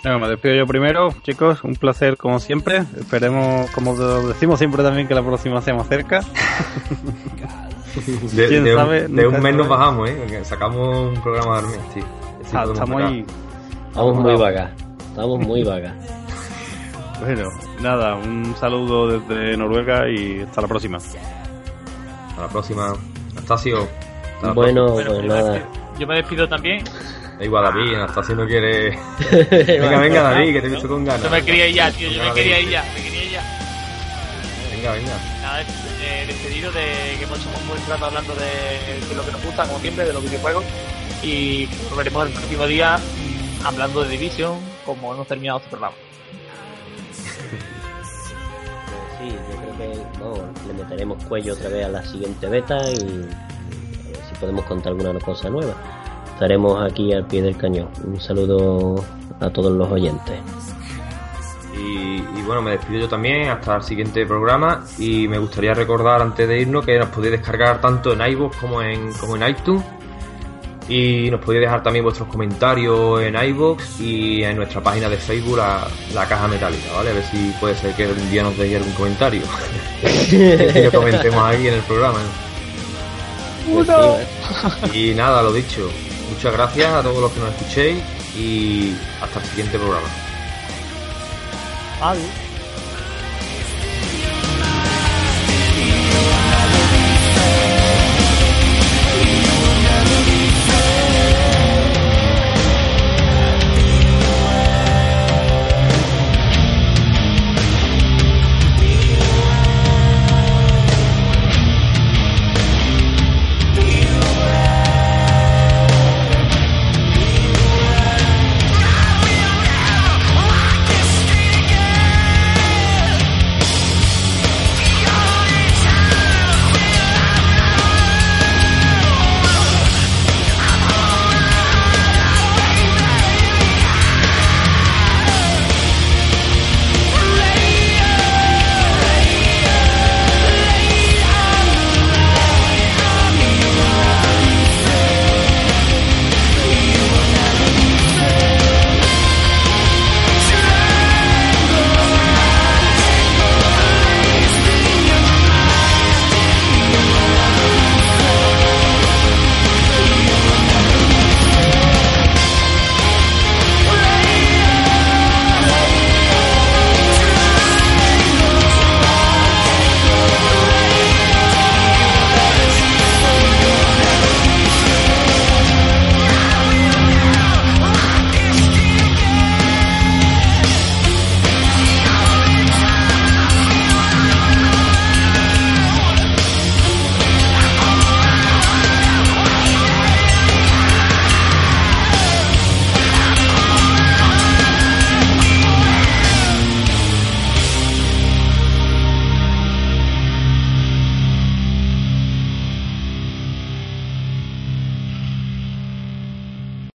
Venga, me despido yo primero, chicos, un placer como siempre. Esperemos, como decimos siempre también, que la próxima sea más cerca. De, ¿Quién de sabe? Un, de un mes nos sabe. bajamos, ¿eh? Porque sacamos un programa al mes, sí. Sí, Ah, podemos estamos sacar. ahí. Estamos muy vagas. Estamos muy vagas. Bueno, nada, un saludo desde Noruega y hasta la próxima. Hasta la próxima. Anastasio. Hasta la Bueno, Bueno, pues yo, me nada. despido, yo me despido también. próxima. Igual David, Anastasio no quiere. Venga, venga, David, que te he visto con ganas. Yo me quería ir ya, tío, yo Venga, me quería David. ir ya, me quería ir ya. Venga, venga. Nada, eh, despedido de que hemos hecho un buen rato hablando de, de lo que nos gusta, como siempre, de los videojuegos. Y volveremos el próximo día mm, hablando de Division, como hemos terminado este programa. Sí, yo creo que vamos, le meteremos cuello otra vez a la siguiente beta y a ver si podemos contar alguna cosa nueva. Estaremos aquí al pie del cañón. Un saludo a todos los oyentes. Y, y bueno, me despido yo también hasta el siguiente programa. Y me gustaría recordar antes de irnos que nos podéis descargar tanto en iVoox como en, como en iTunes. Y nos podéis dejar también vuestros comentarios en iVoox y en nuestra página de Facebook, la, la Caja Metálica, ¿vale? A ver si puede ser que un día nos deis algún comentario. Y lo comentemos ahí en el programa. Pues sí, ¿eh? Y nada, lo dicho. Muchas gracias a todos los que nos escuchéis y hasta el siguiente programa. Adiós.